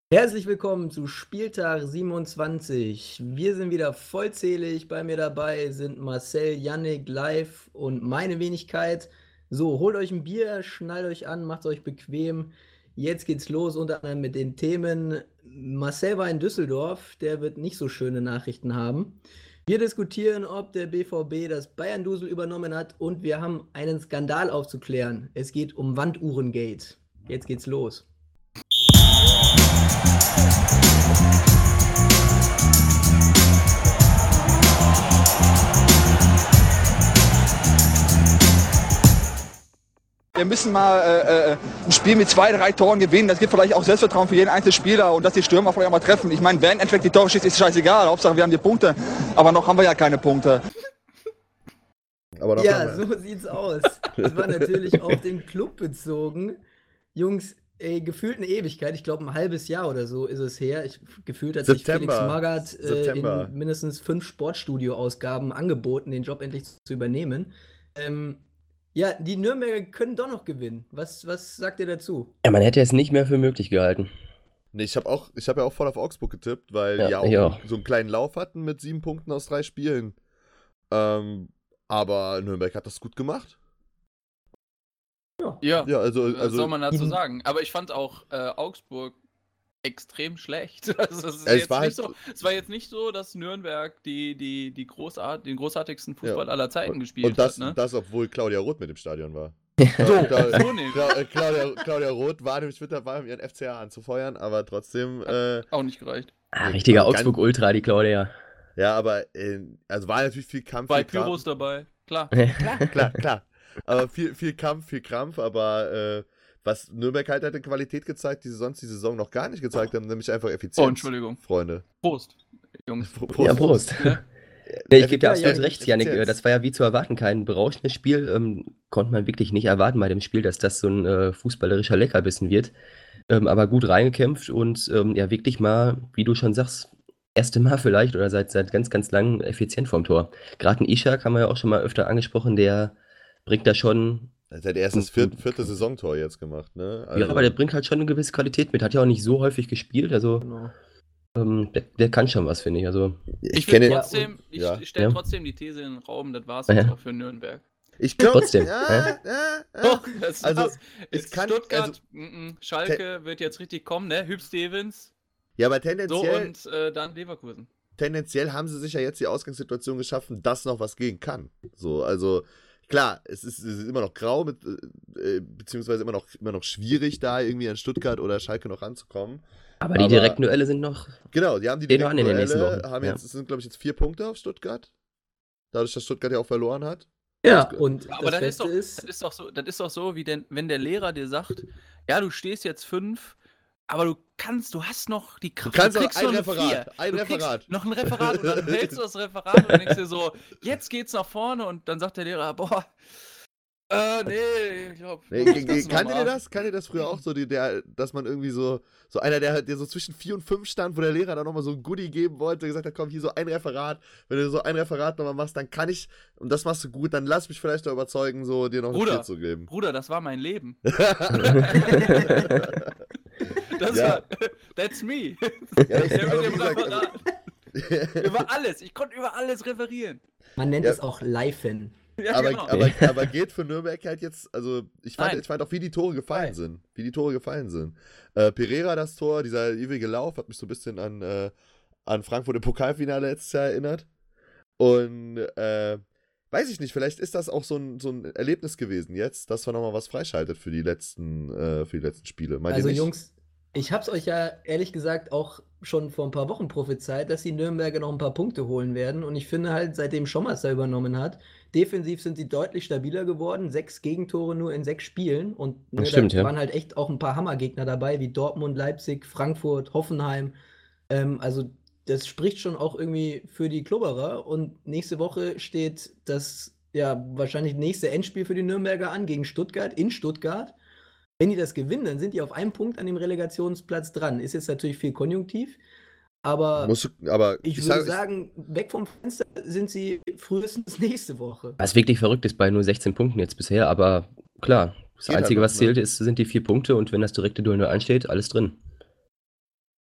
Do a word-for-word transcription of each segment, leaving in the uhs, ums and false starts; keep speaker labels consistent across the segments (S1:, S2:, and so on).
S1: Herzlich willkommen zu Spieltag siebenundzwanzig. Wir sind wieder vollzählig. Bei mir dabei sind Marcel, Yannick, Live und meine Wenigkeit. So, holt euch ein Bier, schnallt euch an, macht euch bequem. Jetzt geht's los, unter anderem mit den Themen. Marcel war in Düsseldorf, der wird nicht so schöne Nachrichten haben. Wir diskutieren, ob der B V B das Bayern-Dusel übernommen hat und wir haben einen Skandal aufzuklären. Es geht um Wanduhrengate. Jetzt geht's los.
S2: Wir müssen mal äh, äh, ein Spiel mit zwei, drei Toren gewinnen. Das gibt vielleicht auch Selbstvertrauen für jeden einzelnen Spieler und dass die Stürmer vielleicht auch mal treffen. Ich meine, wer im Endeffekt die Tore schießt, ist scheißegal. Hauptsache, wir haben die Punkte. Aber noch haben wir ja keine Punkte.
S1: Aber ja, so sieht's aus. Das war natürlich auf den Club bezogen. Jungs, ey, gefühlt eine Ewigkeit. Ich glaube, ein halbes Jahr oder so ist es her. Ich, gefühlt hat sich Felix Magath äh, in mindestens fünf Sportstudio-Ausgaben angeboten, den Job endlich zu übernehmen. Ähm, ja, die Nürnberger können doch noch gewinnen. Was, was sagt ihr dazu?
S3: Ja, man hätte es nicht mehr für möglich gehalten.
S4: Nee, ich habe auch, ich habe ja auch voll auf Augsburg getippt, weil
S3: Ja,
S4: die ja auch,
S3: ich auch.
S4: so einen kleinen Lauf hatten mit sieben Punkten aus drei Spielen. Ähm, aber Nürnberg hat das gut gemacht.
S5: Ja,
S4: Ja, also,
S5: was
S4: also
S5: soll man dazu sagen? Aber ich fand auch äh, Augsburg extrem schlecht. Also es, ist
S4: Ja, es
S5: jetzt
S4: war
S5: nicht
S4: halt-
S5: so, es war jetzt nicht so, dass Nürnberg die, die, die großart, den großartigsten Fußball
S4: Ja.
S5: aller Zeiten gespielt
S4: und das,
S5: hat. Ne?
S4: das, obwohl Claudia Roth mit im Stadion war.
S5: So,
S4: Cla-
S5: so nicht.
S4: Cla- äh, Claudia, Claudia Roth war nämlich mit dabei, um ihren F C A anzufeuern, aber trotzdem, äh,
S5: Auch nicht gereicht.
S3: Ah, richtiger
S4: Also ganz-
S3: Augsburg-Ultra, die Claudia.
S4: ja, aber, äh, also war natürlich viel Kampf.
S5: Bei
S4: viel Krampf.
S5: Pyros dabei, klar.
S4: Klar, klar, klar. Aber viel, viel Kampf, viel Krampf, aber äh, was Nürnberg halt hat eine Qualität gezeigt, die sie sonst die Saison noch gar nicht gezeigt haben, nämlich einfach Effizienz.
S5: Oh, Entschuldigung.
S4: Freunde.
S5: Prost, Jungs.
S4: Prost.
S3: Ja, Prost.
S5: Ja.
S3: Nee, ich gebe dir
S4: Ja,
S3: absolut
S4: ja,
S3: recht, Janik.
S4: Effizienz.
S3: Das war ja wie zu erwarten kein berauschendes Spiel. Ähm, konnte man wirklich nicht erwarten bei dem Spiel, dass das so ein äh, fußballerischer Leckerbissen wird. Ähm, aber gut reingekämpft und ähm, ja, wirklich mal, wie du schon sagst, erste Mal vielleicht oder seit, seit ganz, ganz langem effizient vorm Tor. Gerade ein Ishak haben wir ja auch schon mal öfter angesprochen, der bringt da schon.
S4: Er hat sein erstes vierte, vierte Saisontor jetzt gemacht, ne? Also,
S3: Ja, aber der bringt halt schon eine gewisse Qualität mit. Hat ja auch nicht so häufig gespielt, also
S1: Genau.
S3: ähm, der, der kann schon was, finde ich. Also,
S5: Ich,
S4: kenne
S5: will
S4: ja,
S5: trotzdem, ich,
S4: ja.
S5: ich stelle
S3: Ja.
S5: trotzdem die These in den Raum, das war es
S3: Ja.
S5: jetzt auch für Nürnberg.
S4: ich glaube
S3: Trotzdem,
S4: Ja,
S3: hä?
S4: ja, ja.
S5: Doch, das
S4: Also,
S5: war's.
S4: es
S5: Jetzt
S4: kann-
S5: Stuttgart,
S4: also-
S5: m -m, Schalke wird jetzt richtig kommen, ne? Hüb Stevens,
S4: Ja, aber
S5: so
S4: tendenziell,
S5: und äh, dann Leverkusen.
S4: tendenziell haben sie sich ja jetzt die Ausgangssituation geschaffen, dass noch was gehen kann. So, also klar, es ist, es ist immer noch grau, mit, äh, beziehungsweise immer noch, immer noch schwierig, da irgendwie an Stuttgart oder Schalke noch ranzukommen.
S3: aber die
S4: Aber-
S3: direkten Duelle sind noch.
S4: Genau, die haben die
S3: Stehen noch an in den
S4: direkten
S3: nächsten
S4: Duelle,
S3: Wochen,
S4: haben
S3: ja.
S4: jetzt, es sind glaube ich jetzt vier Punkte auf Stuttgart. Dadurch, dass Stuttgart ja auch verloren hat.
S1: Ja, und
S5: Aber
S1: das
S5: das ist,
S1: Beste
S5: doch,
S1: ist,
S5: das ist doch so, das ist doch so, wie denn, wenn der Lehrer dir sagt, ja, du stehst jetzt fünf, aber du kannst, du hast noch die Kraft.
S4: Du kannst noch
S5: kriegst
S4: ein
S5: noch eine
S4: Referat,
S5: vier.
S4: ein
S5: du kriegst
S4: Referat.
S5: Noch ein Referat und dann hältst du das Referat und denkst dir so, jetzt geht's nach vorne und dann sagt der Lehrer, boah, äh, nee, ich glaub,
S4: Nee,
S5: das
S4: g-
S5: kannst du noch
S4: kanntet ihr
S5: machen.
S4: das? Kanntet ihr das früher auch so, die, der, dass man irgendwie so, so einer, der, der so zwischen vier und fünf stand, wo der Lehrer dann nochmal so ein Goodie geben wollte, gesagt hat, komm, hier so ein Referat, wenn du so ein Referat nochmal machst, dann kann ich, und das machst du gut, dann lass mich vielleicht noch überzeugen, so dir noch ein
S5: Bruder.
S4: Spiel zu geben.
S5: Bruder, das war mein Leben. Das
S4: Ja.
S5: war, that's me.
S4: Ja, das,
S5: Der mit
S4: aber
S5: dem
S4: wie gesagt,
S5: Referat. Über alles. Ich konnte über alles referieren.
S1: man nennt
S4: Ja.
S1: es auch Liven.
S5: Ja,
S4: aber,
S5: genau.
S4: aber, aber geht für Nürnberg halt jetzt, also ich fand,
S5: Nein.
S4: ich fand auch, wie die Tore gefallen
S5: Nein.
S4: sind. Wie die Tore gefallen sind. Äh, Pereira das Tor, dieser ewige Lauf, hat mich so ein bisschen an, äh, an Frankfurt im Pokalfinale letztes Jahr erinnert. Und äh, weiß ich nicht, vielleicht ist das auch so ein, so ein Erlebnis gewesen jetzt, dass man nochmal was freischaltet für die letzten, äh, für die letzten Spiele. Meint ihr
S1: Also
S4: nicht?
S1: Jungs, ich hab's euch ja ehrlich gesagt auch schon vor ein paar Wochen prophezeit, dass die Nürnberger noch ein paar Punkte holen werden. Und ich finde halt, seitdem Schommers da übernommen hat, defensiv sind sie deutlich stabiler geworden. Sechs Gegentore nur in sechs Spielen. Und ne,
S3: Das stimmt,
S1: da
S3: ja.
S1: waren halt echt auch ein paar Hammergegner dabei, wie Dortmund, Leipzig, Frankfurt, Hoffenheim. Ähm, also das spricht schon auch irgendwie für die Klubberer. Und nächste Woche steht das ja wahrscheinlich nächste Endspiel für die Nürnberger an gegen Stuttgart in Stuttgart. Wenn die das gewinnen, dann sind die auf einem Punkt an dem Relegationsplatz dran. Ist jetzt natürlich viel konjunktiv, aber
S4: Musst du, aber
S1: ich,
S4: ich
S1: würde
S4: sag- ich-
S1: sagen, weg vom Fenster sind sie frühestens nächste Woche.
S3: Was wirklich verrückt ist bei nur sechzehn Punkten jetzt bisher, aber klar, das
S4: Geht halt
S3: Einzige,
S4: noch,
S3: was
S4: ne?
S3: zählt, ist, sind die vier Punkte und wenn das direkte Duell nur ansteht, alles drin.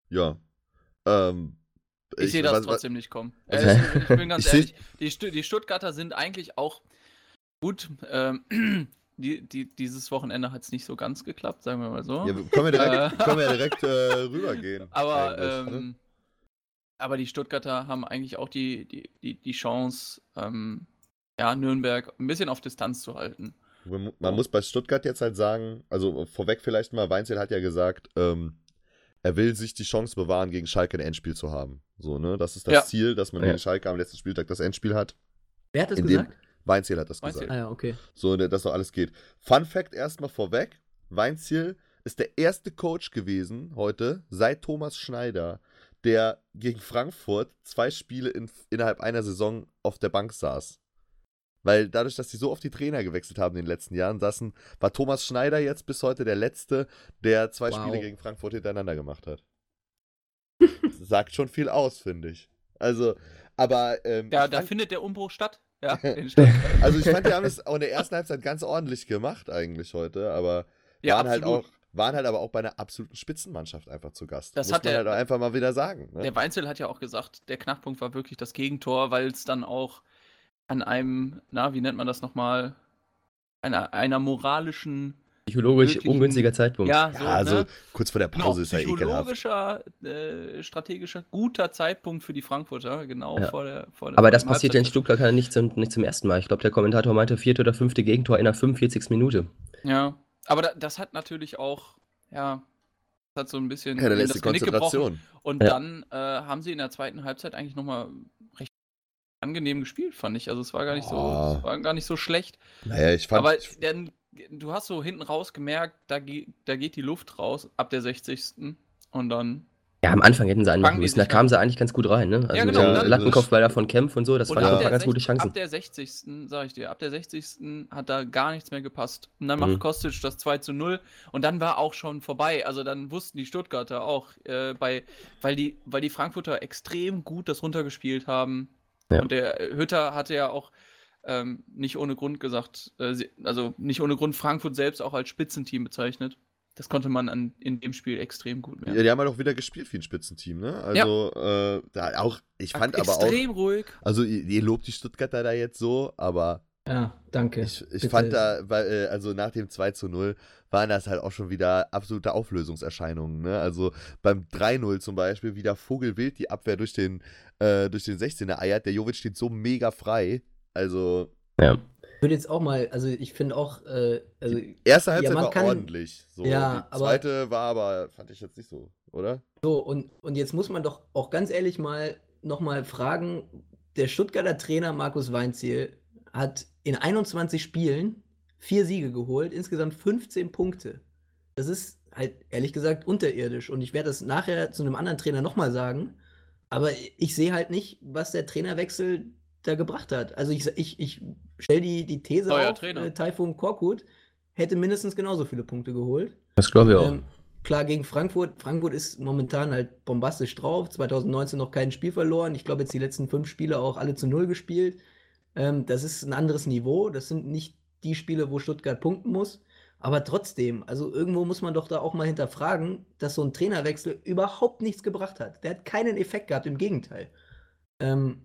S4: Ja. Ähm,
S5: Ich, sehe das
S4: was- was-
S5: trotzdem nicht kommen.
S4: Also,
S5: Äh, ich, ich bin ganz
S4: ich seh-
S5: ehrlich, die, Stu- die Stuttgarter sind eigentlich auch gut. Ähm, die, die, dieses Wochenende hat es nicht so ganz geklappt, sagen wir mal so.
S4: Ja, können wir direkt,
S5: Äh.
S4: können wir direkt äh, rübergehen.
S5: aber,
S4: eigentlich, ne?
S5: ähm, aber die Stuttgarter haben eigentlich auch die, die, die, die Chance, ähm, ja, Nürnberg ein bisschen auf Distanz zu halten.
S4: Man man muss bei Stuttgart jetzt halt sagen, also vorweg vielleicht mal, Weinzel hat ja gesagt, ähm, er will sich die Chance bewahren, gegen Schalke ein Endspiel zu haben. So, ne? Das ist das
S5: Ja.
S4: Ziel, dass man
S3: Ja.
S4: gegen Schalke am letzten Spieltag das Endspiel hat.
S1: Wer hat das
S4: In dem-
S1: gesagt?
S4: Weinziel hat das
S5: Weinziel.
S4: gesagt.
S1: Ah ja, okay.
S4: So, ne, dass doch alles geht. Fun Fact erstmal vorweg: Weinziel ist der erste Coach gewesen heute seit Thomas Schneider, der gegen Frankfurt zwei Spiele in, innerhalb einer Saison auf der Bank saß. Weil dadurch, dass sie so oft die Trainer gewechselt haben in den letzten Jahren, saßen, war Thomas Schneider jetzt bis heute der Letzte, der zwei
S1: Wow.
S4: Spiele gegen Frankfurt hintereinander gemacht hat. Das sagt schon viel aus, finde ich. Also, aber. Ähm,
S5: Ja,
S4: ich
S5: da
S4: fand-
S5: findet der Umbruch statt. Ja, in Stuttgart.
S4: also ich fand, die haben es auch in der ersten Halbzeit ganz ordentlich gemacht eigentlich heute, aber
S5: Ja,
S4: waren halt
S5: absolut.
S4: auch waren halt aber auch bei einer absoluten Spitzenmannschaft einfach zu Gast.
S5: Das
S4: Muss
S5: hat
S4: man
S5: der-
S4: halt auch einfach mal wieder sagen. Ne?
S5: Der Weinzel hat ja auch gesagt, der Knackpunkt war wirklich das Gegentor, weil es dann auch an einem, na, wie nennt man das nochmal, einer, einer moralischen,
S3: Psychologisch
S5: Möglichen-
S3: ungünstiger Zeitpunkt.
S5: ja,
S4: ja,
S5: so,
S4: also
S5: ne?
S4: kurz vor der
S5: Genau,
S4: Pause ist ja ekelhaft.
S5: psychologischer, äh, strategischer, guter Zeitpunkt für die Frankfurter, genau
S3: Ja.
S5: vor der vor der
S3: Aber das
S5: vor dem
S3: passiert ja in
S5: Halbzeitpfiff.
S3: Stuttgart nicht zum, nicht zum ersten Mal. Ich glaube, der Kommentator meinte vierte oder fünfte Gegentor in der fünfundvierzigsten Minute.
S5: Ja, aber da, das hat natürlich auch, ja, das hat so ein bisschen
S4: Ja, da
S5: ihnen
S4: lässt
S5: das
S4: die
S5: Genick gebrochen.
S4: Konzentration.
S5: Und
S3: Ja.
S5: dann äh, haben sie in der zweiten Halbzeit eigentlich nochmal recht angenehm gespielt, fand ich. Also es war gar nicht so,
S4: Oh.
S5: es war gar nicht so schlecht.
S4: Naja, ich fand.
S5: Aber dann, du hast so hinten raus gemerkt, da, ge da geht die Luft raus ab der sechzigsten Und dann.
S3: Ja, am Anfang hätten sie einen
S5: Fangen
S3: machen
S5: die
S3: müssen. Da
S5: sich
S3: kamen
S5: an.
S3: sie eigentlich ganz gut rein. Ne? Also
S5: Ja,
S3: mit
S5: genau,
S3: dem
S4: dann-
S3: Lattenkopfball da von Kempf und so, das
S5: Und
S3: waren
S5: ab
S3: einfach
S5: der,
S3: ganz gute
S5: sech-
S3: Chancen.
S5: ab der sechzigsten sag ich dir, ab der sechzigsten hat da gar nichts mehr gepasst. Und dann
S3: Mhm.
S5: macht Kostic das zwei zu null und dann war auch schon vorbei. Also dann wussten die Stuttgarter auch, äh, bei, weil, die, weil die Frankfurter extrem gut das runtergespielt haben.
S3: Ja.
S5: Und der Hütter hatte ja auch ähm, nicht ohne Grund gesagt, äh, sie- also nicht ohne Grund Frankfurt selbst auch als Spitzenteam bezeichnet. Das konnte man an, in dem Spiel extrem gut
S4: Ja,
S5: merken.
S4: die haben halt auch wieder gespielt wie ein Spitzenteam, ne? Also, äh, da auch, ich fand aber auch.
S5: extrem ruhig.
S4: Also, ihr, ihr lobt die Stuttgarter da jetzt so, aber
S1: Ja, danke.
S4: ich, ich
S1: Bitte.
S4: fand da, weil, äh, also nach dem zwei zu null waren das halt auch schon wieder absolute Auflösungserscheinungen, ne? Also beim drei null zum Beispiel wieder Vogelwild die Abwehr durch den, äh, durch den sechzehner eiert. Der Jovic steht so mega frei. Also,
S3: Ja.
S1: Ich würde jetzt auch mal, also ich finde auch, äh, also
S4: erste Halbzeit
S1: man
S4: war
S1: kann-
S4: ordentlich. So,
S1: Ja,
S4: die
S1: aber-
S4: zweite war aber, fand ich jetzt nicht so, oder?
S1: so, und, und jetzt muss man doch auch ganz ehrlich mal nochmal fragen, der Stuttgarter Trainer Markus Weinziel hat in einundzwanzig Spielen vier Siege geholt, insgesamt fünfzehn Punkte. Das ist halt ehrlich gesagt unterirdisch und ich werde das nachher zu einem anderen Trainer nochmal sagen, aber ich sehe halt nicht, was der Trainerwechsel da gebracht hat. Also ich, ich, ich stelle die, die These
S5: Neuer
S1: auf,
S5: Trainer.
S1: äh, Taifun Korkut hätte mindestens genauso viele Punkte geholt.
S3: Das glaube ich auch.
S1: Ähm, klar, gegen Frankfurt. Frankfurt ist momentan halt bombastisch drauf. zwanzig neunzehn noch kein Spiel verloren. Ich glaube, jetzt die letzten fünf Spiele auch alle zu null gespielt. Ähm, das ist ein anderes Niveau. Das sind nicht die Spiele, wo Stuttgart punkten muss. Aber trotzdem, also irgendwo muss man doch da auch mal hinterfragen, dass so ein Trainerwechsel überhaupt nichts gebracht hat. Der hat keinen Effekt gehabt, im Gegenteil. Ähm,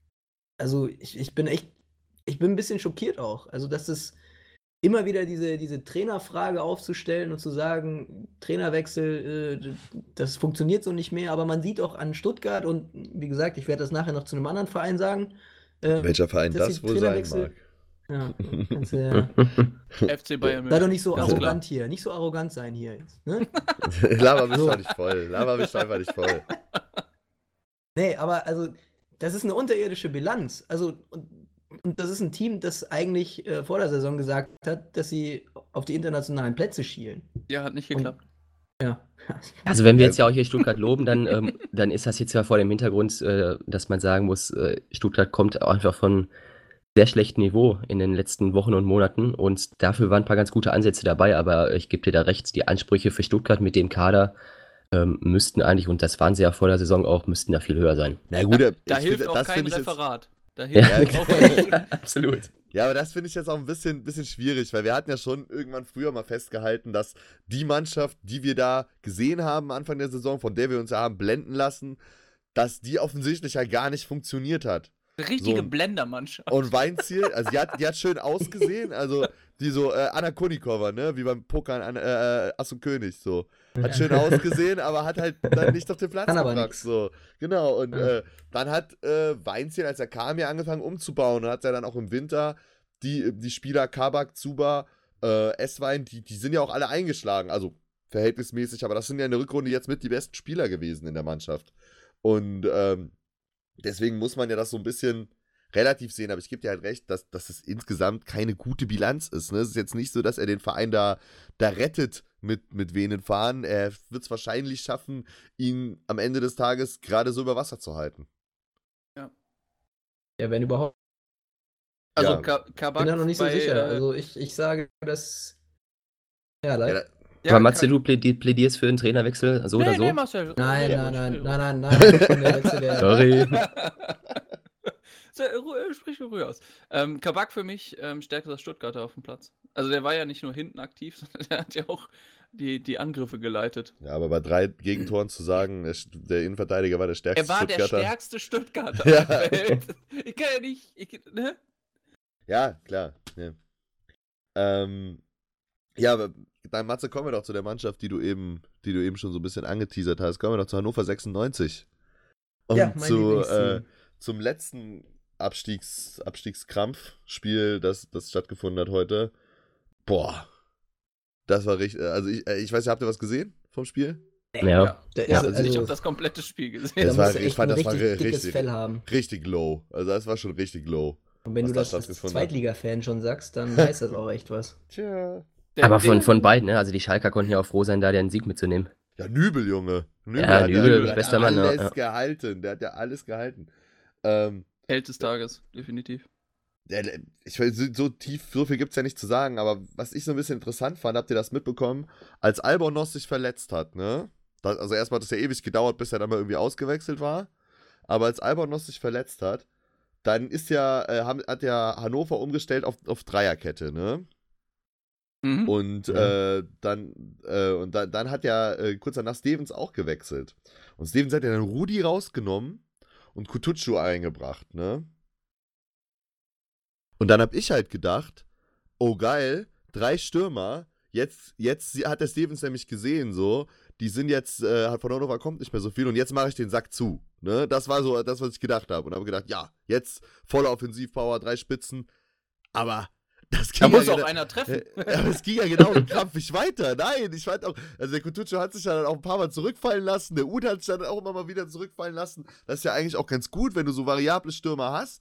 S1: also ich, ich bin echt, ich bin ein bisschen schockiert auch. Also, dass es immer wieder diese, diese Trainerfrage aufzustellen und zu sagen, Trainerwechsel, äh, das funktioniert so nicht mehr, aber man sieht auch an Stuttgart und wie gesagt, ich werde das nachher noch zu einem anderen Verein sagen. äh,
S4: Welcher Verein
S1: dass
S4: das
S1: die
S4: wohl sein
S1: Trainerwechsel-
S4: mag.
S1: Ja, kannst du ja.
S5: F C Bayern
S1: Sei
S5: München.
S1: doch nicht so
S5: Ganz
S1: arrogant hier, nicht so arrogant sein hier jetzt. Ne?
S4: Laber mich
S1: So.
S4: doch nicht voll. Laber mich doch einfach nicht voll.
S1: Nee, aber also, das ist eine unterirdische Bilanz. Also, und, und das ist ein Team, das eigentlich äh, vor der Saison gesagt hat, dass sie auf die internationalen Plätze schielen.
S5: Ja, hat nicht geklappt.
S1: Ja.
S3: Also wenn wir jetzt ja auch hier Stuttgart loben, dann, ähm, dann ist das jetzt ja vor dem Hintergrund, äh, dass man sagen muss, äh, Stuttgart kommt auch einfach von sehr schlechtem Niveau in den letzten Wochen und Monaten und dafür waren ein paar ganz gute Ansätze dabei, aber ich gebe dir da recht, die Ansprüche für Stuttgart mit dem Kader ähm, müssten eigentlich, und das waren sie ja vor der Saison auch, müssten da viel höher sein.
S4: Na gut,
S5: Da
S4: ich
S5: hilft
S4: finde,
S5: auch
S4: das
S5: kein
S4: finde ich jetzt,
S5: Referat. Da
S3: Ja,
S5: hilft auch
S4: Ja,
S5: kein
S3: absolut.
S4: Ja, aber das finde ich jetzt auch ein bisschen, bisschen schwierig, weil wir hatten ja schon irgendwann früher mal festgehalten, dass die Mannschaft, die wir da gesehen haben Anfang der Saison, von der wir uns ja haben blenden lassen, dass die offensichtlich ja gar nicht funktioniert hat.
S5: Richtige
S4: So.
S5: Blendermannschaft.
S4: Und Weinziel, also die hat, die hat schön ausgesehen, also die so, äh, Anna Konikova, ne, wie beim Pokern an äh, Ass und König, so. Hat schön ausgesehen, aber hat halt dann nicht auf den Platz
S1: Kann aber
S4: gebracht,
S1: nix.
S4: so. Genau, und
S1: Ja.
S4: äh, dann hat äh, Weinziel, als er kam, ja angefangen umzubauen und hat ja dann auch im Winter die, die Spieler Kabak, Zuba, äh, Esswein, die, die sind ja auch alle eingeschlagen, also verhältnismäßig, aber das sind ja in der Rückrunde jetzt mit die besten Spieler gewesen in der Mannschaft. Und ähm, deswegen muss man ja das so ein bisschen relativ sehen, aber ich gebe dir halt recht, dass, dass es insgesamt keine gute Bilanz ist. Ne? Es ist jetzt nicht so, dass er den Verein da, da rettet mit, mit Venen fahren. Er wird es wahrscheinlich schaffen, ihn am Ende des Tages gerade so über Wasser zu halten.
S1: Ja, wenn überhaupt.
S5: Also
S4: Ja.
S5: Ka-
S1: Ich
S5: Kabak
S1: bin da noch nicht so
S5: bei,
S1: sicher.
S5: äh,
S1: Also ich, ich sage, dass. Ja,
S4: Ja,
S1: leider.
S4: da,
S5: ja,
S3: Aber Matze,
S5: Ka-
S3: du plädi- plädierst für einen Trainerwechsel, so
S5: nee,
S3: oder so?
S5: nee, Marcel.
S1: Nein,
S5: red
S1: nein,
S5: ruhig,
S1: nein,
S5: red
S1: nein,
S5: ruhig.
S1: nein, nein. Von der Wechsel der.
S3: Sorry.
S5: So, Ruhe, sprich ruhig aus. Ähm, Kabak für mich ähm, stärkster Stuttgarter auf dem Platz. Also der war ja nicht nur hinten aktiv, sondern der hat ja auch die, die Angriffe geleitet.
S4: ja, aber bei drei Gegentoren zu sagen, der, der Innenverteidiger war der stärkste
S5: Er war der
S4: Stuttgarter.
S5: stärkste Stuttgarter
S4: Ja.
S5: der Welt. Ich kann ja nicht. Ich, ne?
S4: Ja, klar. Ja. Ähm, ja, aber dann, Matze, kommen wir doch zu der Mannschaft, die du eben, die du eben schon so ein bisschen angeteasert hast. Kommen wir doch zu Hannover sechsundneunzig. Und
S1: Ja, mein
S4: zu, äh,
S1: Lieblingsteam.
S4: zum letzten Abstiegs, Abstiegskrampfspiel, das, das stattgefunden hat heute. Boah. Das war richtig. Also, ich, ich weiß nicht, habt ihr was gesehen vom Spiel?
S3: Ja.
S1: Der
S5: Ja,
S1: ist,
S5: also ich
S1: also,
S5: habe das komplette Spiel gesehen.
S1: da
S4: Das
S1: musst
S4: war-
S1: du
S4: ich
S1: echt
S4: fand,
S1: ein
S4: das war
S1: richtig
S4: ri-
S1: dickes
S4: richtig-
S1: Fell haben.
S4: Richtig low. Also, das war schon richtig low.
S1: Und wenn
S4: was
S1: du
S4: da
S1: das als
S4: stattgefunden hat.
S1: Zweitliga-Fan schon sagst, dann heißt das auch echt was.
S4: Tja.
S5: Der-
S3: Aber von,
S5: der-
S3: von beiden, ne? Also die Schalker konnten ja auch froh sein, da den Sieg mitzunehmen.
S4: Ja, Nübel, Junge. Nübel
S3: Ja,
S4: hat
S3: Nübel,
S4: der hat
S3: bester
S4: ja
S3: Mann, ja,
S4: alles
S3: ja.
S4: gehalten. Der hat ja alles gehalten. Ähm,
S5: Held des Tages, definitiv.
S4: Ja, ich weiß, so so tief, so viel gibt es ja nicht zu sagen, aber was ich so ein bisschen interessant fand, habt ihr das mitbekommen, als Albonos sich verletzt hat, ne? Das, also erstmal hat es ja ewig gedauert, bis er dann mal irgendwie ausgewechselt war, aber als Albonos sich verletzt hat, dann ist ja, äh, haben, hat ja Hannover umgestellt auf, auf Dreierkette, ne?
S5: Mhm.
S4: Und
S3: Ja.
S4: äh, dann, äh, und da, dann hat ja äh, kurz danach Stevens auch gewechselt. Und Stevens hat ja dann Rudi rausgenommen und Kutucu eingebracht, ne? Und dann habe ich halt gedacht, oh geil, drei Stürmer, jetzt, jetzt hat der Stevens nämlich gesehen, so, die sind jetzt, äh, von Hannover kommt nicht mehr so viel und jetzt mache ich den Sack zu, ne? Das war so das, was ich gedacht habe. Und habe gedacht, ja, jetzt voller Offensivpower, drei Spitzen, aber das
S5: Da
S4: ging
S5: muss
S4: ja
S5: auch
S4: gena-
S5: einer treffen.
S4: ja, aber es ging ja genau krampfig weiter. Nein, ich fand auch, also der Kutucu hat sich ja dann auch ein paar Mal zurückfallen lassen, der Uth hat sich dann auch immer mal wieder zurückfallen lassen. Das ist ja eigentlich auch ganz gut, wenn du so variable Stürmer hast,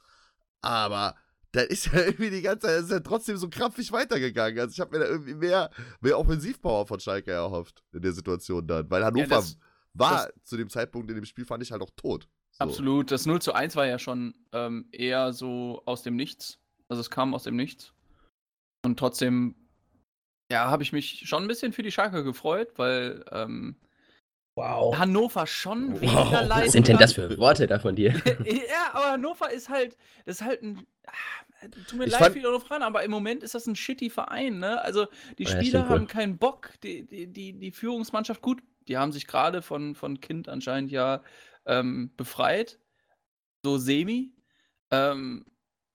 S4: aber da ist ja irgendwie die ganze Zeit, das ist ja trotzdem so krampfig weitergegangen. Also ich habe mir da irgendwie mehr, mehr Offensivpower von Schalke erhofft in der Situation dann, weil Hannover
S5: das-
S4: war zu dem Zeitpunkt in dem Spiel, fand ich halt auch tot. So.
S5: Absolut. Das null zu eins war ja schon ähm, eher so aus dem Nichts. Also es kam aus dem Nichts. Und trotzdem, ja, habe ich mich schon ein bisschen für die Schalke gefreut, weil ähm,
S1: Wow.
S5: Hannover schon
S4: Wow.
S5: weniger
S4: Was
S5: leiden
S3: Was sind denn
S5: kann.
S3: das für Worte da von dir?
S5: Ja, aber Hannover ist halt, das ist halt ein, ah, tut mir
S4: Ich
S5: leid
S4: fand-
S5: für die Hannoveraner, aber im Moment ist das ein shitty Verein, ne? Also die
S3: Ja,
S5: Spieler
S3: stimmt wohl.
S5: haben keinen Bock, die, die, die, die Führungsmannschaft, gut, die haben sich gerade von, von Kind anscheinend ja ähm, befreit, so semi, ähm,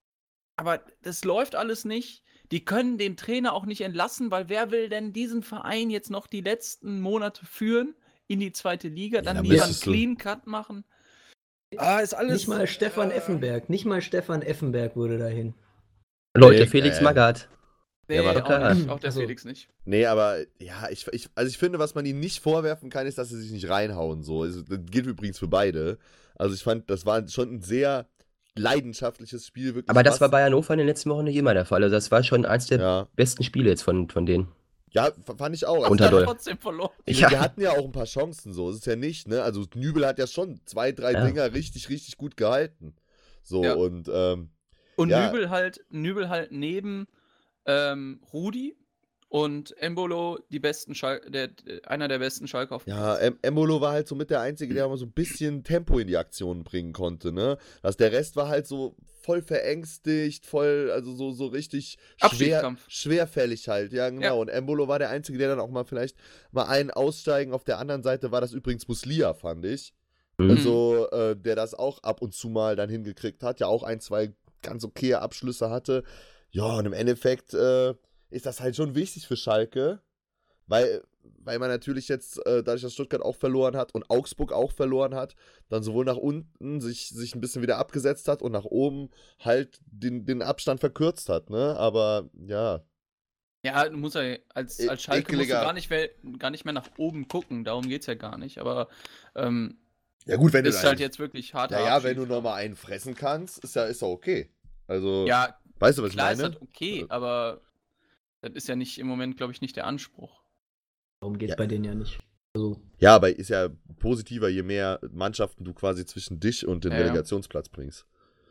S5: aber das läuft alles nicht. Die können den Trainer auch nicht entlassen, weil wer will denn diesen Verein jetzt noch die letzten Monate führen in die zweite Liga, dann
S4: da
S5: lieber einen
S4: müsstest du-
S5: Clean Cut machen? Ah, ist alles.
S1: Nicht mal Stefan
S5: äh,
S1: Effenberg. Nicht mal Stefan Effenberg würde dahin.
S3: Leute,
S4: Nee,
S3: Felix
S4: äh,
S3: Magath.
S5: Nee,
S4: Ja, aber
S5: auch,
S3: klar.
S5: nicht, auch der
S1: Also-
S5: Felix nicht.
S4: Nee, aber ja, ich, ich, also ich finde, was man ihnen nicht vorwerfen kann, ist, dass sie sich nicht reinhauen. So. Also, das gilt übrigens für beide. Also ich fand, das war schon ein sehr leidenschaftliches Spiel. Wirklich
S3: Aber das
S4: was-
S3: war bei Hannover in den letzten Wochen nicht immer der Fall. Also das war schon eins der
S4: Ja,
S3: besten Spiele jetzt von, von denen.
S4: ja f- fand ich auch. Also,
S3: Unter
S5: Hat
S3: doll.
S5: trotzdem verloren.
S4: wir,
S3: Ja.
S4: wir hatten ja auch ein paar Chancen, so. Es ist ja nicht, ne? Also Nübel hat ja schon zwei, drei
S3: Ja.
S4: Dinger richtig, richtig gut gehalten. So,
S5: Ja.
S4: und ähm,
S5: Und
S4: Ja.
S5: Nübel halt, Nübel halt neben ähm, Rudi und Embolo die besten Schal der, einer der besten Schalke auf dem
S4: ja,
S5: Platz.
S4: em Embolo war halt so mit der Einzige, der mal so ein bisschen Tempo in die Aktionen bringen konnte, ne? Das, der Rest war halt so voll verängstigt, voll, also so, so richtig schwer,
S5: Abstiegskampf.
S4: schwerfällig halt, ja genau.
S5: Ja.
S4: Und Embolo war der Einzige, der dann auch mal vielleicht mal einen aussteigen. Auf der anderen Seite war das übrigens Muslia, fand ich.
S3: Mhm.
S4: Also, äh, der das auch ab und zu mal dann hingekriegt hat, ja auch ein, zwei ganz okay Abschlüsse hatte. Ja, und im Endeffekt äh, ist das halt schon wichtig für Schalke, weil, weil man natürlich jetzt, äh, dadurch, dass Stuttgart auch verloren hat und Augsburg auch verloren hat, dann sowohl nach unten sich, sich ein bisschen wieder abgesetzt hat und nach oben halt den, den Abstand verkürzt hat, ne? Aber ja.
S5: Ja, du musst ja als,
S4: E-
S5: als Schalke musst du
S4: ekeliger-
S5: gar nicht, mehr, gar nicht mehr nach oben gucken, darum geht's ja gar nicht. Aber ähm,
S4: Ja gut, wenn du
S5: ist
S4: dann-
S5: halt jetzt wirklich hart.
S4: Ja, ja, wenn du nochmal einen fressen kannst, ist ja, ist ja okay. Also,
S5: Ja,
S4: weißt du, was
S5: klar
S4: ich
S5: ist
S4: meine?
S5: das okay, aber das ist ja nicht im Moment, glaube ich, nicht der Anspruch.
S1: Darum geht es
S4: Ja.
S1: bei denen ja nicht. Also,
S4: Ja, aber ist ja positiver, je mehr Mannschaften du quasi zwischen dich und den
S5: Ja, ja.
S4: Relegationsplatz bringst.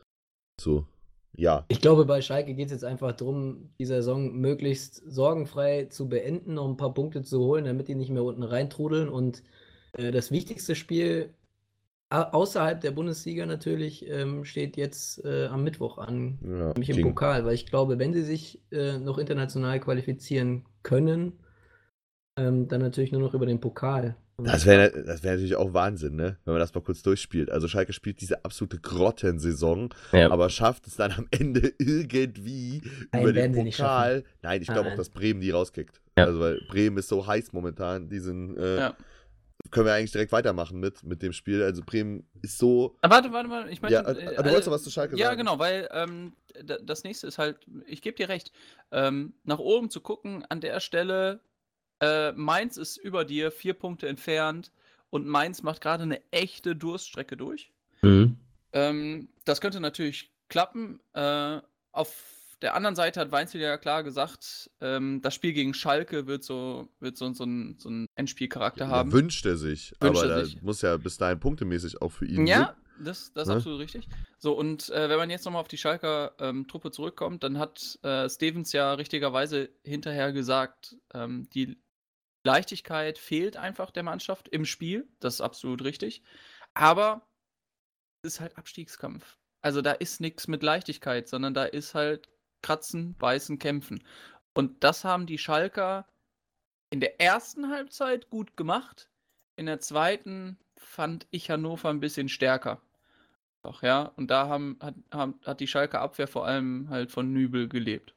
S4: So, ja.
S1: ich glaube, bei Schalke geht es jetzt einfach darum, die Saison möglichst sorgenfrei zu beenden, noch ein paar Punkte zu holen, damit die nicht mehr unten reintrudeln. Und äh, das wichtigste Spiel au- außerhalb der Bundesliga natürlich ähm, steht jetzt äh, am Mittwoch an,
S4: ja
S1: nämlich im
S4: King.
S1: Pokal, weil ich glaube, wenn sie sich äh, noch international qualifizieren können, ähm, dann natürlich nur noch über den Pokal.
S4: Das wäre das wär natürlich auch Wahnsinn, ne? Wenn man das mal kurz durchspielt. Also Schalke spielt diese absolute Grottensaison,
S3: Ja.
S4: aber schafft es dann am Ende irgendwie
S1: Nein,
S4: über
S1: werden
S4: den
S1: sie nicht
S4: Pokal. Nein, ich glaube auch,
S1: Nein.
S4: dass Bremen die rauskickt.
S3: Ja.
S4: Also weil Bremen ist so heiß momentan, diesen äh,
S5: Ja.
S4: können wir eigentlich direkt weitermachen mit, mit dem Spiel. Also Bremen ist so.
S5: Ah, warte, warte, warte. Ich meine,
S4: Ja, äh, du wolltest doch was zu Schalke
S5: ja,
S4: sagen.
S5: genau, weil ähm, d- das nächste ist halt, ich gebe dir recht, ähm, nach oben zu gucken, an der Stelle, äh, Mainz ist über dir, vier Punkte entfernt und Mainz macht gerade eine echte Durststrecke durch.
S3: Mhm.
S5: Ähm, das könnte natürlich klappen. Äh, auf der anderen Seite hat Weinziel ja klar gesagt, ähm, das Spiel gegen Schalke wird so, wird so, so, ein, so einen Endspielcharakter
S4: Ja,
S5: haben.
S4: wünscht er sich.
S5: Wünscht
S4: aber
S5: er
S4: da
S5: sich.
S4: muss ja bis dahin punktemäßig auch für ihn.
S5: Ja, das, das ist
S4: Ne?
S5: absolut richtig. So, und äh, wenn man jetzt nochmal auf die Schalker ähm, Truppe zurückkommt, dann hat äh, Stevens ja richtigerweise hinterher gesagt, ähm, die Leichtigkeit fehlt einfach der Mannschaft im Spiel. Das ist absolut richtig. Aber es ist halt Abstiegskampf. Also da ist nichts mit Leichtigkeit, sondern da ist halt Kratzen, Beißen, Kämpfen. Und das haben die Schalker in der ersten Halbzeit gut gemacht. In der zweiten fand ich Hannover ein bisschen stärker. Doch, ja. Und da haben, hat, haben, hat die Schalker Abwehr vor allem halt von Nübel gelebt.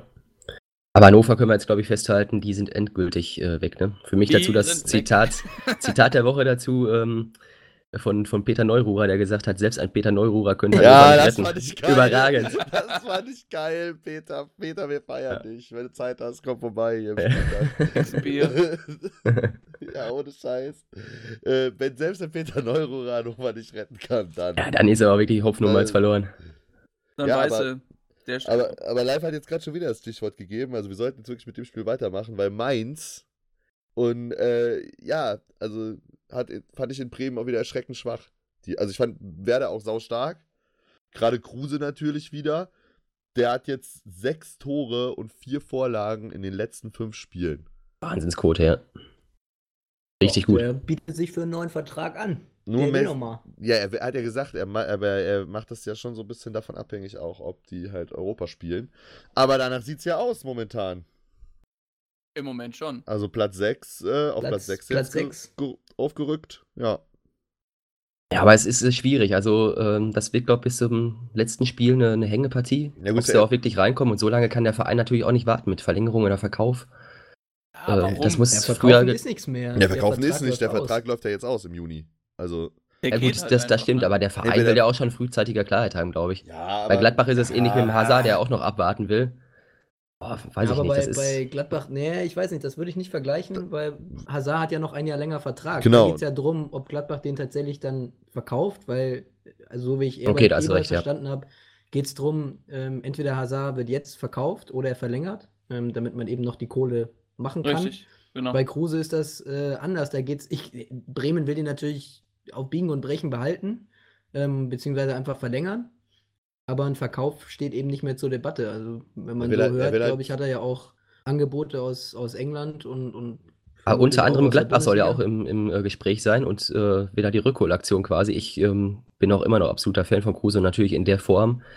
S3: Aber Hannover können wir jetzt, glaube ich, festhalten, die sind endgültig äh, weg. Ne? Für mich
S5: Die
S3: dazu das
S5: sind weg.
S3: Zitat, Zitat der Woche dazu ähm, von, von Peter Neururer, der gesagt hat, selbst ein Peter Neururer könnte
S4: Ja,
S3: Hannover
S4: das
S3: nicht retten.
S4: fand ich geil.
S3: Überragend.
S4: Das fand ich geil, Peter. Peter, wir feiern
S3: Ja.
S4: dich. Wenn du Zeit hast, komm vorbei hier im
S3: Ja.
S4: Spieltag.
S5: Bier.
S4: Ja, ohne Scheiß. Äh, wenn selbst der Peter Neururer Hannover nicht retten kann, dann.
S3: Ja, dann ist aber wirklich Hoffnung mal
S4: Äh,
S3: verloren.
S5: Dann
S4: Ja,
S5: weißt
S4: aber-
S5: du, der
S4: Aber, aber Live hat jetzt gerade schon wieder das Stichwort gegeben. Also wir sollten jetzt wirklich mit dem Spiel weitermachen, weil Mainz und äh, ja, also hat, fand ich in Bremen auch wieder erschreckend schwach. Die, also ich fand Werder auch saustark. Gerade Kruse natürlich wieder. Der hat jetzt sechs Tore und vier Vorlagen in den letzten fünf Spielen.
S3: Wahnsinnsquote, ja. Richtig gut.
S1: Der bietet sich für einen neuen Vertrag an.
S4: Nur
S1: Der will
S4: Messi-
S1: noch mal.
S4: Ja, er er hat ja gesagt, er, ma- aber er macht das ja schon so ein bisschen davon abhängig auch, ob die halt Europa spielen. Aber danach sieht es ja aus momentan.
S5: im Moment schon.
S4: Also Platz sechs, äh, auf
S1: Platz-
S4: Platz sechs
S1: Platz
S4: jetzt ge-
S1: sechs.
S4: ge- aufgerückt. Ja.
S3: Ja, aber es ist äh, schwierig. Also, ähm, das wird, glaube ich, bis zum letzten Spiel eine, eine Hängepartie.
S4: Ja, gut,
S3: Ob sie
S4: ja.
S3: auch wirklich reinkommen. Und so lange kann der Verein natürlich auch nicht warten mit Verlängerung oder Verkauf.
S5: Ja,
S3: Äh,
S5: warum?
S3: das muss
S1: Der
S3: früher.
S1: Verkaufen
S3: ge-
S1: ist nichts mehr.
S4: Der Verkaufen ist
S1: Vertrag
S4: nicht, der
S1: läuft aus.
S4: Vertrag läuft ja jetzt aus im Juni. Also,
S5: Der
S3: Ja,
S5: geht
S3: gut,
S5: halt
S3: das, das
S5: einfach,
S3: stimmt,
S5: ne?
S3: aber der Verein
S4: Entweder-
S3: will ja auch schon frühzeitige Klarheit haben, glaube ich.
S4: ja, aber.
S3: Bei Gladbach ist es ähnlich mit dem
S4: Ah.
S3: Hazard, der auch noch abwarten will. Boah, weiß ich
S1: aber
S3: nicht.
S1: bei,
S3: Das ist,
S1: bei Gladbach, nee, ich weiß nicht, das würde ich nicht vergleichen, weil Hazard hat ja noch ein Jahr länger Vertrag.
S4: Genau.
S1: Da geht es ja darum, ob Gladbach den tatsächlich dann verkauft, weil, also so wie ich Eber,
S3: Okay, da hast du
S1: Eber
S3: recht, ja.
S1: verstanden habe, geht es darum, ähm, entweder Hazard wird jetzt verkauft oder er verlängert, ähm, damit man eben noch die Kohle machen kann.
S5: Richtig, genau.
S1: Bei Kruse ist das äh, anders. Da geht's. Ich, Bremen will den natürlich auf Biegen und Brechen behalten, ähm, beziehungsweise einfach verlängern. Aber ein Verkauf steht eben nicht mehr zur Debatte. Also, wenn man
S4: Er will
S1: so
S4: halt- er
S1: hört,
S4: will halt-
S1: glaube ich, hat er ja auch Angebote aus, aus England und. und
S3: Ah,
S1: vermutlich
S3: unter
S1: auch
S3: anderem
S1: aus der
S3: Gladbach soll ja auch
S1: Bundesliga.
S3: im, im äh, Gespräch sein und äh, wieder die Rückholaktion quasi. Ich ähm, bin auch immer noch absoluter Fan von Kruse und natürlich in der Form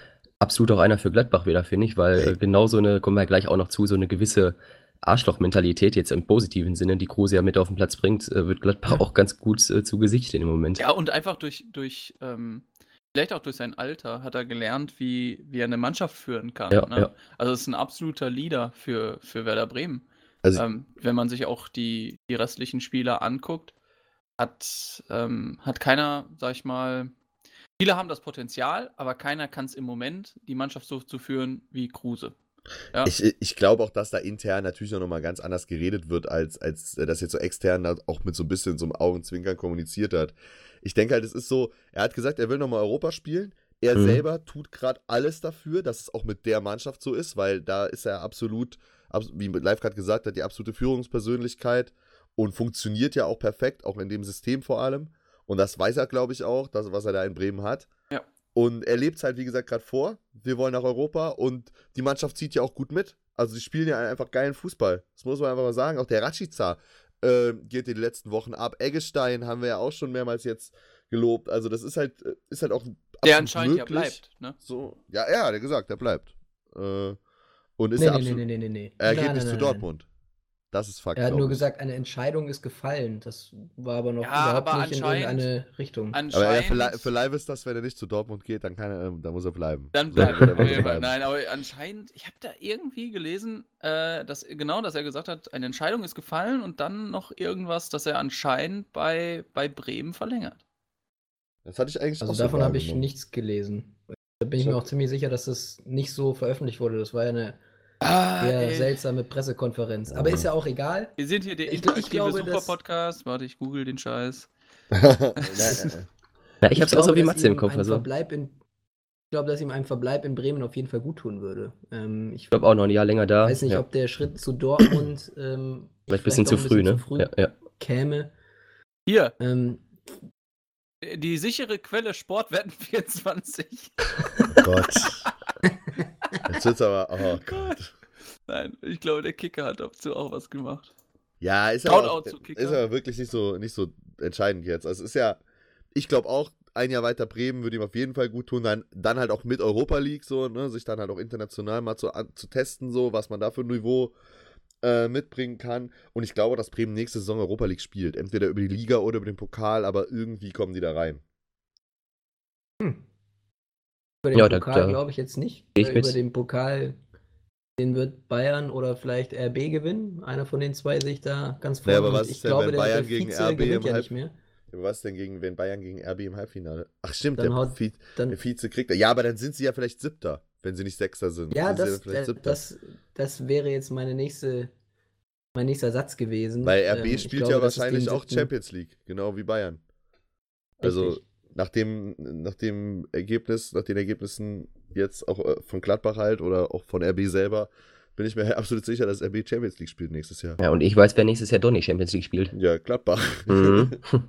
S3: absolut auch einer für Gladbach wieder, finde ich, weil äh, genau so eine, kommen wir ja gleich auch noch zu, so eine gewisse Arschloch-Mentalität jetzt im positiven Sinne, die Kruse ja mit auf den Platz bringt, äh, wird Gladbach auch ganz gut äh, zu Gesicht stehen im Moment.
S5: Ja, und einfach durch, durch ähm, vielleicht auch durch sein Alter hat er gelernt, wie, wie er eine Mannschaft führen kann.
S3: Ja,
S5: Ne?
S3: ja.
S5: Also es ist ein absoluter Leader für, für Werder Bremen.
S4: Also,
S5: Ähm, wenn man sich auch die, die restlichen Spieler anguckt, hat, ähm, hat keiner, sag ich mal, viele haben das Potenzial, aber keiner kann es im Moment, die Mannschaft so zu führen wie Kruse. Ja.
S4: Ich, ich glaube auch, dass da intern natürlich noch mal ganz anders geredet wird, als, als das jetzt so extern auch mit so ein bisschen so einem Augenzwinkern kommuniziert hat. Ich denke halt, es ist so, er hat gesagt, er will nochmal Europa spielen. Er
S3: Mhm.
S4: selber tut gerade alles dafür, dass es auch mit der Mannschaft so ist, weil da ist er absolut, abs- wie Live gerade gesagt hat, die absolute Führungspersönlichkeit und funktioniert ja auch perfekt, auch in dem System vor allem. Und das weiß er, glaube ich, auch, das, was er da in Bremen hat.
S5: Ja.
S4: Und er lebt es halt, wie gesagt, gerade vor. Wir wollen nach Europa und die Mannschaft zieht ja auch gut mit. Also, die spielen ja einfach geilen Fußball. Das muss man einfach mal sagen. Auch der Rashica äh, geht in den letzten Wochen ab. Eggestein haben wir ja auch schon mehrmals jetzt gelobt. Also, das ist halt, äh, ist halt auch
S5: Der
S4: absolut
S5: anscheinend ja
S4: möglich.
S5: bleibt. Ne?
S4: So, ja, ja, der gesagt, der bleibt. Äh, und ist
S1: Nee,
S4: ja
S1: nee,
S4: absolut.
S1: nee, nee, nee, nee.
S4: Er geht
S1: Nein,
S4: nicht
S1: nein,
S4: zu
S1: nein,
S4: Dortmund. Das ist Fakt.
S1: Er hat
S4: glaub
S1: nur
S4: ich.
S1: gesagt, eine Entscheidung ist gefallen. Das war aber noch
S5: Ja,
S1: überhaupt
S5: aber
S1: nicht in
S5: anscheinend-
S1: irgendeine Richtung.
S4: Aber ja, für,
S5: Anscheinend.
S4: Li- für Live ist das, wenn er nicht zu Dortmund geht, dann, kann er, ähm, dann muss er bleiben.
S5: Dann
S4: So,
S5: bleibt
S4: wird
S5: er
S4: er
S5: Bremer.
S4: bleiben.
S5: Nein, aber anscheinend, ich habe da irgendwie gelesen, äh, dass genau, dass er gesagt hat, eine Entscheidung ist gefallen und dann noch irgendwas, dass er anscheinend bei, bei Bremen verlängert.
S4: Das hatte ich eigentlich
S1: Also
S4: auch so
S1: davon habe ich
S4: wahrgenommen.
S1: nichts gelesen. Da bin ich
S4: Ich
S1: mir
S4: hab-
S1: auch ziemlich sicher, dass das nicht so veröffentlicht wurde. Das war ja eine
S5: Ah,
S1: eher
S5: ey.
S1: seltsame Pressekonferenz. Aber ist ja auch egal.
S5: Wir sind hier der
S1: Ich gl- ich
S5: interaktive
S1: glaube, dass-
S5: Super-Podcast. Warte, ich google den Scheiß.
S4: Nein,
S3: Ja, ich hab's auch so
S1: glaube,
S3: wie
S1: dass
S3: Matze im
S1: ihm
S3: Kopf.
S1: ein
S3: Also,
S1: Verbleib in, ich glaube, dass ihm ein Verbleib in Bremen auf jeden Fall gut tun würde. Ähm, ich
S3: ich glaube auch noch ein Jahr länger da.
S1: weiß nicht,
S3: ja.
S1: ob der Schritt zu Dortmund ähm,
S3: Vielleicht ein bisschen
S1: auch
S3: zu früh, ne?
S1: zu früh
S3: Ja, ja.
S1: käme.
S5: Hier,
S1: Ähm,
S5: die sichere Quelle Sportwetten vierundzwanzig.
S4: Gott. Jetzt wird's aber, oh Gott.
S5: Nein, ich glaube, der Kicker hat dazu auch was gemacht.
S4: Ja, ist aber, auch,
S5: Shoutout zu Kicker.
S4: ist aber wirklich nicht so, nicht so entscheidend jetzt. Also es ist ja, ich glaube auch, ein Jahr weiter Bremen würde ihm auf jeden Fall gut tun. Dann, dann halt auch mit Europa League so, ne, sich dann halt auch international mal zu, an, zu testen, so, was man da für ein Niveau äh, mitbringen kann. Und ich glaube, dass Bremen nächste Saison Europa League spielt. Entweder über die Liga oder über den Pokal, aber irgendwie kommen die da rein.
S1: Über den
S3: Ja, da-
S1: Pokal
S3: da
S1: glaube ich jetzt nicht.
S3: geh ich
S1: Äh,
S3: mit.
S1: Über den Pokal, den wird Bayern oder vielleicht R B gewinnen. Einer von den zwei sehe ich da ganz vorne.
S4: Naja, aber
S1: Und
S4: was
S1: ich
S4: ist denn,
S1: glaube,
S4: wenn
S1: der,
S4: Bayern
S1: der
S4: gegen
S1: Vize
S4: R B
S1: gewinnt
S4: im
S1: ja
S4: Halb-
S1: nicht mehr.
S4: Aber was denn gegen, wenn Bayern gegen R B im Halbfinale? Ach stimmt,
S1: Dann
S4: der,
S1: haut-
S4: Vi
S1: Dann,
S4: der Vize kriegt er. Ja, aber dann sind sie ja vielleicht Siebter, wenn sie nicht Sechster sind.
S1: ja,
S4: Sind sie
S1: das,
S4: dann vielleicht
S1: äh,
S4: Siebter.
S1: das, das wäre jetzt meine nächste, mein nächster Satz gewesen.
S4: Weil R B
S1: Ähm, ich
S4: spielt
S1: glaube,
S4: ja
S1: dass es
S4: wahrscheinlich
S1: den
S4: auch
S1: siebten-
S4: Champions League, genau wie Bayern. Also
S1: Richtig.
S4: nach dem, nach dem Ergebnis, nach den Ergebnissen jetzt auch äh, von Gladbach halt oder auch von R B selber, bin ich mir absolut sicher, dass R B Champions League spielt nächstes Jahr.
S3: Ja, und ich weiß, wer nächstes Jahr doch nicht Champions League spielt.
S4: Ja, Gladbach.
S3: Mhm.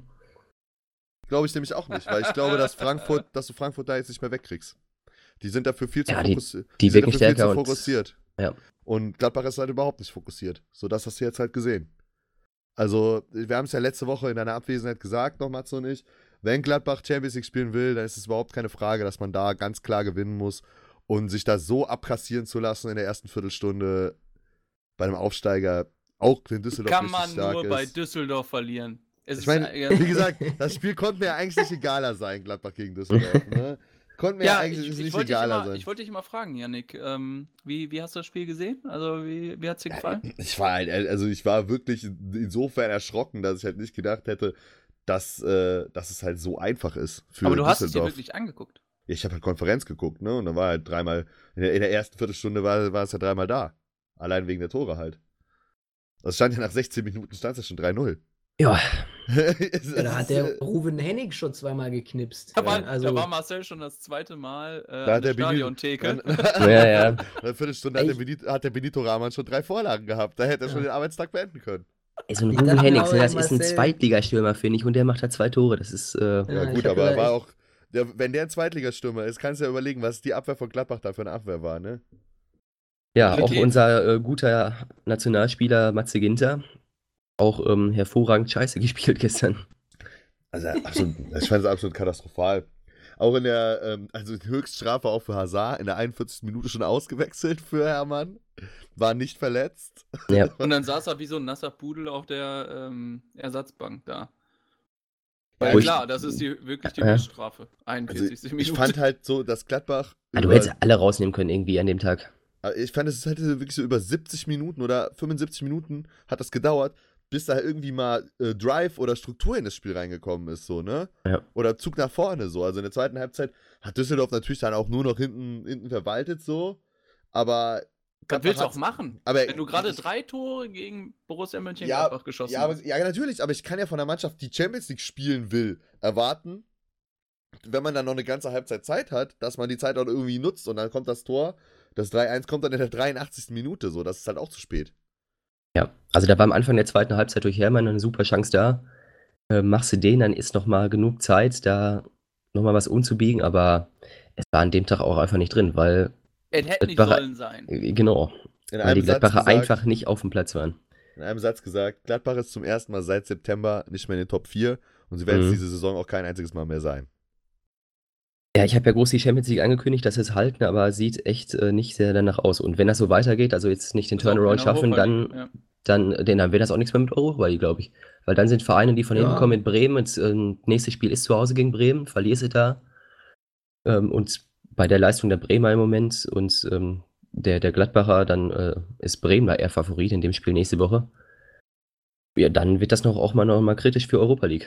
S4: Glaube ich nämlich auch nicht, weil ich glaube, dass Frankfurt, dass du Frankfurt da jetzt nicht mehr wegkriegst. Die sind dafür viel zu
S3: Ja, die-
S4: fokussi-
S3: die
S4: sind
S3: wirklich
S4: dafür viel
S3: stärker
S4: zu
S3: und-
S4: fokussiert.
S3: ja.
S4: Und Gladbach ist halt überhaupt nicht fokussiert. So, das hast du jetzt halt gesehen. Also, wir haben es ja letzte Woche in deiner Abwesenheit gesagt, noch Matze und ich, wenn Gladbach Champions League spielen will, dann ist es überhaupt keine Frage, dass man da ganz klar gewinnen muss und sich da so abkassieren zu lassen in der ersten Viertelstunde bei einem Aufsteiger, auch wenn Düsseldorf
S5: Kann
S4: richtig
S5: man
S4: stark
S5: nur
S4: ist.
S5: bei Düsseldorf verlieren. Es
S4: Ich
S5: ist
S4: meine,
S5: ein-
S4: wie gesagt, das Spiel konnte mir ja eigentlich nicht egaler sein, Gladbach gegen Düsseldorf. Ne? Konnte mir ja,
S5: ja,
S4: eigentlich
S5: ich, ich,
S4: nicht
S5: wollte dich
S4: egaler
S5: immer,
S4: sein.
S5: ich wollte dich mal fragen, Yannick, ähm, wie, wie hast du das Spiel gesehen? Also, wie, wie hat es dir gefallen?
S4: Ich war halt, also ich war wirklich insofern erschrocken, dass ich halt nicht gedacht hätte, dass, äh, dass es halt so einfach ist für
S5: Aber du hast es dir
S4: Düsseldorf.
S5: wirklich angeguckt.
S4: Ja, ich habe halt Konferenz geguckt, ne? Und dann war halt dreimal, in der, in der ersten Viertelstunde war, war es ja dreimal da. Allein wegen der Tore halt. Das stand ja nach sechzehn Minuten, stand es ja schon drei null.
S3: Ja,
S1: Ja, da hat der Ruven Hennig schon zweimal geknipst.
S5: Da war,
S1: also,
S5: da war Marcel schon das zweite Mal äh,
S4: Da
S5: an
S4: hat
S5: der
S4: der Benito-
S5: Stadiontheke.
S3: ja, ja.
S4: In einer Viertelstunde hat der,
S1: Ich-
S4: Benito, hat der Benito Rahman schon drei Vorlagen gehabt. Da hätte er schon
S1: Ja.
S4: den Arbeitstag beenden können.
S3: Ey, so ein
S1: Ich
S3: Ruben
S1: dachte
S3: Henningsen,
S1: auch,
S3: das ist ein
S1: Marcel-
S3: Zweitligastürmer, finde ich, und der macht halt zwei Tore. Das ist, äh,
S1: Ja,
S4: Ja,
S1: ich
S4: gut,
S1: hab
S4: aber er
S1: gedacht,
S4: war
S1: ich-
S4: auch. Der, wenn der ein Zweitligastürmer ist, kannst du ja überlegen, was die Abwehr von Gladbach da für eine Abwehr war, ne?
S3: ja, auch
S5: Qualität.
S3: unser äh, guter Nationalspieler Matze Ginter, auch ähm, hervorragend scheiße gespielt gestern.
S4: Also, absolut, ich fand es absolut katastrophal. Auch in der, ähm, also die Höchststrafe auch für Hazard, in der einundvierzigsten Minute schon ausgewechselt für Hermann. War nicht verletzt.
S3: Ja.
S5: Und dann saß er wie so ein nasser Pudel auf der ähm, Ersatzbank da. Weil
S3: Wo ich-
S5: klar, das ist die, wirklich die
S3: Ja.
S5: Höchststrafe.
S4: Also
S5: einundvierzigste
S4: ich
S5: Minute.
S4: fand halt so, dass Gladbach.
S3: Ah, du
S4: über-
S3: hättest alle rausnehmen können irgendwie an dem Tag.
S4: Aber ich fand, es hätte wirklich so über siebzig Minuten oder fünfundsiebzig Minuten hat das gedauert, bis da irgendwie mal äh, Drive oder Struktur in das Spiel reingekommen ist, so, ne?
S3: Ja.
S4: Oder Zug nach vorne, so. Also in der zweiten Halbzeit hat Düsseldorf natürlich dann auch nur noch hinten, hinten verwaltet, so. Aber.
S5: Das willst du auch
S4: hat's-
S5: machen.
S4: Aber
S5: Wenn du gerade
S4: ich-
S5: drei Tore gegen Borussia
S4: Ja,
S5: Mönchengladbach geschossen
S4: ja, aber,
S5: hast.
S4: ja, natürlich, aber ich kann ja von der Mannschaft, die Champions League spielen will, erwarten, wenn man dann noch eine ganze Halbzeit Zeit hat, dass man die Zeit auch irgendwie nutzt und dann kommt das Tor, das drei eins kommt dann in der dreiundachtzigsten Minute, so, das ist halt auch zu spät.
S3: Ja, also da war am Anfang der zweiten Halbzeit durch Hermann eine super Chance da. Äh, machst du den, dann ist nochmal genug Zeit, da nochmal was umzubiegen, aber es war an dem Tag auch einfach nicht drin, weil,
S5: Es hätte nicht
S3: Gladbacher-
S5: sollen sein.
S3: äh, genau,
S4: In
S3: weil die
S4: einem, Satz
S3: Gladbacher
S4: gesagt,
S3: einfach nicht auf dem Platz waren.
S4: in einem Satz gesagt, Gladbach ist zum ersten Mal seit September nicht mehr in den Top vier und sie werden es
S3: Mhm.
S4: diese Saison auch kein einziges Mal mehr sein.
S3: Ja, ich habe ja groß die Champions League angekündigt, dass sie es halten, aber sieht echt äh, nicht sehr danach aus. Und wenn das so weitergeht, also jetzt nicht den
S5: Ist auch
S3: Turnaround
S5: in der
S3: schaffen,
S5: Europa
S3: dann,
S5: League, ja.
S3: dann, denn dann wird das auch nichts mehr mit Europa League, glaube ich. Weil dann sind Vereine, die von
S1: Ja.
S3: hinten kommen mit Bremen, und, äh, nächstes Spiel ist zu Hause gegen Bremen, verlierst du da. Ähm, und bei der Leistung der Bremer im Moment und ähm, der, der Gladbacher, dann äh, ist Bremen da eher Favorit in dem Spiel nächste Woche. Ja, dann wird das noch auch mal noch mal kritisch für Europa League.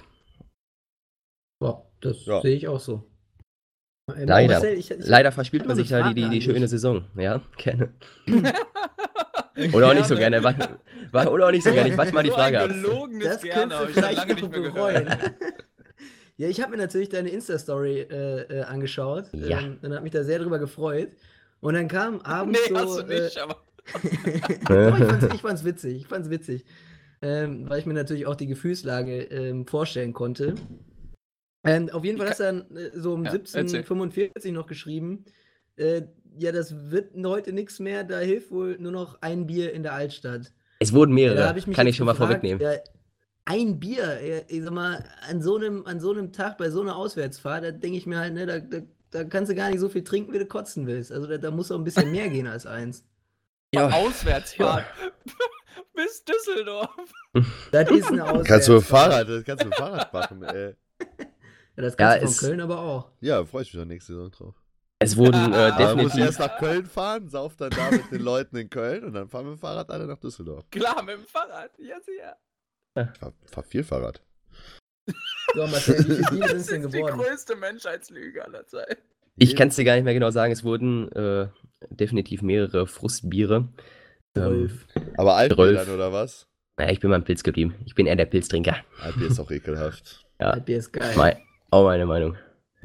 S1: Ja, das
S4: Ja.
S1: sehe ich auch so. Ähm,
S3: Leider.
S1: Marcel, ich- ich-
S3: Leider verspielt
S1: hab
S3: man
S1: noch
S3: sich
S1: eine
S3: da die, die,
S1: Frage
S3: die
S1: an
S3: schöne
S1: dich.
S3: Saison. Ja, gerne. Oder auch nicht so gerne. Warte, warte, oder auch nicht so gerne. Ich warte mal die
S5: So
S3: Frage
S5: ein
S3: ab.
S5: gelogenes
S1: Das
S5: Gerne
S1: könntest
S5: habe
S1: du
S5: ich schon
S1: vielleicht
S5: lange
S1: noch
S5: nicht mehr
S1: bereuen.
S5: gehört.
S1: Ja, ich habe mir natürlich deine Insta-Story äh, äh, angeschaut
S3: Ja.
S1: ähm, und habe mich da sehr drüber gefreut. Und dann kam abends
S5: Nee,
S1: so.
S5: hast du
S1: äh,
S5: nicht, aber.
S1: Doch, ich, fand's, ich fand's witzig. Ich fand's witzig. Ähm, weil ich mir natürlich auch die Gefühlslage ähm, vorstellen konnte. Ähm, auf jeden Fall
S5: Ich
S1: hast du dann äh, so um
S5: Ja,
S1: siebzehn Uhr fünfundvierzig noch geschrieben. Äh, ja, das wird heute nichts mehr. Da hilft wohl nur noch ein Bier in der Altstadt.
S3: Es wurden
S1: Ja, da
S3: mehrere.
S1: hab ich mich
S3: Kann
S1: jetzt
S3: ich schon mal
S1: gefragt,
S3: vorwegnehmen.
S1: Ja, ein Bier, ja, ich sag mal, an so einem, an so einem Tag bei so einer Auswärtsfahrt, da denke ich mir halt, ne, da, da, da kannst du gar nicht so viel trinken, wie du kotzen willst. Also da, da muss auch ein bisschen mehr gehen als eins.
S3: Ja.
S5: Auswärtsfahrt. Bis Düsseldorf.
S1: Das ist eine Auswärtsfahrt.
S4: Kannst du mit Fahrrad, das kannst du mit Fahrrad machen, ey.
S1: Ja, das
S3: Ja,
S1: kannst du
S3: es-
S1: von Köln aber auch.
S4: Ja, freue ich mich auch nächste Saison drauf.
S3: Es wurden äh,
S5: Aber
S4: Aber muss ich
S3: definitiv.
S4: erst nach Köln fahren, sauf dann da mit den Leuten in Köln und dann fahren wir mit dem Fahrrad alle nach Düsseldorf.
S5: Klar, mit dem Fahrrad. Ja, sicher.
S4: Ich fahr, fahr viel Fahrrad.
S1: So, Marcel, wie viele Bier sind es
S5: Das
S1: denn
S5: ist die
S1: geworden?
S5: größte Menschheitslüge aller Zeiten.
S3: Ich kann es dir gar nicht mehr genau sagen. Es wurden äh, definitiv mehrere Frustbiere. Ähm,
S1: Zwölf.
S4: Aber Altbier
S3: Zwölf.
S4: dann, oder was?
S3: naja, ich bin beim Pilz geblieben. Ich bin eher der Pilztrinker.
S4: Altbier ist auch ekelhaft.
S3: Ja,
S1: Das Bier ist geil.
S3: mein, auch meine Meinung.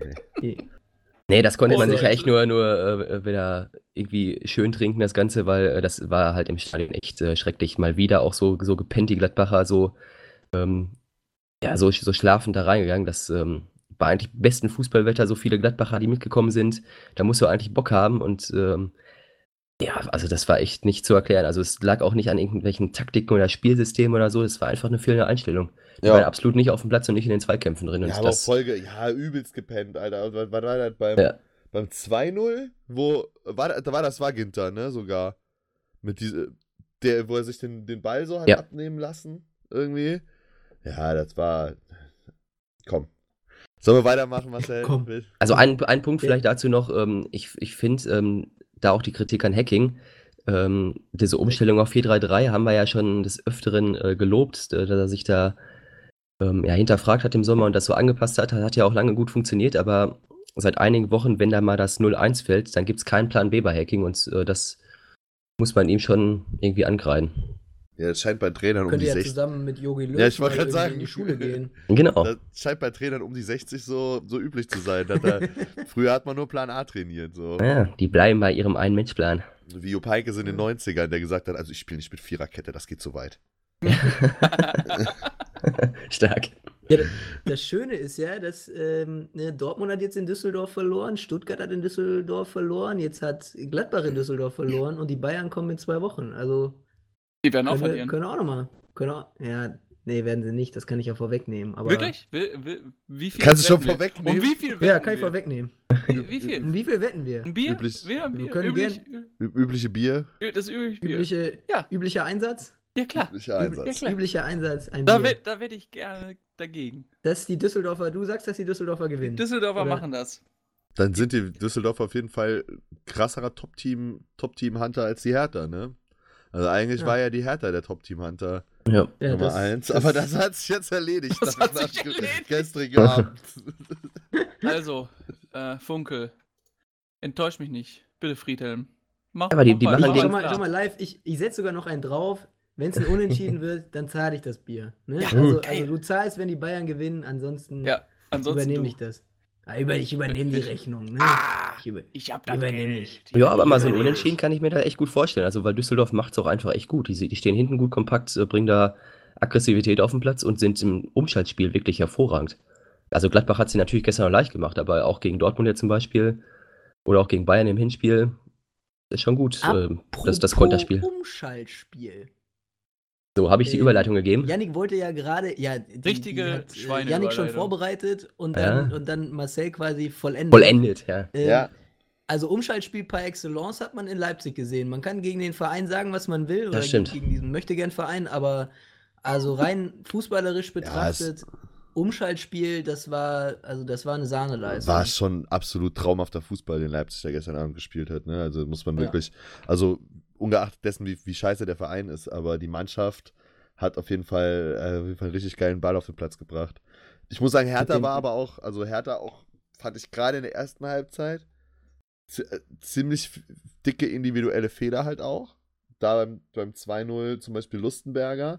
S3: Nee, das konnte
S5: Oh,
S3: man
S5: sehr
S3: sich ja echt
S5: schön.
S3: nur, nur äh, wieder irgendwie schön trinken, das Ganze, weil äh, das war halt im Stadion echt äh, schrecklich. Mal wieder auch so, so gepennt, die Gladbacher, so, ähm, ja, so, so schlafend da reingegangen. Das ähm, war eigentlich besten Fußballwetter, so viele Gladbacher, die mitgekommen sind. Da musst du eigentlich Bock haben und ähm, ja, also das war echt nicht zu erklären. Also es lag auch nicht an irgendwelchen Taktiken oder Spielsystemen oder so, es war einfach eine fehlende Einstellung. Die
S4: Ja.
S3: waren absolut nicht auf dem Platz und nicht in den Zweikämpfen drin. Und
S4: Ja, aber auch
S3: das,
S4: Folge, ja, übelst gepennt, Alter. Was war das beim,
S3: Ja.
S4: beim zwei null? Wo, war, da da war das war Ginter, ne, sogar. Mit diese, der, wo er sich den, den Ball so hat
S3: Ja.
S4: abnehmen lassen, irgendwie. Ja, das war, komm. Sollen wir weitermachen, Marcel?
S1: Komm.
S3: Also ein, ein Punkt
S1: Ja.
S3: vielleicht dazu noch, ähm, ich, ich finde, ähm, da auch die Kritik an Hacking, ähm, diese Umstellung auf vier drei drei haben wir ja schon des Öfteren äh, gelobt, äh, dass er sich da ähm, ja, hinterfragt hat im Sommer und das so angepasst hat, hat ja auch lange gut funktioniert, aber seit einigen Wochen, wenn da mal das null eins fällt, dann gibt es keinen Plan B bei Hacking und äh, das muss man ihm schon irgendwie angreifen.
S4: Ja, das scheint bei Trainern um
S1: Könnt
S4: die
S1: ihr ja
S4: sechzig.
S1: zusammen mit Jogi Löw
S4: Ja, ich wollte
S1: mal
S4: grad
S1: irgendwie
S4: sagen.
S1: in die Schule gehen.
S3: Genau.
S4: Das scheint bei Trainern um die sechzig so, so üblich zu sein. Dass er, früher hat man nur Plan A trainiert, so.
S3: Ja, die bleiben bei ihrem Ein-Mensch-Plan.
S4: Wie Jupp Heynckes in den neunzigern, der gesagt hat, also ich spiele nicht mit Viererkette, das geht zu weit.
S3: Stark.
S1: Ja, das, das Schöne ist ja, dass ähm, ne, Dortmund hat jetzt in Düsseldorf verloren, Stuttgart hat in Düsseldorf verloren, jetzt hat Gladbach in Düsseldorf verloren und die Bayern kommen in zwei Wochen. Also
S5: Die werden auch
S1: können wir,
S5: verlieren.
S1: können wir auch nochmal. Können auch, ja, ne, Nee, werden sie nicht, das kann ich ja vorwegnehmen. Aber
S5: Wirklich? Wie, wie, wie viel
S4: Kannst du schon
S5: wetten wir?
S4: vorwegnehmen?
S5: Um wie viel wetten
S1: Ja, kann ich
S5: wir?
S1: vorwegnehmen.
S5: Wie, wie viel?
S1: Um wie viel wetten wir?
S5: Ein Bier?
S4: Üblich-
S5: Wieder ein
S1: Wir
S5: Bier?
S1: können
S5: Üblich,
S4: Ü- Übliche Bier,
S5: Ü- das übliche Bier.
S1: Übliche,
S5: Ja.
S1: Üblicher Einsatz?
S5: Ja, klar.
S4: üblicher Einsatz.
S5: Ja, klar.
S1: Üblicher Einsatz, ein
S5: Da
S1: Bier.
S5: wette da wett ich gerne dagegen.
S1: Dass die Düsseldorfer, du sagst, dass die Düsseldorfer
S5: Die
S1: gewinnen.
S5: Düsseldorfer
S1: Oder-
S5: machen das.
S4: Dann sind die Düsseldorfer auf jeden Fall krasserer Top-Team, Top-Team-Hunter als die Hertha, ne? Also eigentlich
S1: Ja.
S4: war ja die Hertha der Top-Team-Hunter
S3: Ja.
S1: Ja,
S4: Nummer
S1: das-
S4: eins,
S1: das-
S4: aber das hat sich jetzt erledigt.
S5: Das
S4: nach-
S5: hat sich
S4: nach
S5: erledigt.
S4: gestrigen Abend.
S5: Also, äh, Funkel, enttäusch mich nicht. Bitte, Friedhelm. Mach,
S3: Aber die-
S5: mach
S3: die
S5: mal,
S3: machen
S5: mach
S1: Ich,
S3: gegen-
S1: schau,
S5: mal
S1: mal, schau
S5: klar.
S1: mal live, ich, ich setze sogar noch einen drauf. Wenn es ein Unentschieden wird, dann zahle ich das Bier. Ne?
S5: Ja,
S1: also,
S5: geil.
S1: also du zahlst, wenn die Bayern gewinnen, ansonsten
S5: Ja, ansonsten
S1: übernehme
S5: du.
S1: ich das. Ah, über, ich übernehme die Rechnung. Ne?
S5: Ah,
S1: ich über,
S5: ich hab
S1: das
S5: übernehme
S1: Geld.
S3: Ja, aber mal so ein
S1: Ja,
S3: Unentschieden kann ich mir da echt gut vorstellen. Also, weil Düsseldorf macht es auch einfach echt gut. Die, die stehen hinten gut kompakt, äh, bringen da Aggressivität auf den Platz und sind im Umschaltspiel wirklich hervorragend. Also, Gladbach hat sie natürlich gestern noch leicht gemacht, aber auch gegen Dortmund jetzt zum Beispiel oder auch gegen Bayern im Hinspiel ist schon gut, äh, das, das
S1: Apropos
S3: Konterspiel.
S1: Umschaltspiel.
S3: So, habe ich die
S1: Ähm,
S3: Überleitung gegeben?
S1: Yannick wollte ja gerade, ja, die,
S5: Richtige
S1: die hat, äh,
S5: Schweineüberleitung.
S1: Yannick schon vorbereitet und dann,
S3: Ja.
S1: und dann Marcel quasi vollendet.
S3: Vollendet, ja.
S1: Ähm,
S4: Ja.
S1: Also Umschaltspiel par excellence hat man in Leipzig gesehen. Man kann gegen den Verein sagen, was man will, oder
S3: Das stimmt.
S1: gegen diesen Möchtegern-Verein, aber also rein fußballerisch betrachtet, Umschaltspiel, das war, also das war eine Sahneleistung.
S4: War schon absolut traumhafter Fußball, den Leipzig da gestern Abend gespielt hat. Ne? Also muss man
S1: Ja.
S4: wirklich, also ungeachtet dessen, wie, wie scheiße der Verein ist, aber die Mannschaft hat auf jeden Fall, äh, auf jeden Fall einen richtig geilen Ball auf den Platz gebracht. Ich muss sagen, Hertha
S1: den-
S4: war aber auch, also Hertha auch, fand ich gerade in der ersten Halbzeit zi- äh, ziemlich f- dicke individuelle Fehler halt auch. Da beim, beim zwei null zum Beispiel Lustenberger,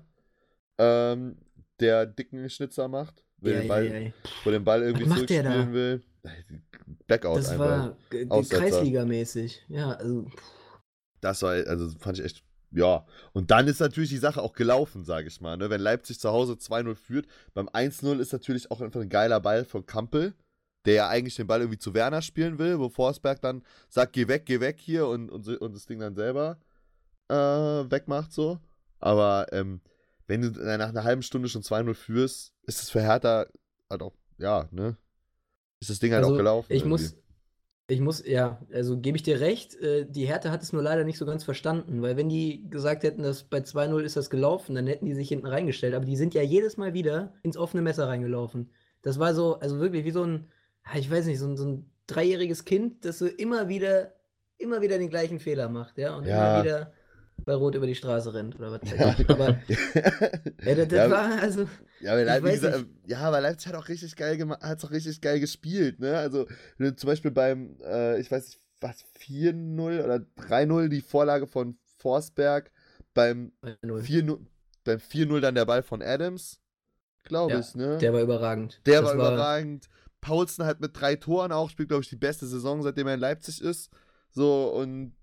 S4: ähm, der dicken Schnitzer macht, wo
S1: Ja,
S4: den
S1: ja,
S4: Ball,
S1: ja, ja.
S4: wo den Ball irgendwie
S1: Was macht der
S4: zurückspielen
S1: da?
S4: will. Blackout
S1: Das
S4: einfach.
S1: war äh,
S4: Aussetzer.
S1: Kreisligamäßig. Ja, also
S4: Das war, also fand ich echt, ja. Und dann ist natürlich die Sache auch gelaufen, sage ich mal. Ne? Wenn Leipzig zu Hause zwei null führt, beim eins null ist natürlich auch einfach ein geiler Ball von Kampel, der ja eigentlich den Ball irgendwie zu Werner spielen will, wo Forsberg dann sagt, geh weg, geh weg hier und, und, und das Ding dann selber äh, wegmacht so. Aber ähm, wenn du nach einer halben Stunde schon zwei null führst, ist es für Hertha halt auch, ja, ne? Ist das Ding halt
S1: Also,
S4: auch gelaufen.
S1: ich
S4: irgendwie.
S1: muss, ich muss, ja, also gebe ich dir recht, äh, die Hertha hat es nur leider nicht so ganz verstanden, weil wenn die gesagt hätten, dass bei zwei null ist das gelaufen, dann hätten die sich hinten reingestellt, aber die sind ja jedes Mal wieder ins offene Messer reingelaufen. Das war so, also wirklich wie so ein, ah, ich weiß nicht, so ein, so ein dreijähriges Kind, das so immer wieder, immer wieder den gleichen Fehler macht, ja, und
S4: Ja.
S1: immer wieder bei Rot über die Straße rennt oder was weiß
S4: Ja.
S1: ich. Aber ja, das, das
S4: Ja,
S1: war, also,
S4: Ja, aber,
S1: Ich
S4: Leip- wie
S1: weiß
S4: gesagt,
S1: nicht.
S4: ja, aber Leipzig hat auch richtig geil gemacht, hat auch richtig geil gespielt, ne? Also wenn du zum Beispiel beim, äh, ich weiß nicht, was, vier null oder drei null die Vorlage von Forsberg, beim vier null, beim vier null dann der Ball von Adams, glaube
S1: Ja,
S4: ich, ne?
S1: der war überragend.
S4: Der
S1: Das
S4: war überragend. Paulsen hat mit drei Toren auch, spielt, glaube ich, die beste Saison, seitdem er in Leipzig ist. So, und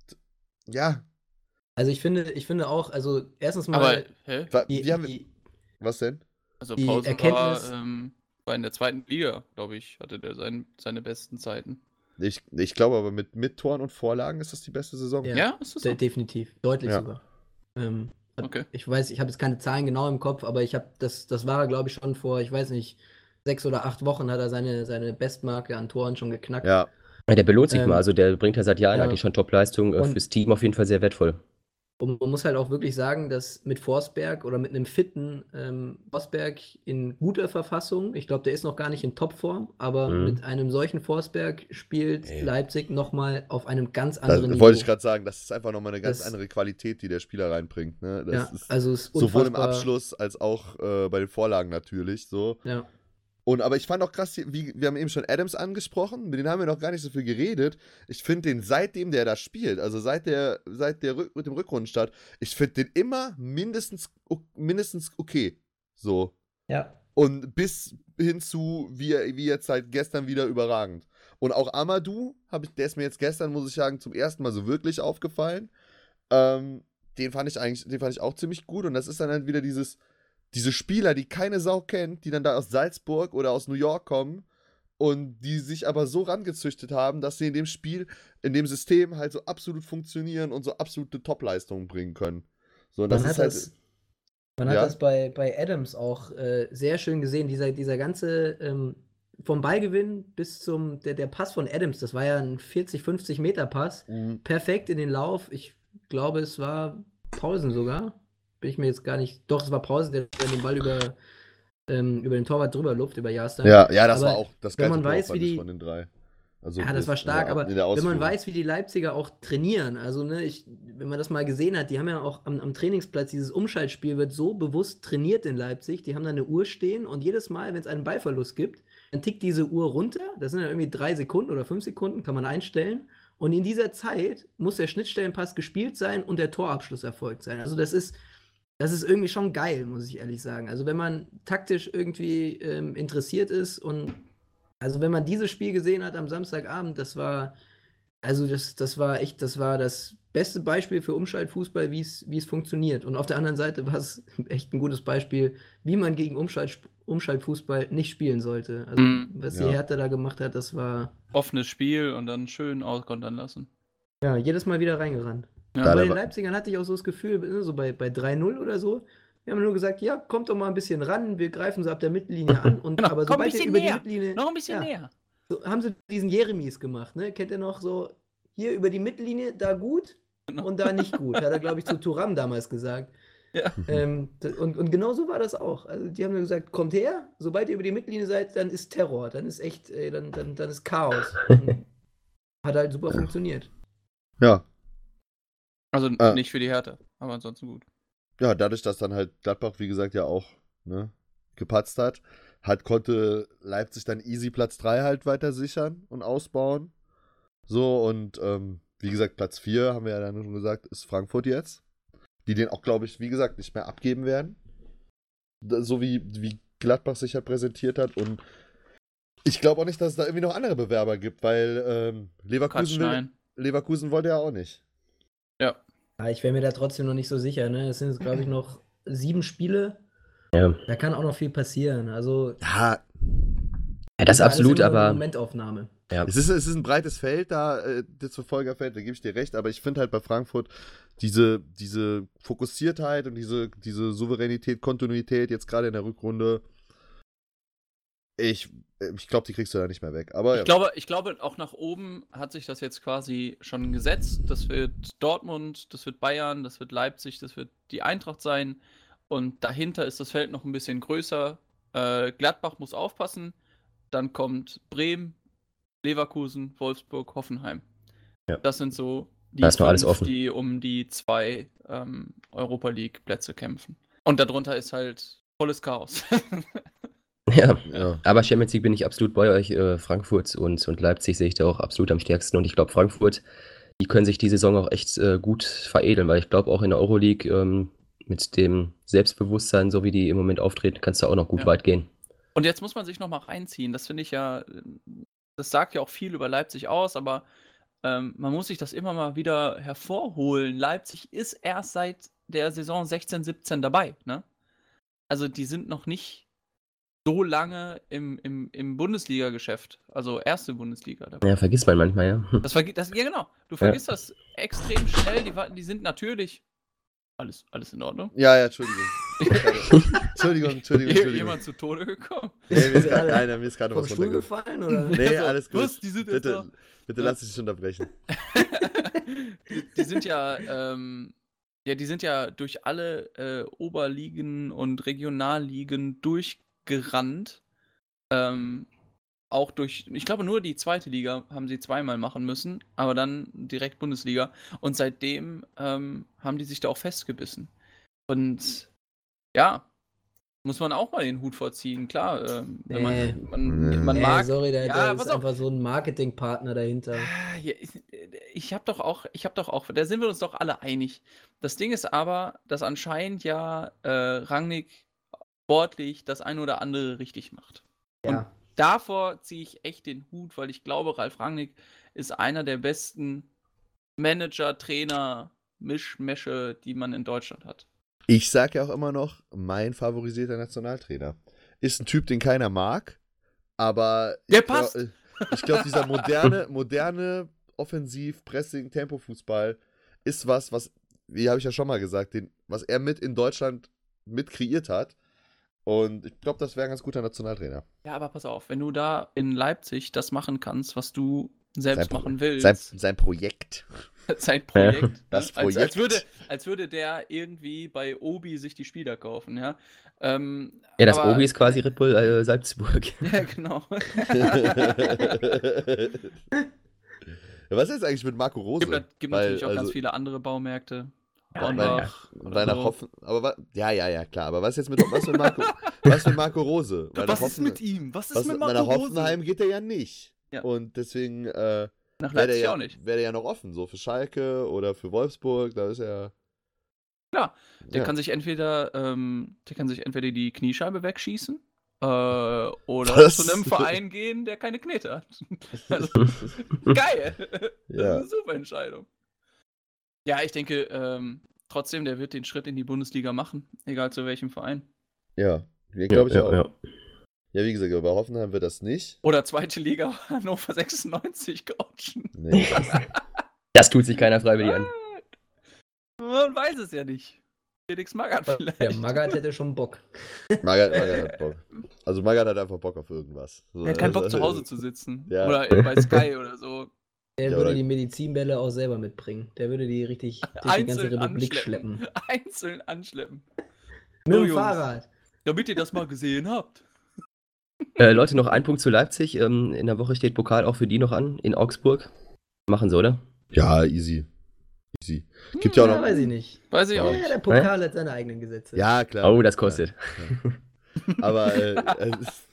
S4: ja,
S1: Also ich finde, ich finde auch, also erstens mal
S5: Aber, hä?
S4: wa-
S1: die,
S4: wie haben wir,
S1: die,
S4: was denn?
S5: Also
S1: die
S5: Pausen
S1: Erkenntnis-
S5: war, ähm, war in der zweiten Liga, glaube ich, hatte der sein, seine besten Zeiten.
S4: Ich, ich glaube aber mit, mit Toren und Vorlagen ist das die beste Saison.
S1: Ja.
S5: Ja, ist das so?
S1: de definitiv, deutlich
S4: Ja.
S1: sogar. Ähm, hat-
S5: Okay.
S1: Ich weiß, ich habe jetzt keine Zahlen genau im Kopf, aber ich habe das, das war er, glaube ich, schon vor, ich weiß nicht, sechs oder acht Wochen hat er seine, seine Bestmarke an Toren schon geknackt.
S4: Ja,
S3: Ja, der belohnt sich
S1: Ähm,
S3: mal, also der bringt ja seit Jahren
S1: ja.
S3: eigentlich schon Top-Leistung, äh,
S1: Und-
S3: fürs Team auf jeden Fall sehr wertvoll.
S1: Und man muss halt auch wirklich sagen, dass mit Forsberg oder mit einem fitten ähm, Forsberg in guter Verfassung, ich glaube, der ist noch gar nicht in Topform, aber
S3: Mhm.
S1: mit einem solchen Forsberg spielt
S4: Ey.
S1: Leipzig nochmal auf einem ganz
S4: das
S1: anderen Niveau.
S4: wollte ich gerade sagen. Das ist einfach nochmal eine ganz
S1: Das-
S4: andere Qualität, die der Spieler reinbringt. Ne? Das
S1: Ja,
S4: ist
S1: also es ist
S4: sowohl im
S1: unfassbar-
S4: Abschluss als auch äh, bei den Vorlagen natürlich so.
S1: Ja.
S4: Und aber ich fand auch krass, wie, wir haben eben schon Adams angesprochen, mit denen haben wir noch gar nicht so viel geredet. Ich finde den, seitdem der da spielt, also seit der, seit der Rück, mit dem Rückrundenstart, ich finde den immer mindestens, o- mindestens okay. So.
S1: Ja.
S4: Und bis hin zu, wie, er- wie jetzt halt gestern wieder überragend. Und auch Amadou, hab ich, der ist mir jetzt gestern, muss ich sagen, zum ersten Mal so wirklich aufgefallen. Ähm, den fand ich eigentlich, den fand ich auch ziemlich gut. Und das ist dann halt wieder dieses, diese Spieler, die keine Sau kennt, die dann da aus Salzburg oder aus New York kommen und die sich aber so rangezüchtet haben, dass sie in dem Spiel, in dem System halt so absolut funktionieren und so absolute Topleistungen bringen können. So, und das
S1: Man
S4: ist
S1: hat
S4: halt.
S1: das, Man hat
S4: Ja.
S1: das bei, bei Adams auch äh, sehr schön gesehen, dieser, dieser ganze ähm, vom Ballgewinn bis zum, der, der Pass von Adams, das war ja ein vierzig, fünfzig Meter Pass,
S4: Mhm.
S1: perfekt in den Lauf. Ich glaube, es war Pausen sogar. Bin ich mir jetzt gar nicht. Doch, es war Pausen, der der den Ball über, ähm, über den Torwart drüber luft, über Jahrstein.
S4: Ja, ja, das
S1: Aber
S4: war auch das
S1: wenn
S4: geilste
S1: man
S4: Tor,
S1: weiß,
S4: fand
S1: wie
S4: ich,
S1: die-
S4: von den drei. Also
S1: Ja, das war stark,
S4: in der,
S1: aber
S4: in der
S1: wenn man
S4: Ausführung.
S1: weiß, wie die Leipziger auch trainieren, also ne, ich, wenn man das mal gesehen hat, die haben ja auch am, am Trainingsplatz, dieses Umschaltspiel wird so bewusst trainiert in Leipzig, die haben da eine Uhr stehen und jedes Mal, wenn es einen Ballverlust gibt, dann tickt diese Uhr runter, das sind ja irgendwie drei Sekunden oder fünf Sekunden, kann man einstellen und in dieser Zeit muss der Schnittstellenpass gespielt sein und der Torabschluss erfolgt sein. Also das ist, das ist irgendwie schon geil, muss ich ehrlich sagen. Also wenn man taktisch irgendwie ähm, interessiert ist und also wenn man dieses Spiel gesehen hat am Samstagabend, das war, also das, das war echt, das war das beste Beispiel für Umschaltfußball, wie es, wie es funktioniert. Und auf der anderen Seite war es echt ein gutes Beispiel, wie man gegen Umschalt, Umschaltfußball nicht spielen sollte. Also
S5: Mhm.
S1: was
S4: Ja.
S1: die Hertha da gemacht hat, das war
S5: Offenes Spiel und dann schön auskontern lassen.
S1: ja jedes Mal wieder reingerannt.
S5: Ja.
S4: Da
S1: Und bei
S4: der
S1: den
S4: war-
S1: Leipzigern hatte ich auch so das Gefühl, ne, so bei, bei drei null oder so, wir haben nur gesagt, ja, kommt doch mal ein bisschen ran, wir greifen sie ab der Mittellinie an. Und,
S5: Genau,
S1: aber
S5: komm ein
S1: sobald ihr
S5: bisschen
S1: über
S5: näher,
S1: die Mittellinie.
S5: Noch ein bisschen
S1: ja,
S5: näher.
S1: So haben sie diesen Jeremies gemacht, ne? Kennt ihr noch so, hier über die Mittellinie, da gut
S5: Genau.
S1: und da nicht gut. Hat er, glaube ich, zu Thuram damals gesagt.
S5: Ja.
S1: Ähm, d- und, und genau so war das auch. Also die haben nur gesagt, kommt her, sobald ihr über die Mittellinie seid, dann ist Terror, dann ist echt, ey, dann, dann, dann ist Chaos. Und hat halt super funktioniert.
S4: Ja.
S5: Also
S4: Ah.
S5: nicht für die Hertha, aber ansonsten gut.
S4: Ja, dadurch, dass dann halt Gladbach, wie gesagt, ja auch ne, gepatzt hat, hat, konnte Leipzig dann easy Platz drei halt weiter sichern und ausbauen. So, und ähm, wie gesagt, Platz vier, haben wir ja dann schon gesagt, ist Frankfurt jetzt. Die den auch, glaube ich, wie gesagt, nicht mehr abgeben werden. Da- So wie, wie Gladbach sich ja präsentiert hat. Und ich glaube auch nicht, dass es da irgendwie noch andere Bewerber gibt, weil ähm, Leverkusen, will,
S5: Katschnein.
S4: Leverkusen wollte ja auch nicht.
S5: Ja.
S1: Aber ich wäre mir da trotzdem noch nicht so sicher, ne? Es sind jetzt, glaube ich, noch sieben Spiele.
S3: Ja.
S1: Da kann auch noch viel passieren. Also,
S4: Ja,
S3: Ja, das
S1: ist ja alles
S3: absolut,
S1: immer nur eine
S3: aber
S1: Momentaufnahme.
S3: ja.
S4: Es ist, es ist ein breites Feld da, äh, das Verfolgerfeld, da gebe ich dir recht, aber ich finde halt bei Frankfurt diese, diese Fokussiertheit und diese, diese Souveränität, Kontinuität jetzt gerade in der Rückrunde, ich, ich glaube, die kriegst du da nicht mehr weg. Aber
S5: Ich
S4: ja.
S5: glaube, ich glaube, auch nach oben hat sich das jetzt quasi schon gesetzt. Das wird Dortmund, das wird Bayern, das wird Leipzig, das wird die Eintracht sein. Und dahinter ist das Feld noch ein bisschen größer. Äh, Gladbach muss aufpassen. Dann kommt Bremen, Leverkusen, Wolfsburg, Hoffenheim.
S3: Ja.
S5: Das sind so die
S3: Da ist noch alles
S5: fünf,
S3: offen.
S5: die um die zwei ähm, Europa League-Plätze kämpfen. Und darunter ist halt volles Chaos.
S3: Ja.
S4: Ja.
S3: Aber Champions League bin ich absolut bei euch. Äh, Frankfurt und, und Leipzig sehe ich da auch absolut am stärksten. Und ich glaube, Frankfurt, die können sich die Saison auch echt äh, gut veredeln, weil ich glaube, auch in der Euroleague ähm, mit dem Selbstbewusstsein, so wie die im Moment auftreten, kannst du auch noch gut
S5: Ja.
S3: weit gehen.
S5: Und jetzt muss man sich noch mal reinziehen. Das finde ich ja, das sagt ja auch viel über Leipzig aus, aber ähm, man muss sich das immer mal wieder hervorholen. Leipzig ist erst seit der Saison sechzehn, siebzehn dabei. Ne? Also die sind noch nicht so lange im, im, im Bundesliga-Geschäft, also erste Bundesliga dabei.
S3: Ja, vergisst man manchmal, ja.
S5: Das vergi das, ja, genau. Du vergisst das extrem schnell. Die, wa- die sind natürlich. Alles, alles in Ordnung.
S4: Ja, ja, Entschuldigung. Entschuldigung, Entschuldigung, Entschuldigung.
S5: Jemand zu Tode gekommen.
S4: Nee, mir ist grad, nein, mir ist gerade
S1: Vom
S4: was
S1: Stuhl
S4: runtergefallen.
S1: gefallen, oder?
S4: Nee,
S5: Also,
S4: alles gut.
S5: was, die sind jetzt
S4: bitte, bitte
S5: Ja.
S4: lass dich nicht unterbrechen.
S5: die, die sind ja, ähm, ja, die sind ja durch alle äh, Oberligen und Regionalligen durchgerannt. Ähm, auch durch, ich glaube, nur die zweite Liga haben sie zweimal machen müssen, aber dann direkt Bundesliga. Und seitdem ähm, haben die sich da auch festgebissen. Und ja, muss man auch mal den Hut vorziehen. Klar, ähm, wenn
S1: Nee.
S5: man, man,
S4: Nee.
S5: man
S1: Nee,
S5: mag.
S1: sorry, da,
S5: Ja,
S1: da
S5: pass
S1: ist
S5: auf.
S1: einfach so ein Marketingpartner dahinter.
S5: Ah, ja, ich ich habe doch auch, ich habe doch auch, da sind wir uns doch alle einig. Das Ding ist aber, dass anscheinend ja äh, Rangnick sportlich das eine oder andere richtig macht.
S1: Ja.
S5: Davor ziehe ich echt den Hut, weil ich glaube, Ralf Rangnick ist einer der besten Manager, Trainer, Mischmäsche, die man in Deutschland hat.
S4: Ich sag ja auch immer noch, mein favorisierter Nationaltrainer. Ist ein Typ, den keiner mag, aber
S5: Der
S4: ich glaub-
S5: passt.
S4: äh, ich glaube, dieser moderne, moderne Offensiv, Pressing, Tempo-Fußball ist was, was, wie habe ich ja schon mal gesagt, den, was er mit in Deutschland mit kreiert hat. Und ich glaube, das wäre ein ganz guter Nationaltrainer.
S5: Ja, aber pass auf, wenn du da in Leipzig das machen kannst, was du selbst
S4: Sein,
S5: machen willst,
S4: sein, sein Projekt.
S5: sein Projekt,
S3: Ja,
S4: das
S5: ne? als, als,
S4: Projekt.
S5: würde, als würde der irgendwie bei Obi sich die Spieler kaufen, ja. Ähm,
S3: Ja, das
S5: aber-
S3: Obi ist quasi Red Bull äh, Salzburg.
S5: Ja, genau.
S4: Ja, was ist jetzt eigentlich mit Marco Rose?
S5: gibt nat- gibt
S4: Weil,
S5: natürlich auch
S4: also,
S5: ganz viele andere Baumärkte.
S3: Ja,
S5: Hornbach. oder
S4: Weil nach
S5: so.
S4: Hoffen, aber wa, ja, ja, ja, klar. Aber was jetzt mit, was mit Marco, was mit Marco Rose? Weil
S5: Was
S4: nach
S5: ist
S4: Hoffen-
S5: mit ihm? Was ist
S4: was,
S5: mit
S4: weil
S5: Marco
S4: nach
S5: Rose?
S4: Hoffenheim geht er ja nicht.
S5: Ja.
S4: Und deswegen äh,
S5: Nach
S4: wäre der,
S5: Leipzig
S4: ja,
S5: auch nicht.
S4: wär der ja noch offen, so für Schalke oder für Wolfsburg. Da ist er.
S5: Klar, Der
S4: ja.
S5: kann sich entweder, ähm, der kann sich entweder die Kniescheibe wegschießen äh, oder
S4: Was?
S5: zu einem Verein gehen, der keine Knete hat. Also, geil! Das
S4: Ja.
S5: ist eine super Entscheidung. Ja, ich denke, ähm, trotzdem, der wird den Schritt in die Bundesliga machen, egal zu welchem Verein.
S4: Ja, glaube ich
S3: ja,
S4: auch.
S3: ja.
S4: Ja, wie gesagt, bei Hoffenheim wird das nicht.
S5: Oder zweite Liga Hannover sechsundneunzig coachen.
S4: Nee.
S3: Das tut sich keiner freiwillig an.
S5: Man weiß es ja nicht. Felix Magath vielleicht.
S1: Der Magath hätte schon Bock.
S4: Magath, Magath hat Bock. Also Magath hat einfach Bock auf irgendwas. So,
S5: Er hat keinen Bock,
S4: also-
S5: zu Hause zu sitzen.
S4: Ja.
S5: Oder bei Sky oder so.
S1: Der
S4: Ja,
S1: würde
S4: oder-
S1: die Medizinbälle auch selber mitbringen. Der würde die richtig durch die ganze
S5: Einzeln
S1: Republik
S5: anschleppen.
S1: schleppen.
S5: Einzeln anschleppen.
S1: Mit
S5: So,
S1: dem
S5: Jungs.
S1: Fahrrad.
S5: Damit ihr das mal gesehen habt.
S3: Äh, Leute, noch ein Punkt zu Leipzig. Ähm, in der Woche steht Pokal auch für die noch an, in Augsburg. Machen sie, oder?
S4: Ja, easy. Easy. Gibt ja auch
S1: Ja,
S4: noch.
S1: weiß ich nicht.
S5: Weiß ich
S4: Ja.
S5: auch
S1: Ja,
S5: nicht.
S1: der Pokal hat seine eigenen Gesetze.
S4: Ja, klar.
S3: Oh, das kostet.
S4: Ja. Aber äh, äh,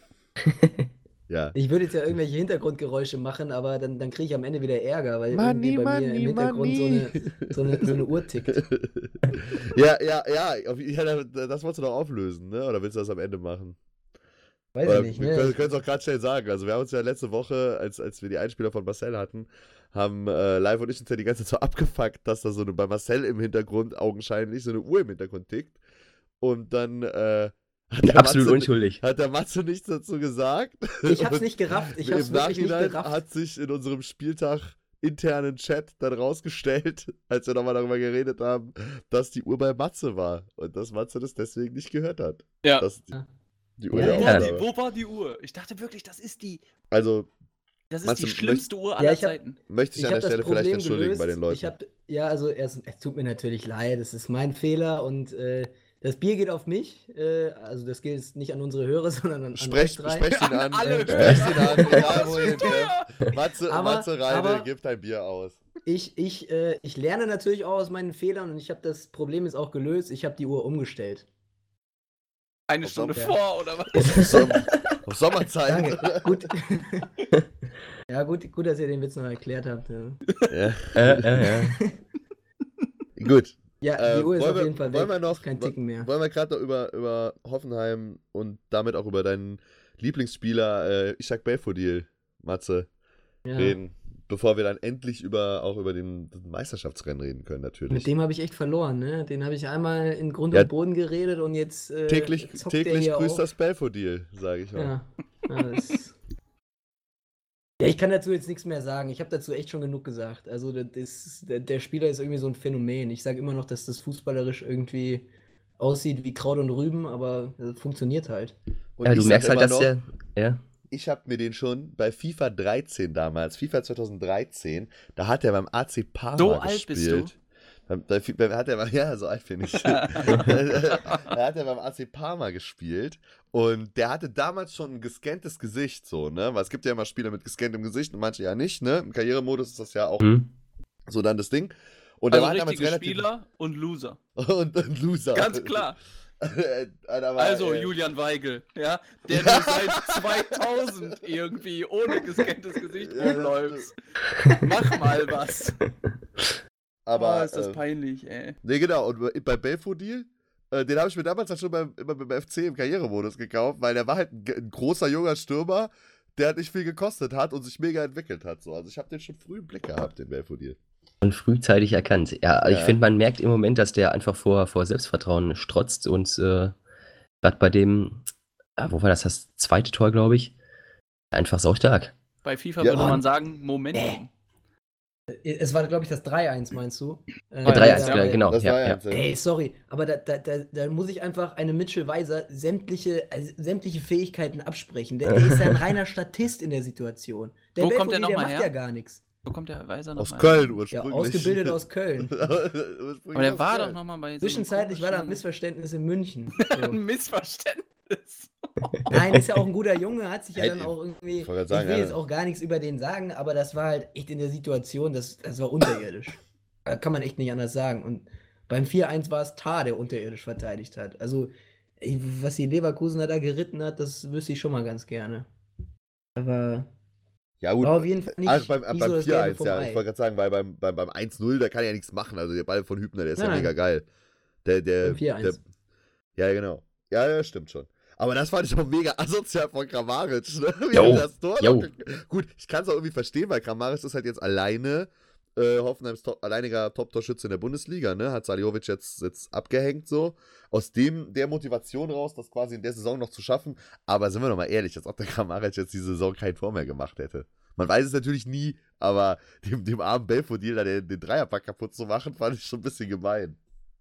S4: ja.
S1: Ich würde jetzt ja irgendwelche Hintergrundgeräusche machen, aber dann, dann kriege ich am Ende wieder Ärger, weil
S4: Money,
S1: irgendwie bei mir
S4: money,
S1: im Hintergrund so
S4: money.
S1: eine, so, eine, so eine Uhr tickt.
S4: ja, ja, ja, auf- ja, da- das wolltest du doch auflösen, ne? Oder willst du das am Ende machen?
S1: Weiß
S4: Oder
S1: ich nicht,
S4: wir können
S1: ne?
S4: es auch gerade schnell sagen. Also wir haben uns ja letzte Woche, als, als wir die Einspieler von Marcel hatten, haben äh, Live und ich uns ja die ganze Zeit so abgefuckt, dass da so eine, bei Marcel im Hintergrund augenscheinlich so eine Uhr im Hintergrund tickt. Und dann äh, hat, der
S3: Absolut
S4: Matze,
S3: unschuldig.
S4: hat der Matze nichts dazu gesagt.
S1: Ich hab's
S4: Und
S1: nicht gerafft. Ich
S4: Im
S1: hab's wirklich nicht
S4: Nachhinein
S1: gerafft.
S4: hat sich in unserem Spieltag internen Chat dann rausgestellt, als wir nochmal darüber geredet haben, dass die Uhr bei Matze war und dass Matze das deswegen nicht gehört hat.
S5: Ja.
S4: Dass die,
S1: Ja.
S4: die Uhr
S1: Ja,
S4: der
S1: ja.
S5: Wo, war
S4: Aufnahme.
S5: die, wo war die Uhr? Ich dachte wirklich, das ist die.
S4: Also
S5: Das ist
S4: Meinst
S5: die
S4: du,
S5: schlimmste Uhr
S1: Ja,
S5: aller
S1: ich hab-
S5: Zeiten.
S4: möchte ich,
S1: Ich
S4: an
S1: habe
S4: der
S1: das
S4: Stelle vielleicht
S1: Problem
S4: entschuldigen
S1: gelöst.
S4: bei den Leuten.
S1: Ich hab, ja, also es, es tut mir natürlich leid, es ist mein Fehler und äh, das Bier geht auf mich. Äh, also das gilt nicht an unsere Hörer, sondern an, an
S4: Sprecht,
S1: euch drei.
S4: sprecht ihn an.
S5: An alle.
S4: Sprecht ihn an, egal wo ihr ihn
S5: Teuer.
S4: trefft. Matze,
S1: Aber-
S4: Matze Reine,
S1: aber-
S4: gibt ein Bier aus.
S1: Ich, ich, äh, ich lerne natürlich auch aus meinen Fehlern und ich habe das Problem jetzt auch gelöst. Ich habe die Uhr umgestellt.
S5: Eine
S4: Auf
S5: Stunde
S1: Sommer-
S5: vor oder was?
S4: Som auf Sommerzeit.
S1: Danke. Gut. Ja, gut, gut, dass ihr den Witz noch erklärt habt. Ja,
S4: Ja.
S3: Äh, äh, ja.
S4: Gut.
S1: ja
S4: Äh,
S1: die Uhr ist
S4: wollen
S1: auf
S4: wir-
S1: jeden Fall
S4: wollen
S1: weg.
S4: wir noch-
S1: Ist kein Ticken mehr.
S4: Wollen wir gerade noch über, über Hoffenheim und damit auch über deinen Lieblingsspieler äh, Ishak Belfodil, Matze,
S1: Ja.
S4: reden? Bevor wir dann endlich über auch über den, den Meisterschaftsrennen reden können, natürlich.
S1: Mit dem habe ich echt verloren, ne? Den habe ich einmal in Grund
S4: Ja.
S1: und Boden geredet und jetzt äh,
S4: täglich
S1: zockt der
S4: täglich
S1: hier
S4: grüßt
S1: auch.
S4: das Belfodil, sage ich mal.
S1: Ja. Ja, das ja, ich kann dazu jetzt nichts mehr sagen. Ich habe dazu echt schon genug gesagt. Also das ist, der, der Spieler ist irgendwie so ein Phänomen. Ich sage immer noch, dass das fußballerisch irgendwie aussieht wie Kraut und Rüben, aber das funktioniert halt.
S4: Und
S3: Ja,
S4: ich
S3: du
S4: sag
S3: merkst halt,
S4: immer
S3: dass
S4: noch,
S3: der. Ja.
S4: ich habe mir den schon bei FIFA dreizehn damals, FIFA zwanzig dreizehn, da hat er beim A C Parma
S5: So alt
S4: gespielt.
S5: bist
S4: Beim, da, beim, hat er, ja, so alt bin ich. da hat er beim A C Parma gespielt und der hatte damals schon ein gescanntes Gesicht, so, ne? Weil es gibt ja immer Spieler mit gescanntem Gesicht und manche ja nicht, ne? Im Karrieremodus ist das ja auch
S3: Hm.
S4: so dann das Ding. Und der
S5: Also
S4: war damals
S5: richtige
S4: relativ.
S5: Spieler und Loser.
S4: Und ein Loser.
S5: Ganz klar.
S4: Aber,
S5: Also
S4: äh,
S5: Julian Weigel, ja, der nur seit zweitausend irgendwie ohne gescanntes Gesicht
S4: Ja, das
S5: rumläuft. Mach mal was.
S4: aber
S5: oh, ist das
S4: äh,
S5: peinlich, ey.
S4: nee, genau. Und bei- bei Belfodil, äh, den habe ich mir damals halt schon beim, immer beim F C im Karrieremodus gekauft, weil der war halt ein, ge- ein großer, junger Stürmer, der halt nicht viel gekostet hat und sich mega entwickelt hat. So. Also ich habe den schon früh im Blick gehabt, den Belfodil.
S3: Und frühzeitig erkannt. Ja, ich
S4: Ja.
S3: finde, man merkt im Moment, dass der einfach vor, vor Selbstvertrauen strotzt und äh, gerade bei dem, ah, wo war das, das zweite Tor, glaube ich, einfach saustark.
S5: Bei FIFA
S4: Ja,
S5: würde
S4: Mann.
S5: man sagen, Momentum.
S1: Es war, glaube ich, das drei eins, meinst du? Äh,
S3: Ja, drei eins,
S1: da-
S3: ja, genau.
S4: Das
S3: Ja,
S4: war
S3: ja.
S4: ja, ja.
S1: Ey, sorry, aber da, da, da, da muss ich einfach einem Mitchell Weiser sämtliche, also sämtliche Fähigkeiten absprechen. Der, der ist ja ein reiner Statist in der Situation. Der
S5: Wo kommt der
S1: Belfodil,
S5: noch
S1: der
S5: mal
S1: macht
S5: her?
S1: ja gar nichts.
S5: Wo kommt der Weiser noch
S4: Aus
S5: mal
S4: Köln
S5: her?
S1: Ja,
S4: ursprünglich.
S1: ausgebildet aus Köln.
S4: Ursprünglich
S5: Aber der
S4: aus
S5: war
S4: Köln.
S5: doch nochmal bei so einem
S1: Zwischenzeitlich war da ein
S5: komischen-
S1: Missverständnis in München.
S5: Ein
S1: So.
S5: Missverständnis.
S1: Nein, ist ja auch ein guter Junge, hat sich ja
S4: Ey,
S1: dann auch irgendwie.
S4: ich wollte grad
S1: Ich
S4: sagen,
S1: will
S4: ja.
S1: jetzt auch gar nichts über den sagen, aber das war halt echt in der Situation, das, das war unterirdisch. Da kann man echt nicht anders sagen. Und beim vier eins war es Tar, der unterirdisch verteidigt hat. Also, ey, was die Leverkusener da geritten hat, das wüsste ich schon mal ganz gerne. Aber
S4: Ja, gut.
S1: war auf jeden Fall nicht,
S4: Ach, beim,
S1: nicht
S4: beim
S1: so das
S4: vier
S1: Gelbe
S4: eins,
S1: vom
S4: ja.
S1: Ei.
S4: Ich wollte gerade sagen, weil beim, beim, beim eins null, da kann er ja nichts machen. Also der Ball von Hübner, der ist
S1: Nein,
S4: ja
S1: nein.
S4: mega geil. Der, der,
S1: Beim vier
S4: der,
S1: eins.
S4: ja, genau. Ja, ja, stimmt schon. Aber das fand ich auch mega asozial von Kramaric. Ne? Wie
S3: Jo,
S4: er das Tor
S3: jo.
S4: noch ge- Gut, ich kann es auch irgendwie verstehen, weil Kramaric ist halt jetzt alleine äh, Hoffenheims top, alleiniger Top-Torschütze in der Bundesliga, ne? Hat Salihowicz jetzt, jetzt abgehängt so. Aus dem der Motivation raus, das quasi in der Saison noch zu schaffen. Aber sind wir doch mal ehrlich, als ob der Kramaric jetzt diese Saison kein Tor mehr gemacht hätte. Man weiß es natürlich nie, aber dem, dem armen Belfodil da den, den Dreierpack kaputt zu machen, fand ich schon ein bisschen gemein.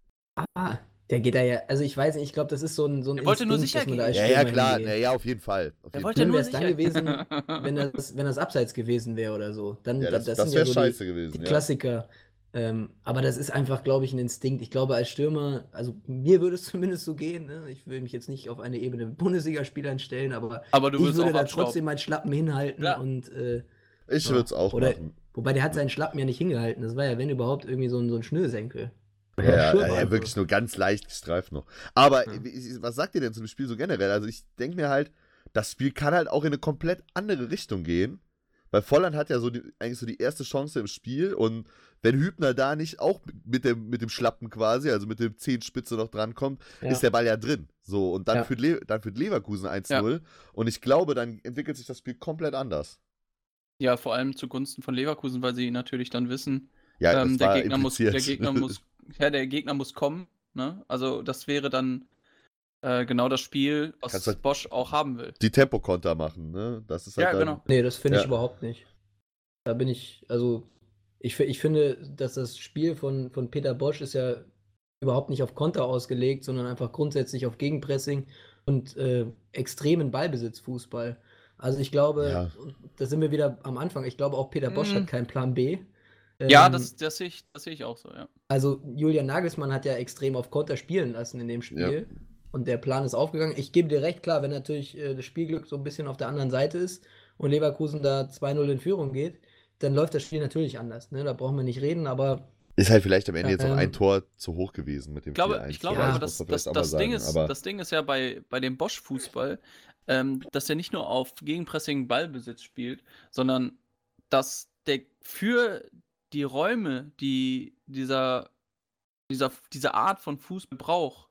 S1: Ah, der geht da ja, also ich weiß nicht, ich glaube, das ist so ein, so ein
S5: Der wollte nur
S1: Instinkt,
S5: sicher
S1: dass man da als
S4: Ja,
S1: Stürmer
S4: ja, klar,
S1: hingeht.
S4: na, ja, auf jeden Fall. Auf
S5: Der
S4: jeden
S5: wollte
S1: Schlimm
S5: nur
S1: wäre es dann
S5: sicher
S1: gewesen, wenn das, wenn das abseits gewesen wäre oder so. Dann,
S4: Ja,
S1: da-
S4: das,
S1: das,
S4: das
S1: sind
S4: wäre
S1: ja so
S4: scheiße
S1: die,
S4: gewesen.
S1: die
S4: Ja.
S1: Klassiker. Ähm, aber das ist einfach, glaube ich, ein Instinkt. Ich glaube, als Stürmer, also mir würde es zumindest so gehen, ne? Ich will mich jetzt nicht auf eine Ebene mit Bundesligaspielern stellen, aber,
S5: Aber du
S1: ich
S5: wirst
S1: würde
S5: auch
S1: da
S5: abstauben.
S1: trotzdem meinen Schlappen hinhalten
S5: Klar.
S1: und äh,
S4: Ich
S1: ja.
S4: würde es auch
S1: Oder-
S4: machen.
S1: wobei der hat seinen Schlappen ja nicht hingehalten. Das war ja, wenn überhaupt, irgendwie so ein, so ein Schnürsenkel.
S4: Ja, ja,
S1: Schirm
S4: ja,
S1: einfach.
S4: wirklich nur ganz leicht gestreift noch. Aber
S1: Ja.
S4: wie- was sagt ihr denn zu dem Spiel so generell? Also ich denke mir halt, das Spiel kann halt auch in eine komplett andere Richtung gehen. Weil Volland hat ja so die, eigentlich so die erste Chance im Spiel und wenn Hübner da nicht auch mit dem, mit dem Schlappen quasi, also mit dem Zehenspitze noch drankommt,
S1: Ja.
S4: ist der Ball ja drin. So, und dann,
S1: Ja.
S4: führt, Le dann führt Leverkusen eins null und ich glaube, dann entwickelt sich das Spiel komplett anders.
S5: Ja, vor allem zugunsten von Leverkusen, weil sie natürlich dann wissen,
S4: Ja,
S5: ähm,
S4: das
S5: der,
S4: war
S5: Gegner muss, der,
S4: impliziert.
S5: Gegner muss, ja, der Gegner muss kommen. Ne? Also das wäre dann äh, genau das Spiel, was
S4: Kannst halt-
S5: Bosch auch haben will.
S4: Die Tempokonter machen, ne? Das ist halt
S5: Ja,
S4: dann,
S5: genau.
S1: Nee, das finde ich
S4: Ja.
S1: überhaupt nicht. Da bin ich, also, ich, fi- ich finde, dass das Spiel von, von Peter Bosch ist ja überhaupt nicht auf Konter ausgelegt, sondern einfach grundsätzlich auf Gegenpressing und äh, extremen Ballbesitzfußball. Also ich glaube,
S4: Ja.
S1: da sind wir wieder am Anfang, ich glaube auch Peter Bosch
S5: Mhm.
S1: hat keinen Plan B.
S5: Ja,
S1: Ähm,
S5: das, das sehe ich, das sehe ich auch so, ja.
S1: Also Julian Nagelsmann hat ja extrem auf Konter spielen lassen in dem Spiel. Und der Plan ist aufgegangen. Ich gebe dir recht, klar, wenn natürlich äh, das Spielglück so ein bisschen auf der anderen Seite ist und Leverkusen da zwei null in Führung geht, dann läuft das Spiel natürlich anders. Ne? Da brauchen wir nicht reden, aber
S4: Ist halt vielleicht am Ende
S1: Ja,
S4: jetzt auch
S1: ähm,
S4: ein Tor zu hoch gewesen mit dem
S5: Ich glaube,
S4: vier eins.
S5: ich glaube
S1: Ja,
S5: aber,
S4: muss
S5: das,
S4: man
S5: das,
S4: vielleicht auch mal
S5: das, Ding
S4: sagen,
S5: ist,
S4: aber-
S5: das Ding ist ja bei, bei dem Bosch-Fußball, ähm, dass der nicht nur auf Gegenpressing Ballbesitz spielt, sondern dass der für die Räume, die dieser, dieser, diese Art von Fußball braucht,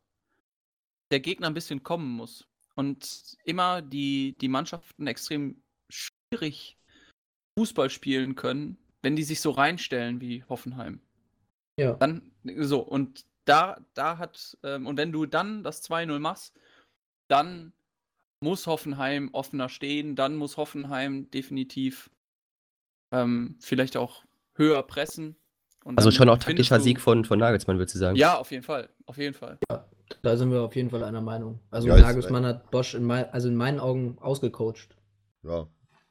S5: der Gegner ein bisschen kommen muss. Und immer die, die Mannschaften extrem schwierig Fußball spielen können, wenn die sich so reinstellen wie Hoffenheim.
S1: ja.
S5: Dann, so, und da, da hat, ähm, und wenn du dann das zwei null machst, dann muss Hoffenheim offener stehen, dann muss Hoffenheim definitiv ähm, vielleicht auch höher pressen. Und
S3: Also
S5: dann
S3: schon auch
S5: findest
S3: taktischer
S5: du-
S3: Sieg von, von Nagelsmann, würdest du sagen?
S5: Ja, auf jeden Fall, auf jeden Fall.
S1: Da sind wir auf jeden Fall einer Meinung. Also
S4: Ja, ist-
S1: Nagelsmann hat Bosch in, mein, also in meinen Augen ausgecoacht.
S4: Ja.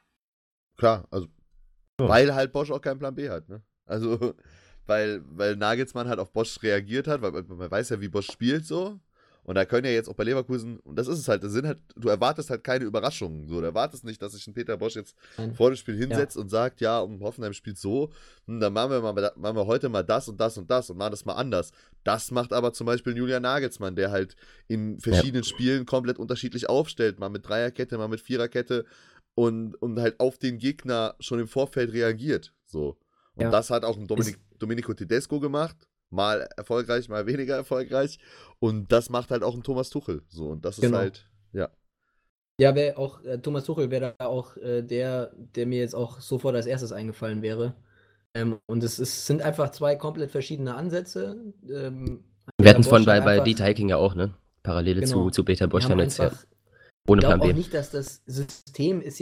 S4: Klar, also.
S3: Ja.
S4: Weil halt Bosch auch keinen Plan B hat, ne? Also, weil, weil Nagelsmann halt auf Bosch reagiert hat, weil man man weiß ja, wie Bosch spielt so. Und da können ja jetzt auch bei Leverkusen, und das ist es halt, das sind halt, du erwartest halt keine Überraschungen. So, du erwartest nicht, dass sich ein Peter Bosch jetzt
S1: Nein.
S4: vor dem Spiel hinsetzt und sagt, ja, und Hoffenheim spielt so, hm, dann machen wir, mal, machen wir heute mal das und das und das und machen das mal anders. Das macht aber zum Beispiel Julian Nagelsmann, der halt in verschiedenen Spielen komplett unterschiedlich aufstellt, mal mit Dreierkette, mal mit Viererkette und, und halt auf den Gegner schon im Vorfeld reagiert. So. Und
S1: Ja.
S4: das hat auch ein Dominik, Domenico Tedesco gemacht. Mal erfolgreich, mal weniger erfolgreich. Und das macht halt auch ein Thomas Tuchel. So, und das ist
S1: Genau.
S4: halt, ja.
S1: Ja, wäre auch, äh, Thomas Tuchel wäre da auch äh, der, der mir jetzt auch sofort als erstes eingefallen wäre. Ähm, und es ist, sind einfach zwei komplett verschiedene Ansätze. Ähm,
S3: Wir hatten es
S1: Bosch
S3: von bei,
S1: hat
S3: bei
S1: einfach-
S3: Dieter Hecking ja auch, ne? Parallele
S1: Genau.
S3: zu, zu Peter
S1: die
S3: Bosch
S1: haben
S3: dann jetzt ja.
S1: einfach,
S3: Ohne
S1: ich
S3: Plan
S1: glaube
S3: B.
S1: auch nicht, dass das System ist jetzt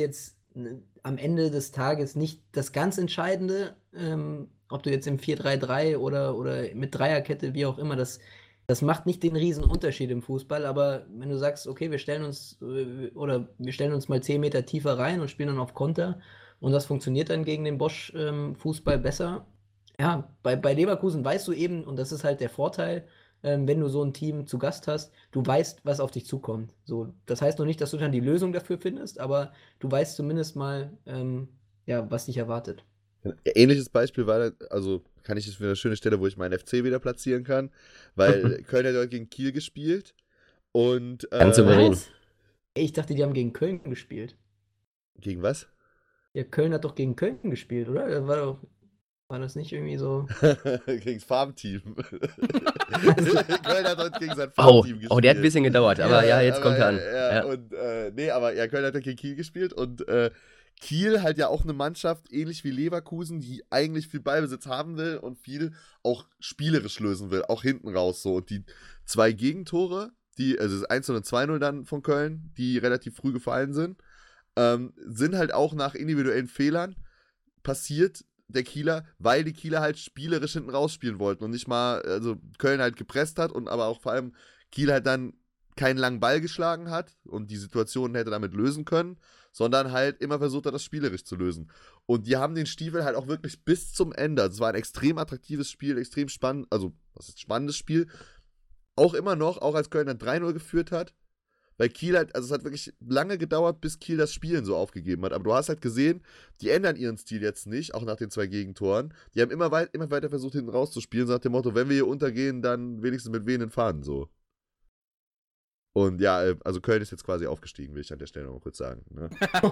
S1: n- am Ende des Tages nicht das ganz Entscheidende, ähm, ob du jetzt im vier drei drei oder, oder mit Dreierkette, wie auch immer, das, das macht nicht den riesen Unterschied im Fußball, aber wenn du sagst, okay, wir stellen uns äh, oder wir stellen uns mal zehn Meter tiefer rein und spielen dann auf Konter und das funktioniert dann gegen den Bosch-Fußball besser. Ja, bei, bei Leverkusen weißt du eben, und das ist halt der Vorteil, ähm, wenn du so ein Team zu Gast hast, du weißt, was auf dich zukommt. So, das heißt noch nicht, dass du dann die Lösung dafür findest, aber du weißt zumindest mal, ähm, ja, was dich erwartet.
S4: Ein ähnliches Beispiel war, dann- also kann ich jetzt wieder eine schöne Stelle, wo ich meinen F C wieder platzieren kann, weil Köln hat dort gegen Kiel gespielt und
S3: Ganz
S4: äh,
S3: souverän.
S1: Was? Ey, ich dachte, die haben gegen Köln gespielt.
S4: gegen was?
S1: Ja, Köln hat doch gegen Köln gespielt, oder? Das War, doch, war das nicht irgendwie so?
S4: gegen das Farmteam. Köln hat dort gegen sein
S3: Oh,
S4: Farmteam gespielt.
S3: oh, der hat ein bisschen gedauert, aber ja, jetzt
S4: aber,
S3: kommt er an.
S4: Ja,
S3: Ja.
S4: Und, äh, nee, aber ja, Köln hat dort gegen Kiel gespielt und äh, Kiel halt ja auch eine Mannschaft, ähnlich wie Leverkusen, die eigentlich viel Ballbesitz haben will und viel auch spielerisch lösen will, auch hinten raus so. Und die zwei Gegentore, die, also das eins null und zwei null dann von Köln, die relativ früh gefallen sind, ähm, sind halt auch nach individuellen Fehlern passiert, der Kieler, weil die Kieler halt spielerisch hinten rausspielen wollten und nicht mal, also Köln halt gepresst hat und aber auch vor allem Kiel halt dann keinen langen Ball geschlagen hat und die Situation hätte damit lösen können, sondern halt immer versucht hat, das spielerisch zu lösen. Und die haben den Stiefel halt auch wirklich bis zum Ende. Also es war ein extrem attraktives Spiel, extrem spannend, also was ist spannendes Spiel. Auch immer noch, auch als Köln dann drei null geführt hat, weil Kiel halt, also es hat wirklich lange gedauert, bis Kiel das Spielen so aufgegeben hat. Aber du hast halt gesehen, die ändern ihren Stil jetzt nicht, auch nach den zwei Gegentoren. Die haben immer, weit, immer weiter versucht, hinten rauszuspielen, so nach dem Motto, wenn wir hier untergehen, dann wenigstens mit wehenden Fahnen so. Und ja, äh, also Köln ist jetzt quasi aufgestiegen, will ich an der Stelle noch mal kurz sagen. Ne?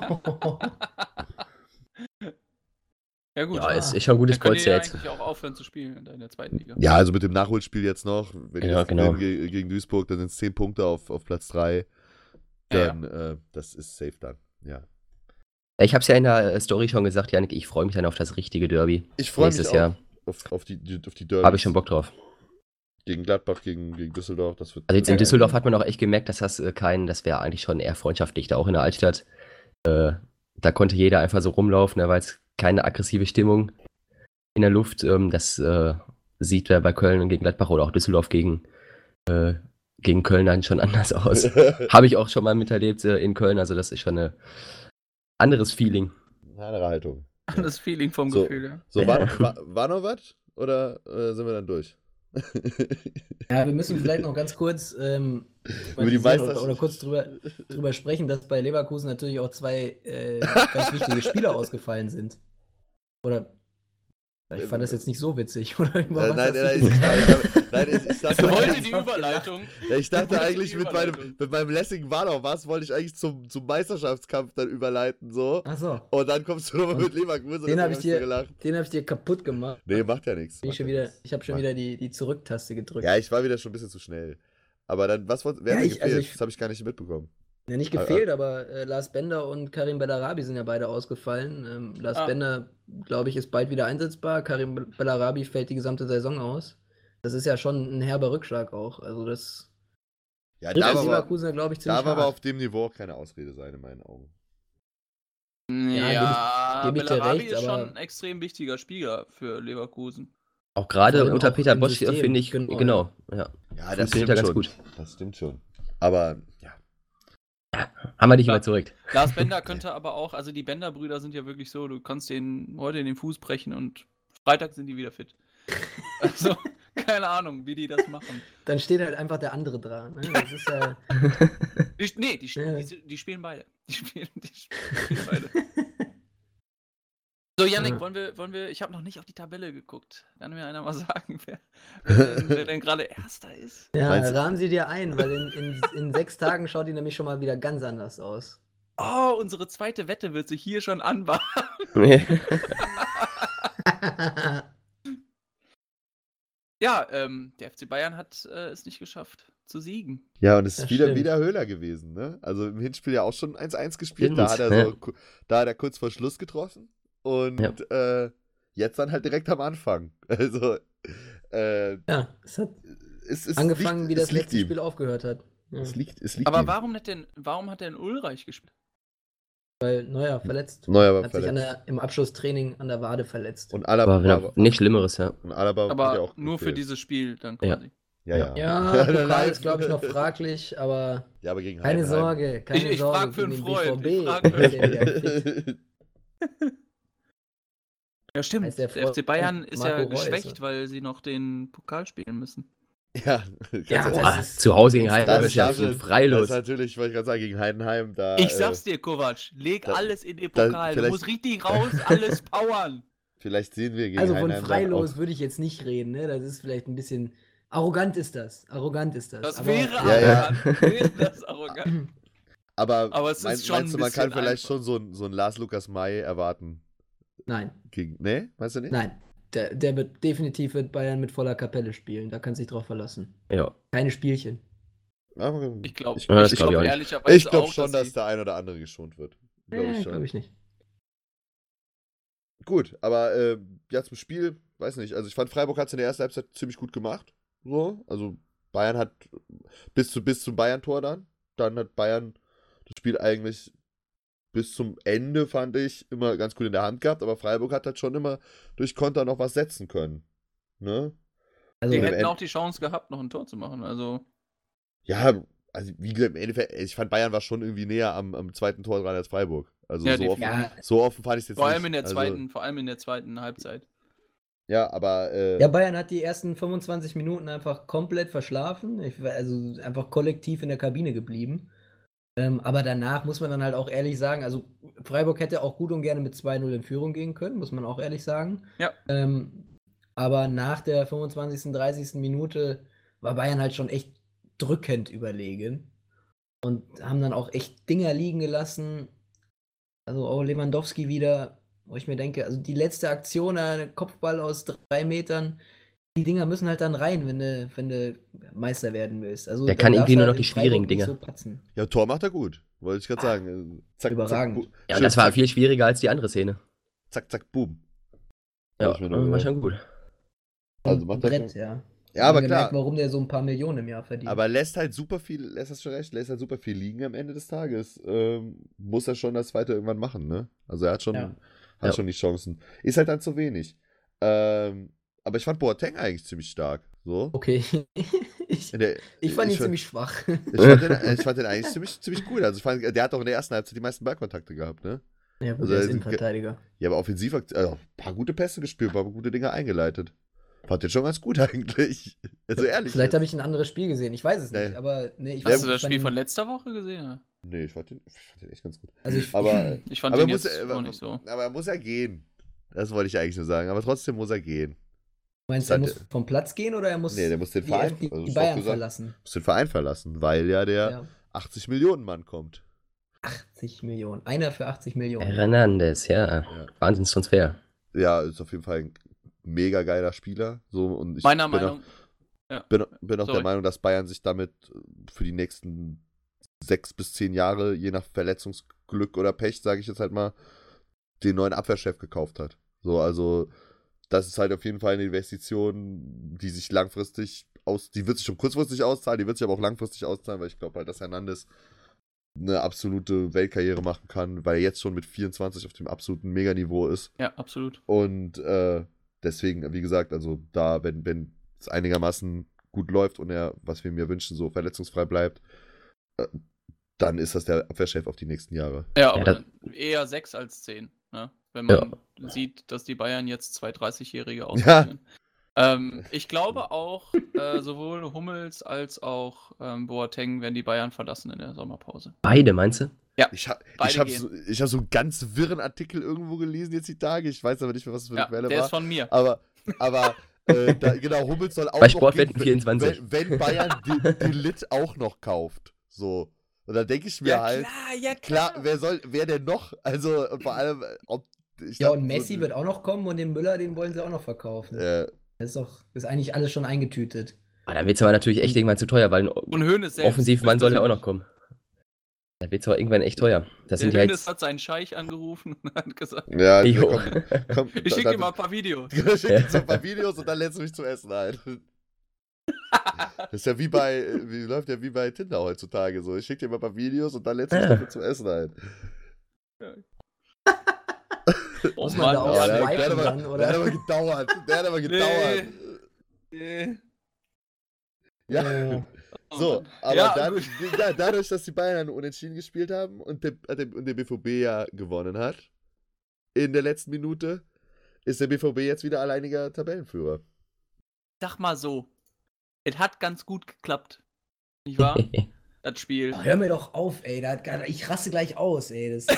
S5: Ja, gut.
S3: Ja, ist, ist schon ein gutes
S5: Dann könnt
S3: Kreuz
S5: ihr ja
S3: jetzt.
S5: eigentlich auch aufhören zu spielen in der zweiten Liga.
S4: Ja, also mit dem Nachholspiel jetzt noch, wenn die
S3: Ja,
S4: jetzt
S3: genau.
S4: gewinnen ge- gegen Duisburg, dann sind es zehn Punkte auf, auf Platz drei.
S5: Ja,
S4: Dann, Äh, das ist safe dann, ja.
S3: Ich habe es ja in der äh, Story schon gesagt, Janik, ich freue mich dann auf das richtige Derby.
S4: Ich freue mich
S3: Nächstes
S4: auch
S3: Jahr.
S4: auf, auf die, die, auf die Derbys.
S3: Habe ich schon Bock drauf.
S4: Gegen Gladbach, gegen, gegen Düsseldorf, das wird...
S3: Also jetzt in
S5: Ja,
S3: Düsseldorf hat man auch echt gemerkt, dass das äh, kein, das wäre eigentlich schon eher freundschaftlich, da auch in der Altstadt. Äh, da konnte jeder einfach so rumlaufen, da war jetzt keine aggressive Stimmung in der Luft. Ähm, das äh, sieht ja bei Köln gegen Gladbach oder auch Düsseldorf gegen, äh, gegen Köln dann schon anders aus. Habe ich auch schon mal miterlebt äh, in Köln, also das ist schon ein anderes Feeling.
S4: Eine andere Haltung.
S5: Das Feeling vom
S4: So.
S5: Gefühl, ja.
S4: So, war, war, war noch was? Oder äh, sind wir dann durch?
S1: Ja, wir müssen vielleicht noch ganz kurz ähm,
S4: Über die
S1: thematisieren
S4: Meisterschaft.
S1: oder, oder kurz drüber, drüber sprechen, dass bei Leverkusen natürlich auch zwei äh, ganz wichtige Spieler ausgefallen sind. Oder ich fand das jetzt nicht so witzig. Oder über
S4: Äh,
S1: was
S4: nein,
S1: hast
S4: nein,
S1: du
S4: nein,
S1: dich-
S4: ich, ich, nein, ich, ich dachte,
S5: Ich wollte
S1: eigentlich-
S5: die Überleitung.
S4: ja, ich dachte
S5: wollte
S4: eigentlich
S5: die
S4: mit meinem,
S5: Überleitung.
S4: mit meinem lässigen Warnau was, wollte ich eigentlich zum, zum Meisterschaftskampf dann überleiten, so.
S1: Ach so,
S4: Und dann kommst du nochmal mit Leverkusen
S1: den
S4: und
S1: habe
S4: dann
S1: ich
S4: hast du
S1: dir,
S4: gelacht.
S1: den habe ich dir kaputt gemacht.
S4: Nee, macht ja nichts.
S1: Bin
S4: macht
S1: ich schon
S4: ja
S1: wieder,
S4: nichts.
S1: ich habe schon
S4: Macht-
S1: wieder die, die Zurücktaste gedrückt.
S4: Ja, ich war wieder schon ein bisschen zu schnell. Aber dann, was wollt- wer
S1: Ja,
S4: hat denn
S1: ich- also
S4: gefehlt?
S1: ich-
S4: das habe ich gar nicht mitbekommen.
S1: Ja, nicht
S4: Ah,
S1: gefehlt, aber äh, Lars Bender und Karim Bellarabi sind ja beide ausgefallen. Ähm, Lars
S5: Ah.
S1: Bender, glaube ich, ist bald wieder einsetzbar. Karim Be- Bellarabi fällt die gesamte Saison aus. Das ist ja schon ein herber Rückschlag auch. Also das
S4: Ja,
S1: trifft
S4: darf
S1: die
S4: aber,
S1: Leverkusener, glaube ich, ziemlich
S4: darf aber
S1: hart.
S4: auf dem Niveau auch keine Ausrede sein, in meinen Augen.
S5: Ja,
S1: geb ich- geb ich dir
S5: Bellarabi
S1: recht,
S5: ist schon
S1: aber-
S5: ein extrem wichtiger Spieler für Leverkusen.
S3: Auch gerade
S1: Vor allem
S3: unter
S1: auch
S3: Peter
S1: im
S3: Bosch, äh,
S1: System,
S3: finde ich,
S1: genau.
S3: genau, ja.
S4: Ja, das
S3: Funktioniert
S4: stimmt
S3: ja ganz
S4: schon.
S3: gut.
S4: Das stimmt schon. Aber, ja.
S3: Haben wir dich
S5: Klar.
S3: überzeugt.
S5: Lars Bender könnte aber auch, also die Bender-Brüder sind ja wirklich so, du kannst den heute in den Fuß brechen und Freitag sind die wieder fit. Also, keine Ahnung, wie die das machen.
S1: Dann steht halt einfach der andere dran. Ne? Das ist ja.
S5: Die, nee, die,
S1: Ja.
S5: die, die spielen beide. Die spielen, die spielen beide. So, Yannick,
S1: Ja.
S5: wollen wir, wollen wir, ich habe noch nicht auf die Tabelle geguckt. Kann mir einer mal sagen, wer, wer denn, wer denn gerade Erster ist?
S1: Ja,
S4: Meinst du-
S1: rahmen sie dir ein, weil in, in, in sechs Tagen schaut die nämlich schon mal wieder ganz anders aus.
S5: Oh, unsere zweite Wette wird sich hier schon anbahnen. Ja, ähm, der F C Bayern hat äh, es nicht geschafft zu siegen.
S4: Ja, und es ist
S1: Das
S4: wieder,
S1: stimmt.
S4: wieder Höhler gewesen, ne? Also im Hinspiel ja auch schon eins eins gespielt. Da hat,
S3: Stimmt,
S4: er so,
S3: ja.
S4: ku- da hat er kurz vor Schluss getroffen. Und äh, jetzt dann halt direkt am Anfang. Also, äh,
S1: Ja, es hat
S4: es, es
S1: angefangen,
S4: liegt,
S1: wie
S4: es
S1: das
S4: liegt
S1: letzte
S4: ihm.
S1: Spiel aufgehört hat. Ja.
S4: Es liegt, es liegt
S5: Aber
S4: ihm.
S5: warum hat denn, warum hat denn Ulreich gespielt?
S1: weil Neuer verletzt.
S4: Neuer war
S1: Hat
S4: verletzt.
S1: sich an der, im Abschlusstraining an der Wade verletzt.
S4: Und Alaba,
S3: Aber genau, nichts Schlimmeres, ja.
S4: und Alaba hat ja
S5: Aber
S4: auch
S5: nur für
S4: gefehlt.
S5: dieses Spiel dann
S3: Ja.
S5: quasi.
S4: Ja, ja.
S1: Ja, Pokal
S4: Live.
S1: ist, glaube ich, noch fraglich, aber
S4: Ja, aber gegen
S1: keine
S4: Heidenheim.
S1: Sorge, keine
S5: Ich- ich
S1: Sorge.
S5: frag für
S1: gegen
S5: einen
S1: den
S5: Freund,
S1: B V B
S5: ich frag für
S1: ist er wieder fit.
S5: Ja, stimmt.
S1: Heißt der
S5: Der F C
S1: Freund
S5: Bayern ist
S1: Marco
S5: ja
S1: Reus,
S5: geschwächt,
S1: ne?
S5: weil sie noch den Pokal spielen müssen.
S4: Ja,
S1: Ja,
S4: ganz
S1: das
S3: Boah,
S1: ist-
S3: zu Hause gegen
S1: das
S3: Heidenheim
S4: das
S3: ist ja
S4: das
S3: schon
S4: ist- Das
S3: freilos.
S4: ist natürlich, wollte ich gerade sagen, gegen Heidenheim, da.
S5: Ich sag's
S4: äh,
S5: dir, Kovac, leg
S4: da-
S5: alles in den
S4: da-
S5: Pokal. Du
S4: vielleicht-
S5: musst richtig raus, alles powern.
S4: Vielleicht sehen wir gegen
S1: Also von
S4: Heidenheim
S1: freilos
S4: dann
S1: würde ich jetzt nicht reden, ne? Das ist vielleicht ein bisschen arrogant ist das. Arrogant ist das.
S5: Das
S1: aber,
S5: wäre
S4: Ja, ja.
S5: arrogant. Wäre das arrogant.
S4: auch. Aber,
S5: Aber es ist
S4: mein,
S5: schon
S4: meinst du,
S5: ein
S4: man kann
S5: bisschen
S4: vielleicht
S5: einfach.
S4: schon so ein, so ein Lars Lukas May erwarten?
S1: Nein,
S4: Gegen, nee, meinst du nicht?
S1: nein. Der, der wird definitiv wird Bayern mit voller Kapelle spielen. Da kannst du dich drauf verlassen.
S3: Ja.
S1: Keine Spielchen.
S4: Aber
S5: Ich glaube
S4: Ich-
S3: Ja, das
S5: ich
S3: glaub ich
S5: glaub
S3: auch nicht.
S5: ehrlicherweise
S4: ich glaube
S5: auch,
S4: schon, dass
S5: sie-
S4: der ein oder andere geschont wird. Glaube
S1: Nee,
S4: ich schon.
S1: glaube ich nicht.
S4: Gut, aber äh, ja, zum Spiel, weiß nicht. Also ich fand, Freiburg hat es in der ersten Halbzeit ziemlich gut gemacht. So, also Bayern hat bis, zu, bis zum Bayern-Tor dann. Dann hat Bayern das Spiel eigentlich bis zum Ende, fand ich, immer ganz gut in der Hand gehabt. Aber Freiburg hat halt schon immer durch Konter noch was setzen können. Ne?
S1: Also,
S5: Die
S4: im
S5: hätten
S4: End-
S5: auch die Chance gehabt, noch ein Tor zu machen. Also,
S4: Ja, also wie gesagt, im Endeffekt, ich fand, Bayern war schon irgendwie näher am, am zweiten Tor dran als Freiburg. Also
S5: Ja,
S4: so, offen,
S1: ja,
S4: so offen fand ich es jetzt
S5: vor
S4: nicht.
S5: allem in der
S4: Also,
S5: zweiten, vor allem in der zweiten Halbzeit.
S4: Ja, aber äh,
S1: ja, Bayern hat die ersten fünfundzwanzig Minuten einfach komplett verschlafen. Ich, war- also einfach kollektiv in der Kabine geblieben. Ähm, aber danach muss man dann halt auch ehrlich sagen, also Freiburg hätte auch gut und gerne mit zwei null in Führung gehen können, muss man auch ehrlich sagen.
S5: Ja.
S1: Ähm, aber nach der fünfundzwanzigsten, dreißigsten Minute war Bayern halt schon echt drückend überlegen. Und haben dann auch echt Dinger liegen gelassen. Also auch Lewandowski wieder, wo ich mir denke, also die letzte Aktion, ein Kopfball aus drei Metern, die Dinger müssen halt dann rein, wenn du, wenn du Meister werden willst. Also
S3: Der
S1: dann
S3: kann
S1: darfst
S3: irgendwie
S1: du
S3: nur
S1: halt
S3: noch die
S1: in Freiburg
S3: schwierigen
S1: nicht
S3: Dinger.
S1: So patzen.
S4: ja, Tor macht er gut. Wollte ich gerade
S1: Ah,
S4: sagen. Zack,
S1: überragend.
S4: Zack, bu-
S3: Ja,
S4: schön,
S3: das war
S4: zack,
S3: viel schwieriger als die andere Szene.
S4: zack, zack, boom.
S3: Ja,
S4: Hab ich mir nur
S3: war
S4: gedacht.
S3: schon gut.
S4: Also macht das
S1: Brett,
S4: schon.
S1: ja.
S4: Ja, aber
S1: Man gemerkt,
S4: klar.
S1: warum der so ein paar Millionen im Jahr verdient.
S4: Aber lässt halt super viel, lässt das schon recht, lässt halt super viel liegen am Ende des Tages. Ähm, muss er schon das zweite irgendwann machen, ne? Also er hat schon,
S1: Ja.
S4: hat
S3: Ja.
S4: schon die Chancen. Ist halt dann zu wenig. Ähm, aber ich fand Boateng eigentlich ziemlich stark. So.
S1: Okay. ich,
S4: In der,
S1: ich fand ihn
S4: fand-
S1: ziemlich schwach.
S4: Ich fand, den, ich fand den eigentlich ziemlich, ziemlich gut. Also ich fand, der hat auch in der ersten Halbzeit die meisten Ballkontakte gehabt, ne?
S1: Ja, gut,
S4: Also,
S1: er ist
S4: also,
S1: Innenverteidiger.
S4: Ja, aber offensiv, also, ein paar gute Pässe gespielt, ein paar gute Dinge eingeleitet. Fand den schon ganz gut eigentlich. Also ehrlich.
S1: Vielleicht
S4: jetzt.
S1: habe ich ein anderes Spiel gesehen, ich weiß es
S4: Nee.
S1: nicht, aber nee, ich
S4: Ja,
S5: Hast du
S1: ich
S5: das
S1: fand
S5: Spiel
S1: ihn-
S5: von letzter Woche gesehen? Ja.
S4: Nee, ich fand den, ich fand den echt ganz gut.
S1: Also ich,
S4: Aber,
S5: Ich fand
S4: aber,
S5: den
S4: muss,
S5: jetzt
S4: er,
S5: auch nicht so.
S4: aber er muss ja gehen. Das wollte ich eigentlich nur sagen. Aber trotzdem muss er gehen.
S1: meinst du, er
S4: Ist
S1: muss
S4: halt-
S1: vom Platz gehen oder er muss
S4: Nee, der muss den
S1: die,
S4: Verein-
S1: die,
S4: also
S1: die
S4: ist doch
S1: Bayern
S4: gesagt.
S1: verlassen?
S4: Muss den Verein verlassen, weil ja der
S1: Ja.
S4: achtzig Millionen Mann kommt.
S1: achtzig Millionen. Einer für achtzig Millionen.
S3: Hernandez, ja.
S4: Ja.
S3: Wahnsinnstransfer.
S4: Ja, ist auf jeden Fall ein mega geiler Spieler. So, und ich
S5: Meiner
S4: bin
S5: Meinung.
S4: Auch, bin, bin auch der
S5: Sorry.
S4: Meinung, dass Bayern sich damit für die nächsten sechs bis zehn Jahre, je nach Verletzungsglück oder Pech, sage ich jetzt halt mal, den neuen Abwehrchef gekauft hat. So, also das ist halt auf jeden Fall eine Investition, die sich langfristig aus, die wird sich schon kurzfristig auszahlen, die wird sich aber auch langfristig auszahlen, weil ich glaube halt, dass Hernandez eine absolute Weltkarriere machen kann, weil er jetzt schon mit vierundzwanzig auf dem absoluten Meganiveau ist.
S5: Ja, absolut.
S4: Und äh, deswegen, wie gesagt, also da, wenn, wenn es einigermaßen gut läuft und er, was wir mir wünschen, so verletzungsfrei bleibt, äh, dann ist das der Abwehrchef auf die nächsten Jahre.
S5: Ja, aber
S3: das-
S5: dann eher sechs als zehn. Ne? Wenn
S3: Ja.
S5: man sieht, dass die Bayern jetzt zwei dreißig-Jährige
S4: Ja.
S5: ausrechnen. Ähm, ich glaube auch, äh, sowohl Hummels als auch ähm, Boateng werden die Bayern verlassen in der Sommerpause.
S3: Beide, meinst du?
S4: Ich habe
S5: Beide
S4: ich hab
S5: gehen.
S4: so, ich hab so einen ganz wirren Artikel irgendwo gelesen jetzt die Tage. Ich weiß aber nicht mehr, was das für eine
S5: Ja,
S4: Quelle
S5: der
S4: war.
S5: ist von mir.
S4: Aber, aber äh, da, genau, Hummels soll auch
S3: Bei
S4: noch
S3: Sportwetten
S4: gehen,
S3: vierundzwanzig.
S4: Wenn, wenn Bayern die, die Lit auch noch kauft. So. Und dann denke ich mir
S5: Ja,
S4: halt,
S5: klar, ja,
S4: klar,
S5: klar.
S4: wer soll, wer denn noch? Also, und vor allem, ob. Ich
S1: Ja,
S4: dachte
S1: und
S4: so,
S1: Messi wird auch noch kommen und den Müller, den wollen sie auch noch verkaufen.
S4: Äh,
S1: Das ist doch, ist eigentlich alles schon eingetütet.
S3: Ah, dann wird es aber natürlich echt irgendwann zu teuer, weil ein
S5: Und Hönes selbst.
S3: Offensivmann soll ja auch noch
S5: nicht.
S3: kommen. Da wird es aber irgendwann echt teuer. Das
S5: Der
S3: sind ja
S5: Hönes
S3: jetzt.
S5: hat seinen Scheich angerufen und hat gesagt,
S4: ja,
S3: Jo.
S4: komm, komm,
S5: ich schicke
S4: dann-
S5: dir mal ein paar Videos.
S4: Ich schicke dir so ein paar Videos und dann lädst du mich zum Essen ein. Das ist ja wie bei, wie läuft ja wie bei Tinder heutzutage so. Ich schicke dir mal ein paar Videos und dann lädst du mich
S3: Ja.
S4: dafür zum Essen ein.
S5: Oh
S1: Muss man da
S5: Mann,
S1: auch
S4: Ja,
S5: ja,
S4: der,
S1: swipen
S4: der, hat aber,
S1: dann,
S4: der
S1: oder?
S4: hat aber gedauert. Der hat aber gedauert.
S5: Nee.
S4: Ja.
S1: Äh,
S5: Oh
S4: So,
S5: Mann.
S4: aber
S5: Ja,
S4: dann,
S5: gut.
S4: ja, dadurch, dass die Bayern dann unentschieden gespielt haben und der, äh, der, und der B V B ja gewonnen hat in der letzten Minute, ist der B V B jetzt wieder alleiniger Tabellenführer.
S5: Sag mal so, es hat ganz gut geklappt, nicht wahr? Das Spiel.
S1: hör mir doch auf, ey. Da, ich raste gleich aus, ey. Das ist,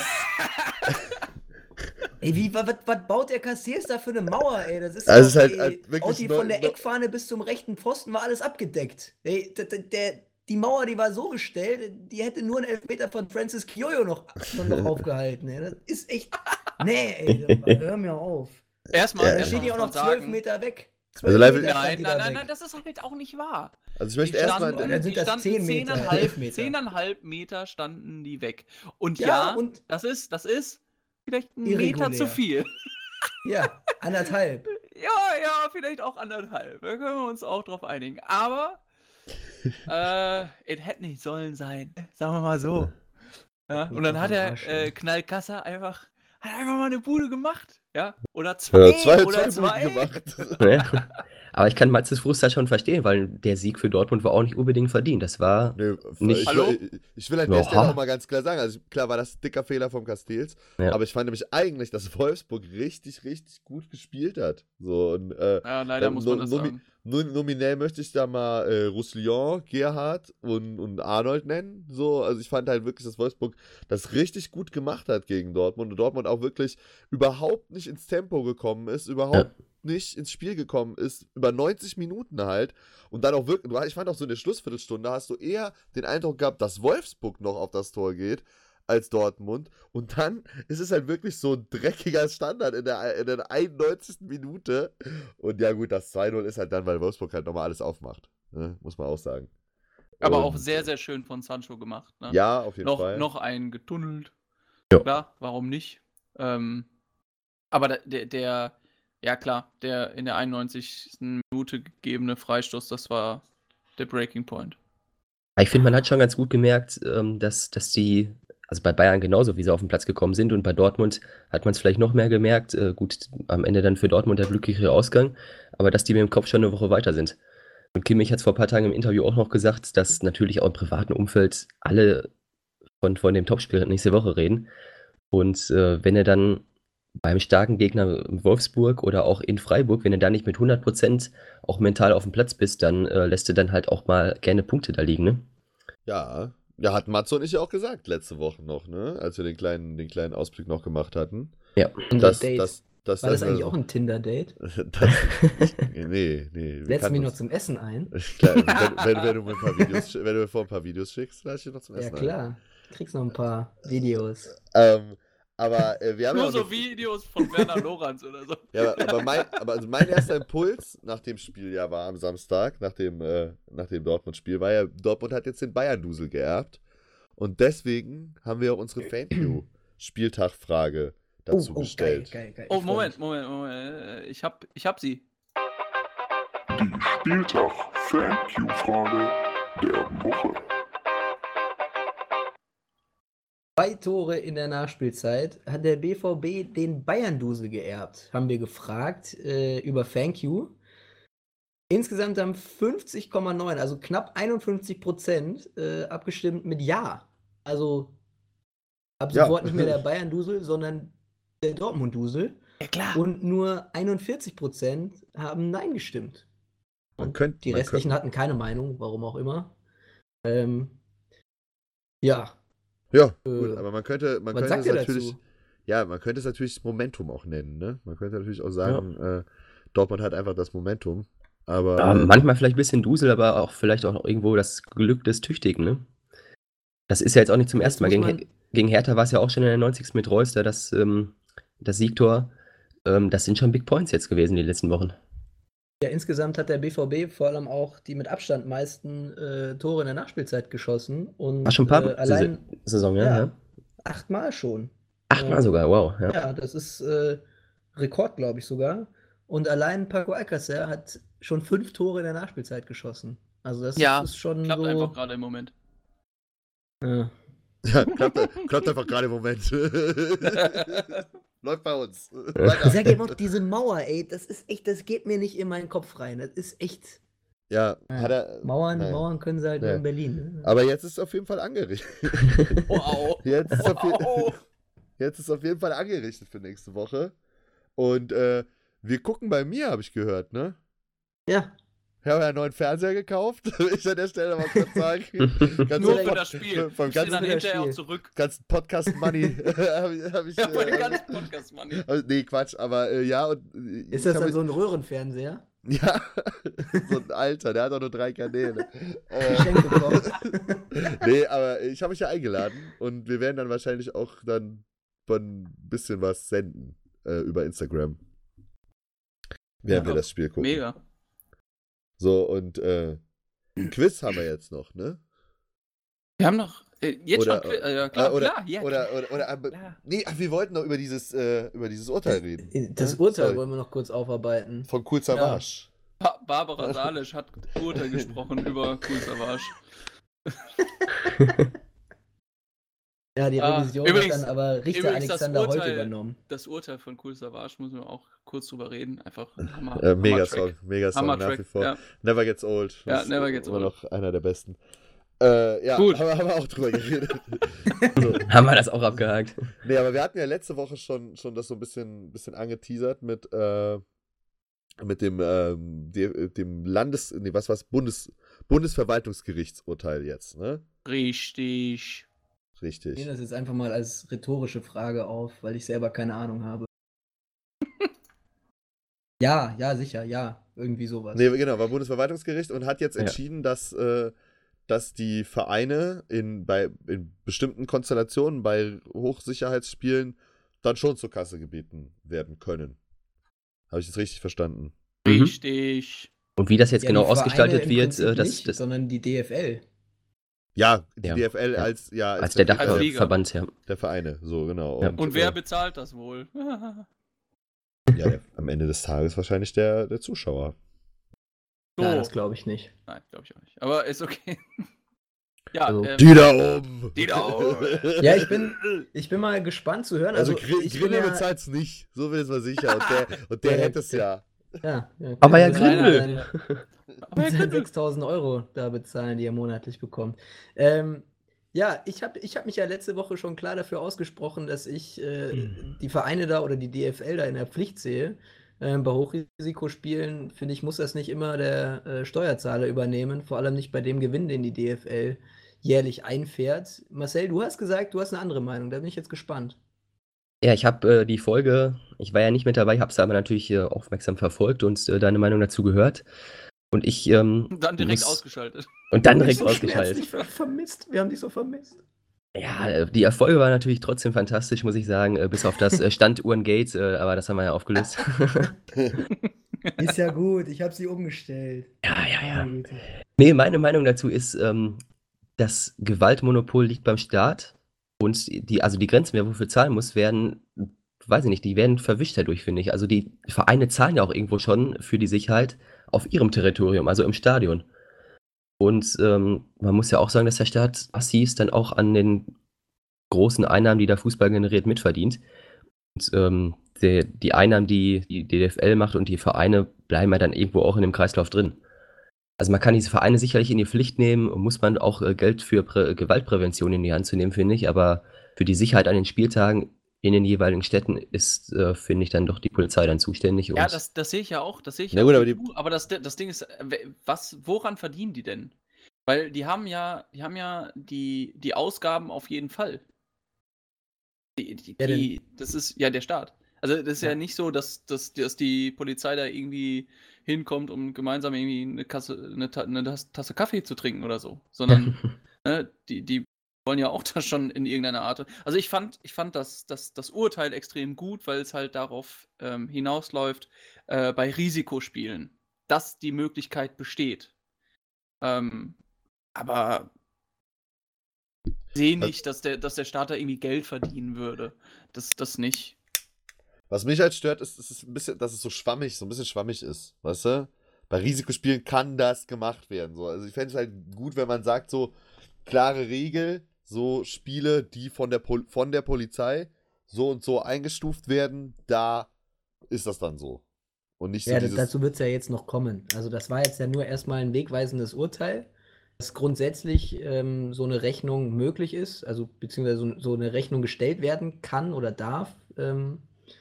S1: ey, wie, was, was baut der Cassiers da für eine Mauer, ey? Das ist
S4: Also es
S1: doch,
S4: ist halt-
S1: ey,
S4: halt wirklich
S1: auch die
S4: neu-
S1: von der
S4: neu-
S1: Eckfahne bis zum rechten Pfosten war alles abgedeckt. Ey, der, der, die Mauer, die war so gestellt, die hätte nur einen Elfmeter von Francis Kioyo noch, schon noch aufgehalten, ey. Das ist echt, nee, ey, hör mir auf.
S5: Erstmal,
S4: Ja,
S1: Da
S4: ja.
S5: erstmal
S1: steht die
S5: muss
S1: auch
S5: man
S1: noch zwölf
S5: sagen.
S1: Meter weg.
S4: Also
S1: zwölf
S4: live-
S1: Meter stand
S5: Nein,
S1: die
S5: nein,
S1: da
S5: nein,
S1: weg.
S5: nein, das ist halt auch nicht wahr.
S4: Also ich
S5: Die
S4: möchte erstmal.
S5: standen,
S1: Dann sind
S5: die
S1: das
S5: standen
S1: zehn Meter,
S5: zehneinhalb,
S1: elf Meter.
S5: zehneinhalb Meter standen die weg. Und
S1: Ja,
S5: ja,
S1: und-
S5: das ist, das ist vielleicht ein
S1: Irregulär.
S5: Meter zu viel.
S1: Ja, anderthalb.
S5: Ja, ja, vielleicht auch anderthalb. Da können wir uns auch drauf einigen. Aber äh, es hätte nicht sollen sein. Sagen wir mal so. Ja,
S1: Mich
S5: und dann
S1: doch
S5: hat
S1: am
S5: er
S1: Arsch,
S5: äh,
S1: ey.
S5: Knallkasser einfach, hat einfach mal eine Bude gemacht. Ja, oder zwei,
S4: Ja, zwei,
S5: oder
S4: zwei
S5: zwei.
S4: Buden gemacht.
S3: Ja. Aber ich kann Matzes Frust da schon verstehen, weil der Sieg für Dortmund war auch nicht unbedingt verdient. Das war
S4: Nee,
S3: Nicht-
S4: ich,
S5: Hallo?
S4: will, ich will an der
S3: Oha.
S4: Stelle auch mal ganz klar sagen, also klar war das ein dicker Fehler vom Castells,
S3: Ja.
S4: aber ich fand nämlich eigentlich, dass Wolfsburg richtig, richtig gut gespielt hat. So, und, äh,
S5: Ja, leider
S4: Ähm,
S5: muss man
S4: no-
S5: das
S4: nomi-
S5: sagen.
S4: Nom- Nominell möchte ich da mal äh, Roussillon, Gerhard und, und Arnold nennen. So, also ich fand halt wirklich, dass Wolfsburg das richtig gut gemacht hat gegen Dortmund und Dortmund auch wirklich überhaupt nicht ins Tempo gekommen ist, überhaupt nicht ins Spiel gekommen ist, über neunzig Minuten halt. Und dann auch wirklich, ich fand auch so in der Schlussviertelstunde hast du eher den Eindruck gehabt, dass Wolfsburg noch auf das Tor geht, als Dortmund. Und dann ist es halt wirklich so ein dreckiger Standard in der, in der einundneunzigsten Minute. Und ja gut, das zwei null ist halt dann, weil Wolfsburg halt nochmal alles aufmacht. Ne? Muss man auch sagen.
S5: Aber
S4: Und,
S5: auch sehr, sehr schön von Sancho gemacht. Ne?
S4: Ja, auf jeden
S5: noch,
S4: Fall.
S5: noch einen getunnelt.
S3: Ja.
S5: Klar, warum nicht? Ähm, aber der, der, der, ja klar, der in der einundneunzigsten Minute gegebene Freistoß, das war der Breaking Point.
S3: Ich finde, man hat schon ganz gut gemerkt, ähm, dass, dass die, also bei Bayern genauso, wie sie auf den Platz gekommen sind, und bei Dortmund hat man es vielleicht noch mehr gemerkt. Äh, gut, am Ende dann für Dortmund der glücklichere Ausgang, aber dass die mit dem Kopf schon eine Woche weiter sind. Und Kimmich hat es vor ein paar Tagen im Interview auch noch gesagt, dass natürlich auch im privaten Umfeld alle von, von dem Topspiel nächste Woche reden. Und äh, wenn er dann beim starken Gegner in Wolfsburg oder auch in Freiburg, wenn du da nicht mit hundert Prozent auch mental auf dem Platz bist, dann äh, lässt du dann halt auch mal gerne Punkte da liegen, ne?
S4: Ja. Ja, hat Matze und ich ja auch gesagt letzte Woche noch, ne? Als wir den kleinen, den kleinen Ausblick noch gemacht hatten.
S3: Ja.
S1: Unser
S4: Das,
S1: Date.
S4: das, das,
S1: War das
S4: das-
S1: eigentlich auch ein Tinder-Date?
S4: das, nee, nee. wir
S1: Setz
S4: kannten
S1: mich noch
S4: uns.
S1: zum Essen ein.
S4: Klar, wenn, wenn, wenn, du mir ein paar Videos, wenn du mir vor ein paar Videos schickst, lade ich dir noch zum
S1: Ja,
S4: Essen ein.
S1: klar. Du kriegst noch ein paar Videos.
S4: Ähm, aber äh, wir haben ja
S5: Nur
S4: auch
S5: so
S4: eine-
S5: Videos von Werner Lorenz oder so.
S4: Ja, aber, aber, mein, aber also mein erster Impuls nach dem Spiel ja war am Samstag, nach dem, äh, nach dem Dortmund-Spiel, war ja, Dortmund hat jetzt den Bayern-Dusel geerbt. Und deswegen haben wir auch unsere Fan-Q-Spieltag-Frage dazu gestellt.
S1: geil, geil, geil.
S5: Oh,
S1: Ich freu
S5: Moment,
S1: mich.
S5: Moment, Moment. äh, Ich hab, ich hab sie.
S6: Die Spieltag-Fan-Q-Frage der Woche.
S1: Zwei Tore in der Nachspielzeit hat der B V B den Bayern-Dusel geerbt, haben wir gefragt äh, über FanQ. Insgesamt haben fünfzig Komma neun, also knapp einundfünfzig Prozent äh, abgestimmt mit Ja. Also ab
S4: Ja.
S1: sofort nicht mehr der Bayern-Dusel, sondern der Dortmund-Dusel.
S5: Ja, klar.
S1: Und nur einundvierzig Prozent haben Nein gestimmt.
S4: Man
S1: Und
S4: könnte-
S1: die
S4: man
S1: restlichen
S4: könnte-
S1: hatten keine Meinung, warum auch immer. Ähm, ja,
S4: Ja,
S1: Äh,
S4: gut, aber man könnte, man
S1: was
S4: könnte
S1: sagt
S4: es
S1: ihr
S4: natürlich,
S1: dazu?
S4: ja, man könnte es natürlich Momentum auch nennen, ne? Man könnte natürlich auch sagen, äh, Dortmund hat einfach das Momentum. Aber
S3: Ja,
S4: äh,
S3: manchmal vielleicht ein bisschen Dusel, aber auch vielleicht auch noch irgendwo das Glück des Tüchtigen, ne? Das ist ja jetzt auch nicht zum
S1: Das
S3: ersten Mal.
S1: muss
S3: Gegen,
S1: man-
S3: Her- gegen Hertha war es ja auch schon in der neunzigsten mit Reus, da das, ähm, das Siegtor. Ähm, das sind schon Big Points jetzt gewesen die letzten Wochen.
S1: Ja, insgesamt hat der B V B vor allem auch die mit Abstand meisten äh, Tore in der Nachspielzeit geschossen. Und
S3: War schon ein paar
S1: äh, allein
S3: Saison, ja?
S1: ja.
S3: ja.
S1: achtmal schon.
S3: Achtmal
S1: Äh,
S3: sogar, wow. Ja.
S1: Ja, das ist äh, Rekord, glaube ich sogar. Und allein Paco Alcácer hat schon fünf Tore in der Nachspielzeit geschossen. Also das
S5: Ja,
S1: ist schon
S5: Klappt
S1: so.
S5: einfach gerade im Moment.
S1: Ja.
S4: Ja, klappt, klappt einfach gerade im Moment. Läuft bei uns.
S1: Ich
S4: Weiter.
S1: sag ja noch, diese Mauer, ey, das ist echt, das geht mir nicht in meinen Kopf rein. Das ist echt.
S4: Ja,
S1: Ja,
S4: hat er.
S1: Mauern,
S4: naja.
S1: Mauern können sie halt nur
S4: Ja.
S1: in Berlin. Ne?
S4: Aber jetzt ist es auf jeden Fall angerichtet.
S5: Wow.
S4: Jetzt ist, auf je-
S5: Wow.
S4: jetzt ist auf jeden Fall angerichtet für nächste Woche. Und äh, wir gucken bei mir, habe ich gehört, ne?
S1: Ja.
S4: Ich habe ja einen neuen Fernseher gekauft. Will ich an der Stelle mal kurz sagen. Ganz
S5: Nur
S1: direkt
S5: für das Spiel.
S4: Vom
S5: Ich stehe dann
S4: ganzen,
S5: hinterher auch
S1: Spiel.
S5: zurück.
S4: ganzen Podcast-Money habe ich. Hab ich
S5: Ja, für den
S4: äh,
S5: ganzen Podcast, Mann.
S4: also, nee, Quatsch, aber äh, ja. Und, äh,
S1: Ist
S4: ich
S1: das
S4: hab
S1: dann
S4: mich-
S1: so ein Röhrenfernseher?
S4: Ja, so ein Alter, der hat auch nur drei Kanäle. Äh,
S1: Geschenk bekommen.
S4: nee, aber ich habe mich ja eingeladen und wir werden dann wahrscheinlich auch dann ein bisschen was senden äh, über Instagram. Während
S5: Ja,
S4: wir das Spiel gucken.
S5: Mega.
S4: So, und äh, ein Quiz haben wir jetzt noch, ne?
S5: Wir haben noch. Äh, jetzt
S4: Oder-
S5: schon. Qui- Äh, ja, klar,
S4: äh, oder,
S5: klar. Ja,
S4: oder, oder, oder, aber,
S5: klar.
S4: nee, ach, wir wollten noch über dieses, äh, über dieses Urteil reden.
S1: Das
S4: Ne?
S1: Urteil
S4: Sorry.
S1: wollen wir noch kurz aufarbeiten.
S4: Von Cool Savage.
S5: Ba Barbara Salisch hat Urteil gesprochen über Cool Savage.
S1: Ja, die
S5: Ah,
S1: Revision
S5: übrigens-
S1: hat dann aber Richter
S5: übrigens das
S1: Alexander heute
S5: Urteil-
S1: übernommen.
S5: Das Urteil von Cool Savage müssen wir auch kurz drüber reden. Einfach Hammer.
S4: Äh, mega
S5: Hammer-Track.
S4: Song, mega Song, nach wie
S5: Hammer-Track,
S4: vor.
S5: ja.
S4: Never Gets Old.
S5: Ja,
S4: Das ist
S5: Never Gets
S4: immer
S5: Old.
S4: noch einer der besten. Äh, ja,
S5: Gut.
S4: Haben, wir- haben wir auch drüber geredet. so.
S3: Haben wir das auch abgehakt?
S4: Nee, aber wir hatten ja letzte Woche schon, schon das so ein bisschen, bisschen angeteasert mit, äh, mit dem, ähm, de, dem Landes-, nee, was war's, Bundes, Bundesverwaltungsgerichtsurteil jetzt, ne?
S5: Richtig.
S1: Ich
S4: Richtig.
S1: nehme das jetzt einfach mal als rhetorische Frage auf, weil ich selber keine Ahnung habe. Ja, ja, sicher, ja. Irgendwie sowas.
S4: Nee, genau, war Bundesverwaltungsgericht und hat jetzt
S3: Ja.
S4: entschieden, dass, äh, dass die Vereine in, bei, in bestimmten Konstellationen bei Hochsicherheitsspielen dann schon zur Kasse gebeten werden können. Habe ich das richtig verstanden?
S3: Mhm.
S5: Richtig.
S3: Und wie das jetzt
S1: Ja,
S3: genau
S1: die Vereine
S3: ausgestaltet
S1: im
S3: wird,
S1: Prinzip
S3: äh, das,
S1: nicht,
S3: das
S1: sondern die D F L.
S4: Ja, die
S3: Ja,
S4: D F L
S3: ja.
S4: als, ja,
S3: als der
S5: Als Liga.
S3: Dachverband, ja.
S4: der Vereine, so genau.
S3: Ja.
S5: Und wer
S4: äh,
S5: bezahlt das wohl?
S4: ja, der, am Ende des Tages wahrscheinlich der, der Zuschauer.
S5: So.
S1: Ja, das glaube ich nicht.
S5: Nein, glaube ich auch nicht. Aber ist okay. Ja,
S1: Also-
S5: ähm,
S4: Die da oben!
S5: Die da oben.
S1: Ja, ich bin, ich bin mal gespannt zu hören.
S4: Also,
S1: Also,
S4: Gr-
S1: ich bin
S4: Grindel
S1: ja,
S4: bezahlt es nicht, so viel ist mal sicher. Und der, und der
S1: Ja,
S4: hätte es ja.
S1: ja, ja,
S3: Aber ja,
S1: Grindel.
S3: Grindel.
S5: Aber Herr
S1: seine
S5: Grindel.
S1: sechstausend Euro da bezahlen, die er monatlich bekommt. Ähm, ja, ich habe ich hab mich ja letzte Woche schon klar dafür ausgesprochen, dass ich äh, die Vereine da oder die D F L da in der Pflicht sehe. Ähm, bei Hochrisikospielen, finde ich, muss das nicht immer der äh, Steuerzahler übernehmen, vor allem nicht bei dem Gewinn, den die D F L jährlich einfährt. Marcel, du hast gesagt, du hast eine andere Meinung, da bin ich jetzt gespannt.
S3: Ja, ich habe äh, die Folge, ich war ja nicht mit dabei, habe es aber natürlich äh, aufmerksam verfolgt und äh, deine Meinung dazu gehört. Und ich, ähm,
S5: Und dann direkt
S3: muss-
S5: ausgeschaltet.
S3: und dann
S1: Du
S3: direkt
S1: bist so
S3: ausgeschaltet.
S1: schmerzlich ver vermisst, wir haben dich so vermisst.
S3: Ja, äh, die Erfolge waren natürlich trotzdem fantastisch, muss ich sagen, äh, bis auf das äh, Standuhrengate, äh, aber das haben wir ja aufgelöst.
S1: Ist ja gut, ich habe sie umgestellt.
S3: Ja, ja, ja.
S1: Meine Güte.
S3: Nee, meine Meinung dazu ist, ähm, das Gewaltmonopol liegt beim Staat und die, also die Grenzen, wer wofür zahlen muss, werden, weiß ich nicht, die werden verwischt dadurch, finde ich. Also die Vereine zahlen ja auch irgendwo schon für die Sicherheit auf ihrem Territorium, also im Stadion. Und ähm, man muss ja auch sagen, dass der Staat massiv dann auch an den großen Einnahmen, die der Fußball generiert, mitverdient. Und ähm, die, die Einnahmen, die die D F L macht und die Vereine, bleiben ja dann irgendwo auch in dem Kreislauf drin. Also man kann diese Vereine sicherlich in die Pflicht nehmen und muss man auch äh, Geld für Prä Gewaltprävention in die Hand zu nehmen, finde ich. Aber für die Sicherheit an den Spieltagen in den jeweiligen Städten ist, äh, finde ich, dann doch die Polizei dann zuständig.
S5: Ja,
S3: und
S5: das, das sehe ich ja auch. Das sehe ich
S4: Na
S5: ja
S4: gut,
S5: auch
S4: aber
S5: wie
S4: die-
S5: du, aber das, das Ding ist, äh, we- was, woran verdienen die denn? Weil die haben ja, die haben ja die, die Ausgaben auf jeden Fall. Die, die,
S1: Wer denn?
S5: die, das ist ja der Staat. Also das ist ja,
S1: Ja.
S5: nicht so, dass, dass, dass die Polizei da irgendwie hinkommt, um gemeinsam irgendwie eine, Kasse, eine, Ta eine Tas- Tasse Kaffee zu trinken oder so. Sondern ne, die, die wollen ja auch das schon in irgendeiner Art. Also ich fand, ich fand das, das, das Urteil extrem gut, weil es halt darauf ähm, hinausläuft, äh, bei Risikospielen, dass die Möglichkeit besteht. Ähm, aber ich sehe nicht, dass der, dass der Staat da irgendwie Geld verdienen würde. Das, das nicht.
S4: Was mich halt stört, ist, ist es ein bisschen, dass es so schwammig, so ein bisschen schwammig ist, weißt du? Bei Risikospielen kann das gemacht werden. So. Also ich fände es halt gut, wenn man sagt, so klare Regel, so Spiele, die von der, Pol- von der Polizei so und so eingestuft werden, da ist das dann so. Und nicht so
S1: Ja,
S4: dieses...
S1: dazu wird es ja jetzt noch kommen. Also das war jetzt ja nur erstmal ein wegweisendes Urteil, dass grundsätzlich ähm, so eine Rechnung möglich ist, also beziehungsweise so, so eine Rechnung gestellt werden kann oder darf ähm,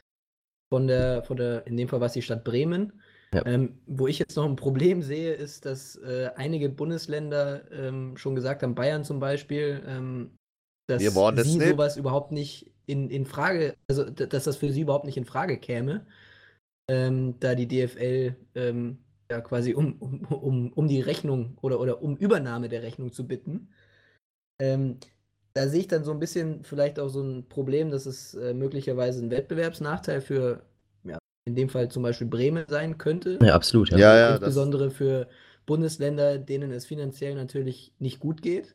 S1: von der, von der, in dem Fall war es die Stadt Bremen.
S3: Ja.
S1: Ähm, wo ich jetzt noch ein Problem sehe, ist, dass äh, einige Bundesländer ähm, schon gesagt haben, Bayern zum Beispiel, ähm, dass
S4: Wir wollen das
S1: sie
S4: nicht.
S1: sowas überhaupt nicht in, in Frage, also d- dass das für sie überhaupt nicht in Frage käme, ähm, da die D F L ähm, ja quasi um, um, um, um die Rechnung oder, oder um Übernahme der Rechnung zu bitten. Ähm, da sehe ich dann so ein bisschen vielleicht auch so ein Problem, dass es äh, möglicherweise ein Wettbewerbsnachteil für, ja, in dem Fall zum Beispiel Bremen sein könnte.
S3: Ja, absolut, ja.
S4: Ja, ja, das,
S1: Insbesondere für Bundesländer, denen es finanziell natürlich nicht gut geht.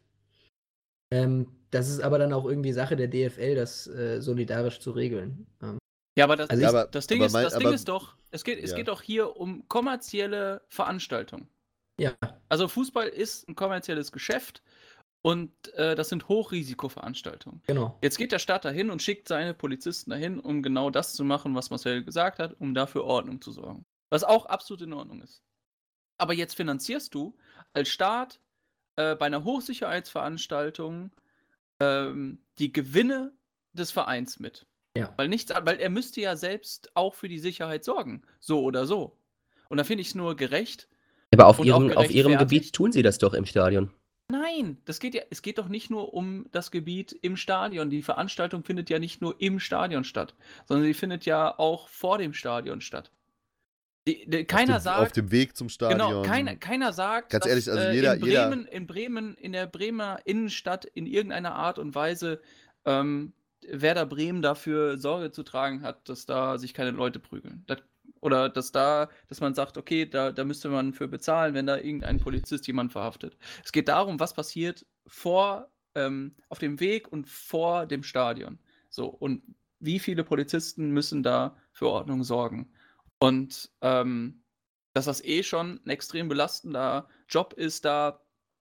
S1: Ähm, das ist aber dann auch irgendwie Sache der D F L, das äh, solidarisch zu regeln. Ähm,
S5: Ja, aber das,
S1: Also
S4: Ja,
S1: ich-
S4: aber,
S5: das Ding,
S4: aber
S5: ist,
S4: mein,
S5: das Ding
S4: aber,
S5: ist doch, es geht, es
S4: Ja.
S5: geht doch hier um kommerzielle Veranstaltungen.
S1: ja,
S5: Also Fußball ist ein kommerzielles Geschäft und äh, das sind Hochrisikoveranstaltungen.
S1: genau.
S5: Jetzt geht der Staat dahin und schickt seine Polizisten dahin, um genau das zu machen, was Marcel gesagt hat, um dafür Ordnung zu sorgen. Was auch absolut in Ordnung ist. Aber jetzt finanzierst du als Staat äh, bei einer Hochsicherheitsveranstaltung ähm, die Gewinne des Vereins mit.
S1: Ja.
S5: Weil, nichts, weil er müsste ja selbst auch für die Sicherheit sorgen. So oder so. Und da finde ich es nur gerecht.
S3: Aber auf
S5: Und auch
S3: ihrem, auf ihrem
S5: gerechtfertigt?
S3: Gebiet tun sie das doch im Stadion.
S5: Nein, das geht ja, es geht doch nicht nur um das Gebiet im Stadion. Die Veranstaltung findet ja nicht nur im Stadion statt, sondern die findet ja auch vor dem Stadion statt. Die, die, keiner
S4: auf dem,
S5: sagt,
S4: auf dem Weg zum Stadion.
S5: genau, keiner, keiner sagt,
S4: Ganz
S5: dass
S4: ehrlich, also
S5: äh,
S4: jeder-
S5: in,
S4: jeder-
S5: Bremen, in Bremen, in der Bremer Innenstadt in irgendeiner Art und Weise ähm, Werder Bremen dafür Sorge zu tragen hat, dass da sich keine Leute prügeln. Das, oder dass da, dass man sagt, okay, da, da müsste man für bezahlen, wenn da irgendein Polizist jemanden verhaftet. Es geht darum, was passiert vor, ähm, auf dem Weg und vor dem Stadion. So, und wie viele Polizisten müssen da für Ordnung sorgen? Und ähm, dass das eh schon ein extrem belastender Job ist, da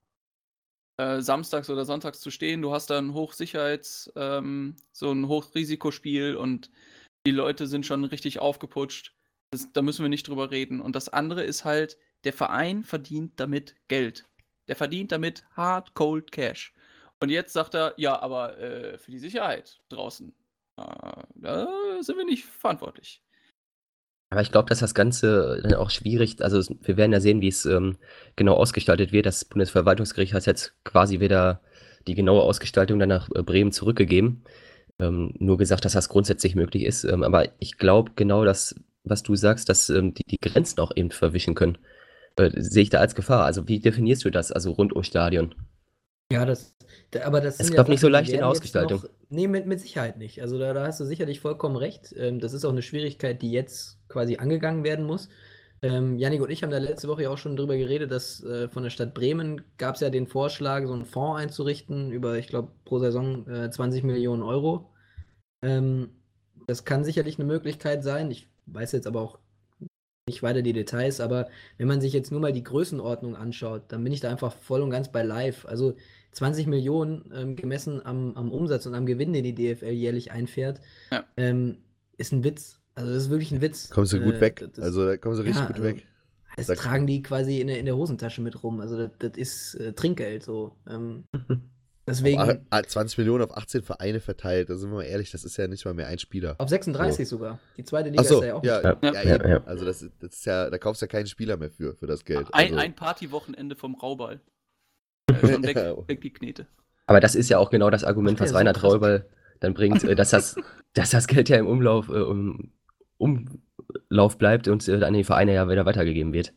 S5: äh, samstags oder sonntags zu stehen. Du hast da ein Hochsicherheits-, ähm, so ein Hochrisikospiel und die Leute sind schon richtig aufgeputscht. Das, da müssen wir nicht drüber reden. Und das andere ist halt, der Verein verdient damit Geld. Der verdient damit hard, cold Cash. Und jetzt sagt er, ja, aber äh, für die Sicherheit draußen, äh, da sind wir nicht verantwortlich.
S3: Aber ich glaube, dass das Ganze dann auch schwierig, also es- wir werden ja sehen, wie es ähm, genau ausgestaltet wird. Das Bundesverwaltungsgericht hat jetzt quasi wieder die genaue Ausgestaltung dann nach äh, Bremen zurückgegeben. Ähm, nur gesagt, dass das grundsätzlich möglich ist. Ähm, aber ich glaube genau das, was du sagst, dass ähm, die, die Grenzen auch eben verwischen können. Äh, sehe ich da als Gefahr. Also wie definierst du das, also rund ums Stadion?
S1: Ja, das, da, aber das
S3: Es
S1: sind
S3: ist,
S1: ja
S3: glaub, nicht so
S1: Sachen, die
S3: leicht in der
S1: werden jetzt
S3: Ausgestaltung.
S1: noch, nee, mit, mit Sicherheit nicht. Also da, da hast du sicherlich vollkommen recht. Ähm, das ist auch eine Schwierigkeit, die jetzt quasi angegangen werden muss. Ähm, Jannik und ich haben da letzte Woche ja auch schon drüber geredet, dass äh, von der Stadt Bremen gab es ja den Vorschlag, so einen Fonds einzurichten über, ich glaube, pro Saison äh, zwanzig Millionen Euro. Ähm, das kann sicherlich eine Möglichkeit sein. Ich weiß jetzt aber auch nicht weiter die Details, aber wenn man sich jetzt nur mal die Größenordnung anschaut, dann bin ich da einfach voll und ganz bei live. Also zwanzig Millionen ähm, gemessen am, am Umsatz und am Gewinn, den die D F L jährlich einfährt,
S5: Ja.
S1: ähm, ist ein Witz. Also das ist wirklich ein Witz.
S4: Kommst du gut
S1: Äh,
S4: weg.
S1: das- das-
S4: Also da kommen sie richtig
S1: ja,
S4: gut
S1: also,
S4: weg.
S1: Das
S4: Sag-
S1: tragen die quasi in der, in der Hosentasche mit rum. Also das, das ist äh, Trinkgeld so. Ähm, deswegen
S4: Auf
S1: auf,
S4: a- zwanzig Millionen auf achtzehn Vereine verteilt, da sind wir mal ehrlich, das ist ja nicht mal mehr ein Spieler.
S1: sechsunddreißig sogar. Die zweite Liga
S4: Achso,
S1: ist da ja auch
S4: ja,
S1: nicht.
S4: ja,
S3: Ja,
S4: eben.
S3: ja.
S4: Also das, das ist ja, da kaufst du ja keinen Spieler mehr für, für das Geld.
S5: Ein,
S4: Also,
S5: ein Partywochenende vom Rauball. Äh, schon weg,
S4: Ja.
S5: weg die Knete.
S3: Aber das ist ja auch genau das Argument,
S1: Ach, der
S3: was
S1: ist so
S3: Reinhard
S1: krass.
S3: Raubal dann bringt, äh, dass das, dass das Geld ja im Umlauf, äh, um, Umlauf bleibt und äh, an die Vereine ja wieder weitergegeben wird.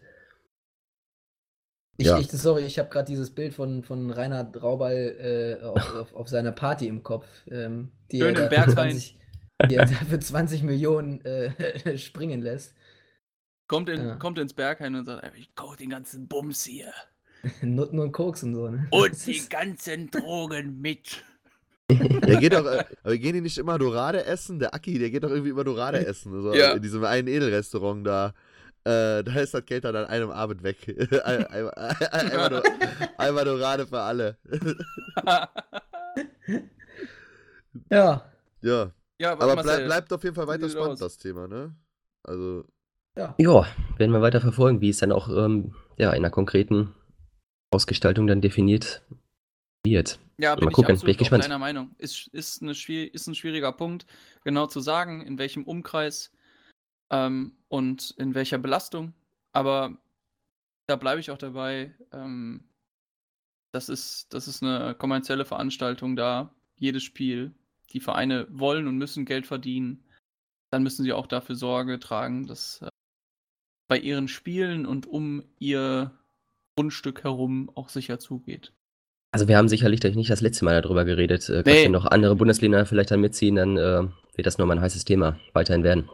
S1: Ich,
S4: Ja.
S1: ich, sorry, ich habe gerade dieses Bild von, von Reinhard Raubal äh, auf, auf, auf seiner Party im Kopf. Ähm, die
S5: Schön
S1: er
S5: im
S1: da
S5: Berg
S1: für
S5: rein.
S1: zwanzig, die er da für zwanzig Millionen äh, springen lässt.
S5: Kommt, in,
S1: Ja.
S5: kommt ins Bergheim und sagt, ich kauf den ganzen Bums hier.
S1: nur, nur ein Koks und so, ne?
S5: Und
S1: Das
S5: die
S1: ist-
S5: ganzen Drogen mit.
S4: Der geht doch, äh, aber gehen die nicht immer Dorade essen? Der Aki, der geht doch irgendwie immer Dorade essen. So,
S5: Ja.
S4: In diesem einen Edelrestaurant da. Äh, da ist das Geld dann an einem Abend weg. Ein- einmal, einmal, nur, einmal Dorade für alle.
S1: Ja,
S4: Ja,
S5: Ja,
S4: aber
S5: Marcel,
S4: bleib, bleibt auf jeden Fall
S5: wie
S4: weiter
S5: sieht's
S4: spannend,
S5: aus?
S4: das Thema, ne? Also,
S1: ja.
S3: Ja, werden wir weiter verfolgen, wie es dann auch ähm, ja, in einer konkreten Ausgestaltung dann definiert wird.
S5: Ja,
S3: Mal
S5: bin ich
S3: gucken, bin
S5: absolut
S3: ich
S5: auch
S3: gespannt.
S5: deiner Meinung. Ist, ist, eine schwier ist ein schwieriger Punkt, genau zu sagen, in welchem Umkreis ähm, und in welcher Belastung. Aber da bleibe ich auch dabei. Ähm, das ist, das ist eine kommerzielle Veranstaltung da. Jedes Spiel. Die Vereine wollen und müssen Geld verdienen. Dann müssen sie auch dafür Sorge tragen, dass äh, bei ihren Spielen und um ihr Grundstück herum auch sicher zugeht.
S3: Also wir haben sicherlich nicht das letzte Mal darüber geredet. Äh, Gerade
S5: Nee.
S3: wenn noch andere Bundesländer vielleicht dann mitziehen, dann äh, wird das nochmal ein heißes Thema weiterhin werden.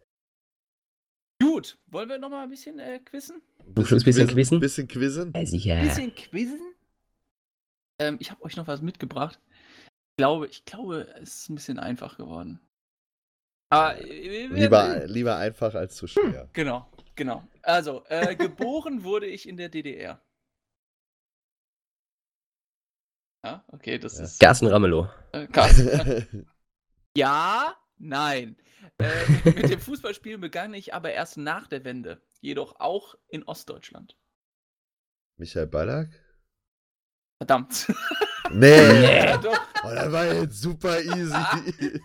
S5: Gut, wollen wir nochmal ein bisschen äh, quizzen?
S3: Zum Schluss ein bisschen quizzen?
S4: Bisschen quizzen.
S3: Ja, sicher.
S5: Bisschen quizzen? Ähm, ich habe euch noch was mitgebracht. Ich glaube, ich glaube, es ist ein bisschen einfach geworden. Aber, äh, wir-
S4: Lieber, lieber einfach als zu schwer.
S5: Genau, genau. Also, äh, geboren wurde ich in der D D R. Ja, okay, das
S4: Ja.
S5: ist.
S3: Carsten Ramelow.
S5: Äh, Carsten. Ja, nein. Äh, mit, mit dem Fußballspielen begann ich aber erst nach der Wende. Jedoch auch in Ostdeutschland.
S4: Michael Ballack?
S5: Verdammt.
S4: Nee.
S5: Ja, doch.
S4: Oh, das war jetzt super easy.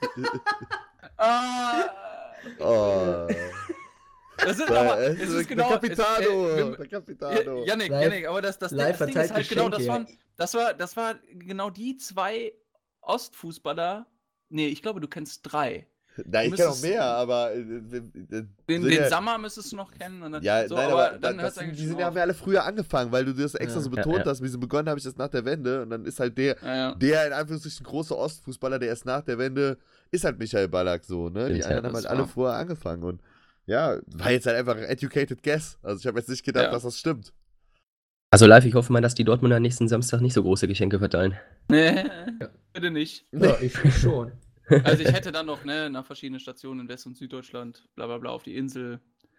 S5: Ah,
S4: Oh.
S5: das ist
S4: Da-
S5: aber,
S4: es
S5: es
S4: ist
S5: ist
S4: der
S5: genau.
S4: Capitano.
S5: Es, äh,
S4: Der
S5: wir-
S4: Capitano.
S5: Jannik,
S1: Live-
S5: Jannik, aber das, das,
S1: live
S5: das Ding ist
S1: verteilt
S5: halt genau, das
S1: Geschenke.
S5: waren, das war, das war genau die zwei Ostfußballer. Nee, ich glaube, du kennst drei.
S4: Nein,
S5: du
S4: ich kann noch
S5: müsstest-
S4: mehr, aber. äh, äh,
S5: Den,
S4: sind
S5: den
S4: ja,
S5: Sammer müsstest du noch kennen. Und dann,
S4: Ja,
S5: so,
S4: nein,
S5: aber,
S4: aber,
S5: dann
S4: das
S5: hört's
S4: sind,
S5: eigentlich
S4: die
S5: schon
S4: sind ja,
S5: auf.
S4: haben ja alle früher angefangen, weil du das extra
S1: Ja.
S4: so
S3: Ja,
S4: betont
S3: ja.
S4: hast. Wie sie begonnen habe ich das nach der Wende und dann ist halt der,
S5: Ja, ja.
S4: der in Anführungsstrichen große Ostfußballer, der erst nach der Wende ist halt Michael Ballack so, ne? Die
S3: Stimmt, ja,
S4: anderen haben
S5: das
S4: halt alle
S5: war-
S4: vorher angefangen und ja, war jetzt halt einfach ein educated guess. Also ich habe jetzt nicht gedacht,
S5: Ja.
S4: dass das stimmt.
S3: Also live, ich hoffe mal, dass die Dortmunder nächsten Samstag nicht so große Geschenke verteilen.
S5: Nee, bitte nicht.
S1: Ja, ich, ich schon.
S5: Also ich hätte dann noch, ne, nach verschiedenen Stationen in West- und Süddeutschland, bla bla bla, auf die Insel.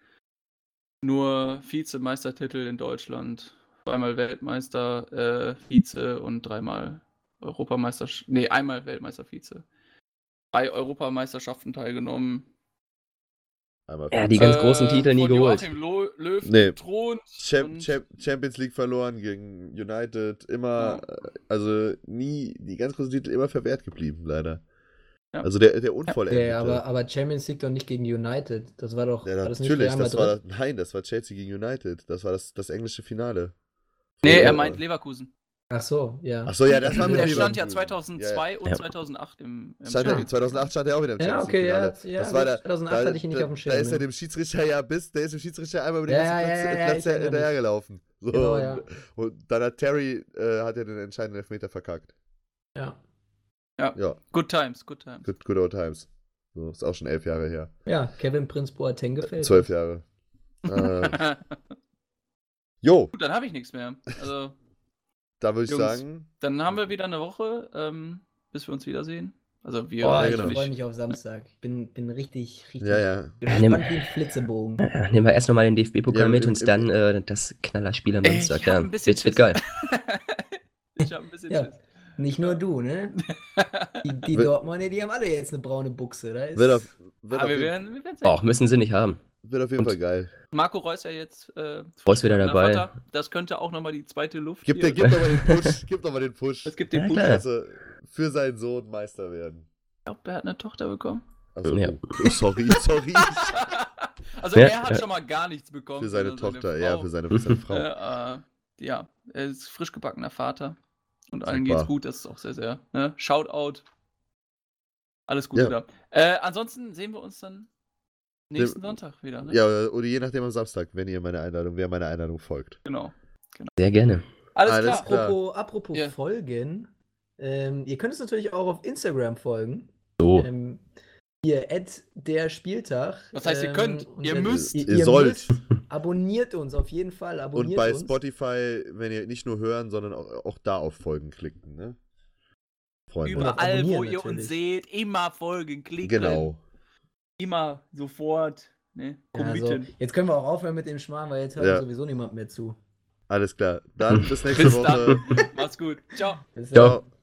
S5: Nur Vizemeistertitel in Deutschland, zweimal Weltmeister, äh, Vize und dreimal Europameister, nee, einmal Weltmeister, Vize. Drei Europameisterschaften teilgenommen.
S4: Einmal
S3: Ja, die
S4: Vize.
S3: ganz großen Titel nie
S5: von
S3: geholt.
S5: Joachim Lo Löw
S4: Nee.
S5: thront.
S4: Champ
S5: und-
S4: Champ Champions League verloren gegen United, immer,
S5: Ja.
S4: äh, also nie, die ganz großen Titel immer verwehrt geblieben, leider.
S5: Ja.
S4: Also der, der Unvollendete.
S1: Ja, aber, aber Champions League doch nicht gegen United. Das war doch.
S4: Ja,
S1: war das nicht
S4: natürlich,
S1: Real
S4: das war,
S1: Madrid?
S4: nein, das war Chelsea gegen United, das war das, das englische Finale.
S5: Nee, er
S4: Ja.
S5: meint Leverkusen.
S1: Ach so, ja.
S4: Ach so, ja, das war mit
S5: Der stand ja
S4: Leverkusen.
S5: zweitausendzwei und
S3: Ja.
S5: zweitausendacht im, im
S4: Stand,
S5: Champions
S4: zweitausendacht stand er auch wieder im
S1: Ja,
S4: Champions
S1: okay, ja,
S4: League-Finale.
S1: ja,
S4: das war da,
S1: zweitausendacht
S4: da,
S1: hatte ich ihn nicht
S4: da,
S1: auf dem
S4: Da
S1: Schirm,
S4: ist er
S1: ne?
S4: dem Schiedsrichter ja bis, der ist dem Schiedsrichter einmal über den
S1: Ja,
S4: ganzen
S1: ja,
S4: Platz,
S1: ja, ja,
S4: Platz
S1: ich erinnere
S4: hinterher
S1: mich.
S4: gelaufen. So,
S1: Genau,
S4: und,
S1: ja.
S4: und dann hat Terry, äh, hat er den entscheidenden Elfmeter verkackt.
S1: Ja.
S4: Ja,
S5: Good times, good times.
S4: good, good old times. So, ist auch schon elf Jahre her.
S1: Ja, Kevin Prince Boateng gefällt.
S4: Zwölf Jahre. äh, jo,
S5: Gut, dann habe ich nichts mehr. Also,
S4: da würde ich
S5: Jungs.
S4: sagen,
S5: dann haben wir wieder eine Woche, ähm, bis wir uns wiedersehen. Also wir
S1: Boah,
S4: Ja,
S1: ich
S4: genau.
S1: freue mich auf Samstag. Ich bin, bin richtig, richtig
S4: ja, ja.
S1: gespannt
S3: nimm-
S1: wie ein Flitzebogen.
S3: Ja, nehmen wir erst nochmal den D F B-Pokal
S4: Ja,
S3: mit
S4: im-
S3: und
S4: im-
S3: dann äh, das Knallerspiel am
S5: Ey,
S3: Samstag.
S5: ich hab
S3: Ja,
S5: ein bisschen
S3: wird, wird
S5: Schiss.
S3: geil.
S5: Ich habe ein bisschen
S1: Ja,
S5: Schiss.
S1: nicht nur du, ne? Die, die
S4: Wird-
S1: Dortmunder, die haben alle jetzt eine braune Buchse. Da ist
S4: Wird auf, wird
S5: Aber
S4: auf,
S5: wir
S4: jeden,
S5: werden, wir werden sehen.
S3: Auch müssen sie nicht haben.
S4: wird auf jeden
S3: Und-
S4: Fall geil.
S5: Marco Reus ja jetzt äh,
S3: Reus wieder
S5: frisch
S3: dabei.
S5: Vater. Das könnte auch nochmal die zweite Luft
S4: Gib,
S5: hier-
S4: der, gib doch mal den Push. Gib doch mal den Push.
S5: Es gibt den
S3: Ja,
S5: Push.
S3: klar.
S4: Also, für seinen Sohn Meister werden.
S5: Ich glaube, er hat eine Tochter bekommen.
S4: Also,
S3: Ja.
S4: oh, sorry, sorry.
S5: Also
S3: Ja,
S5: er hat
S3: ja.
S5: schon mal gar nichts bekommen.
S4: Für seine
S5: sondern
S4: Tochter,
S5: Frau.
S4: ja, für seine, für seine Frau.
S5: Äh, äh, ja, er ist frisch gebackener Vater. Und allen
S4: Super.
S5: geht's gut, das ist auch sehr, sehr. Ne? Shoutout. Alles Gute
S4: Ja.
S5: da. Äh, ansonsten sehen wir uns dann nächsten Sonntag wieder. Ne?
S4: Ja, oder je nachdem am Samstag, wenn ihr meine Einladung, wer meiner Einladung folgt.
S5: Genau.
S3: Sehr gerne.
S5: Alles,
S4: Alles
S5: klar.
S4: klar.
S1: Apropos, apropos
S5: Ja.
S1: Folgen, ähm, ihr könnt es natürlich auch auf Instagram folgen.
S3: So.
S1: Ähm, hier, at der Spieltag.
S5: Was heißt, ihr
S1: ähm,
S5: könnt?
S1: und
S5: Ihr
S1: wenn-
S5: müsst.
S4: Ihr sollt.
S1: Müsst, abonniert uns auf jeden Fall. Abonniert
S4: Und bei
S1: uns.
S4: Spotify, wenn ihr nicht nur hören, sondern auch, auch da auf Folgen klicken, ne? Freunde.
S1: Über-
S5: Überall, wo
S1: abonnieren
S5: ihr uns
S1: natürlich.
S5: seht, immer folgen, klicken.
S4: Genau.
S5: Immer sofort. Ne?
S1: Ja, also,
S5: Committen.
S1: jetzt können wir auch aufhören mit dem Schmarrn, weil jetzt hört
S4: Ja.
S1: sowieso niemand mehr zu.
S4: Alles klar. Dann bis nächste
S5: Bis
S4: Woche.
S5: dann. Macht's gut. Ciao.
S1: Bis
S3: Ciao.
S1: dann.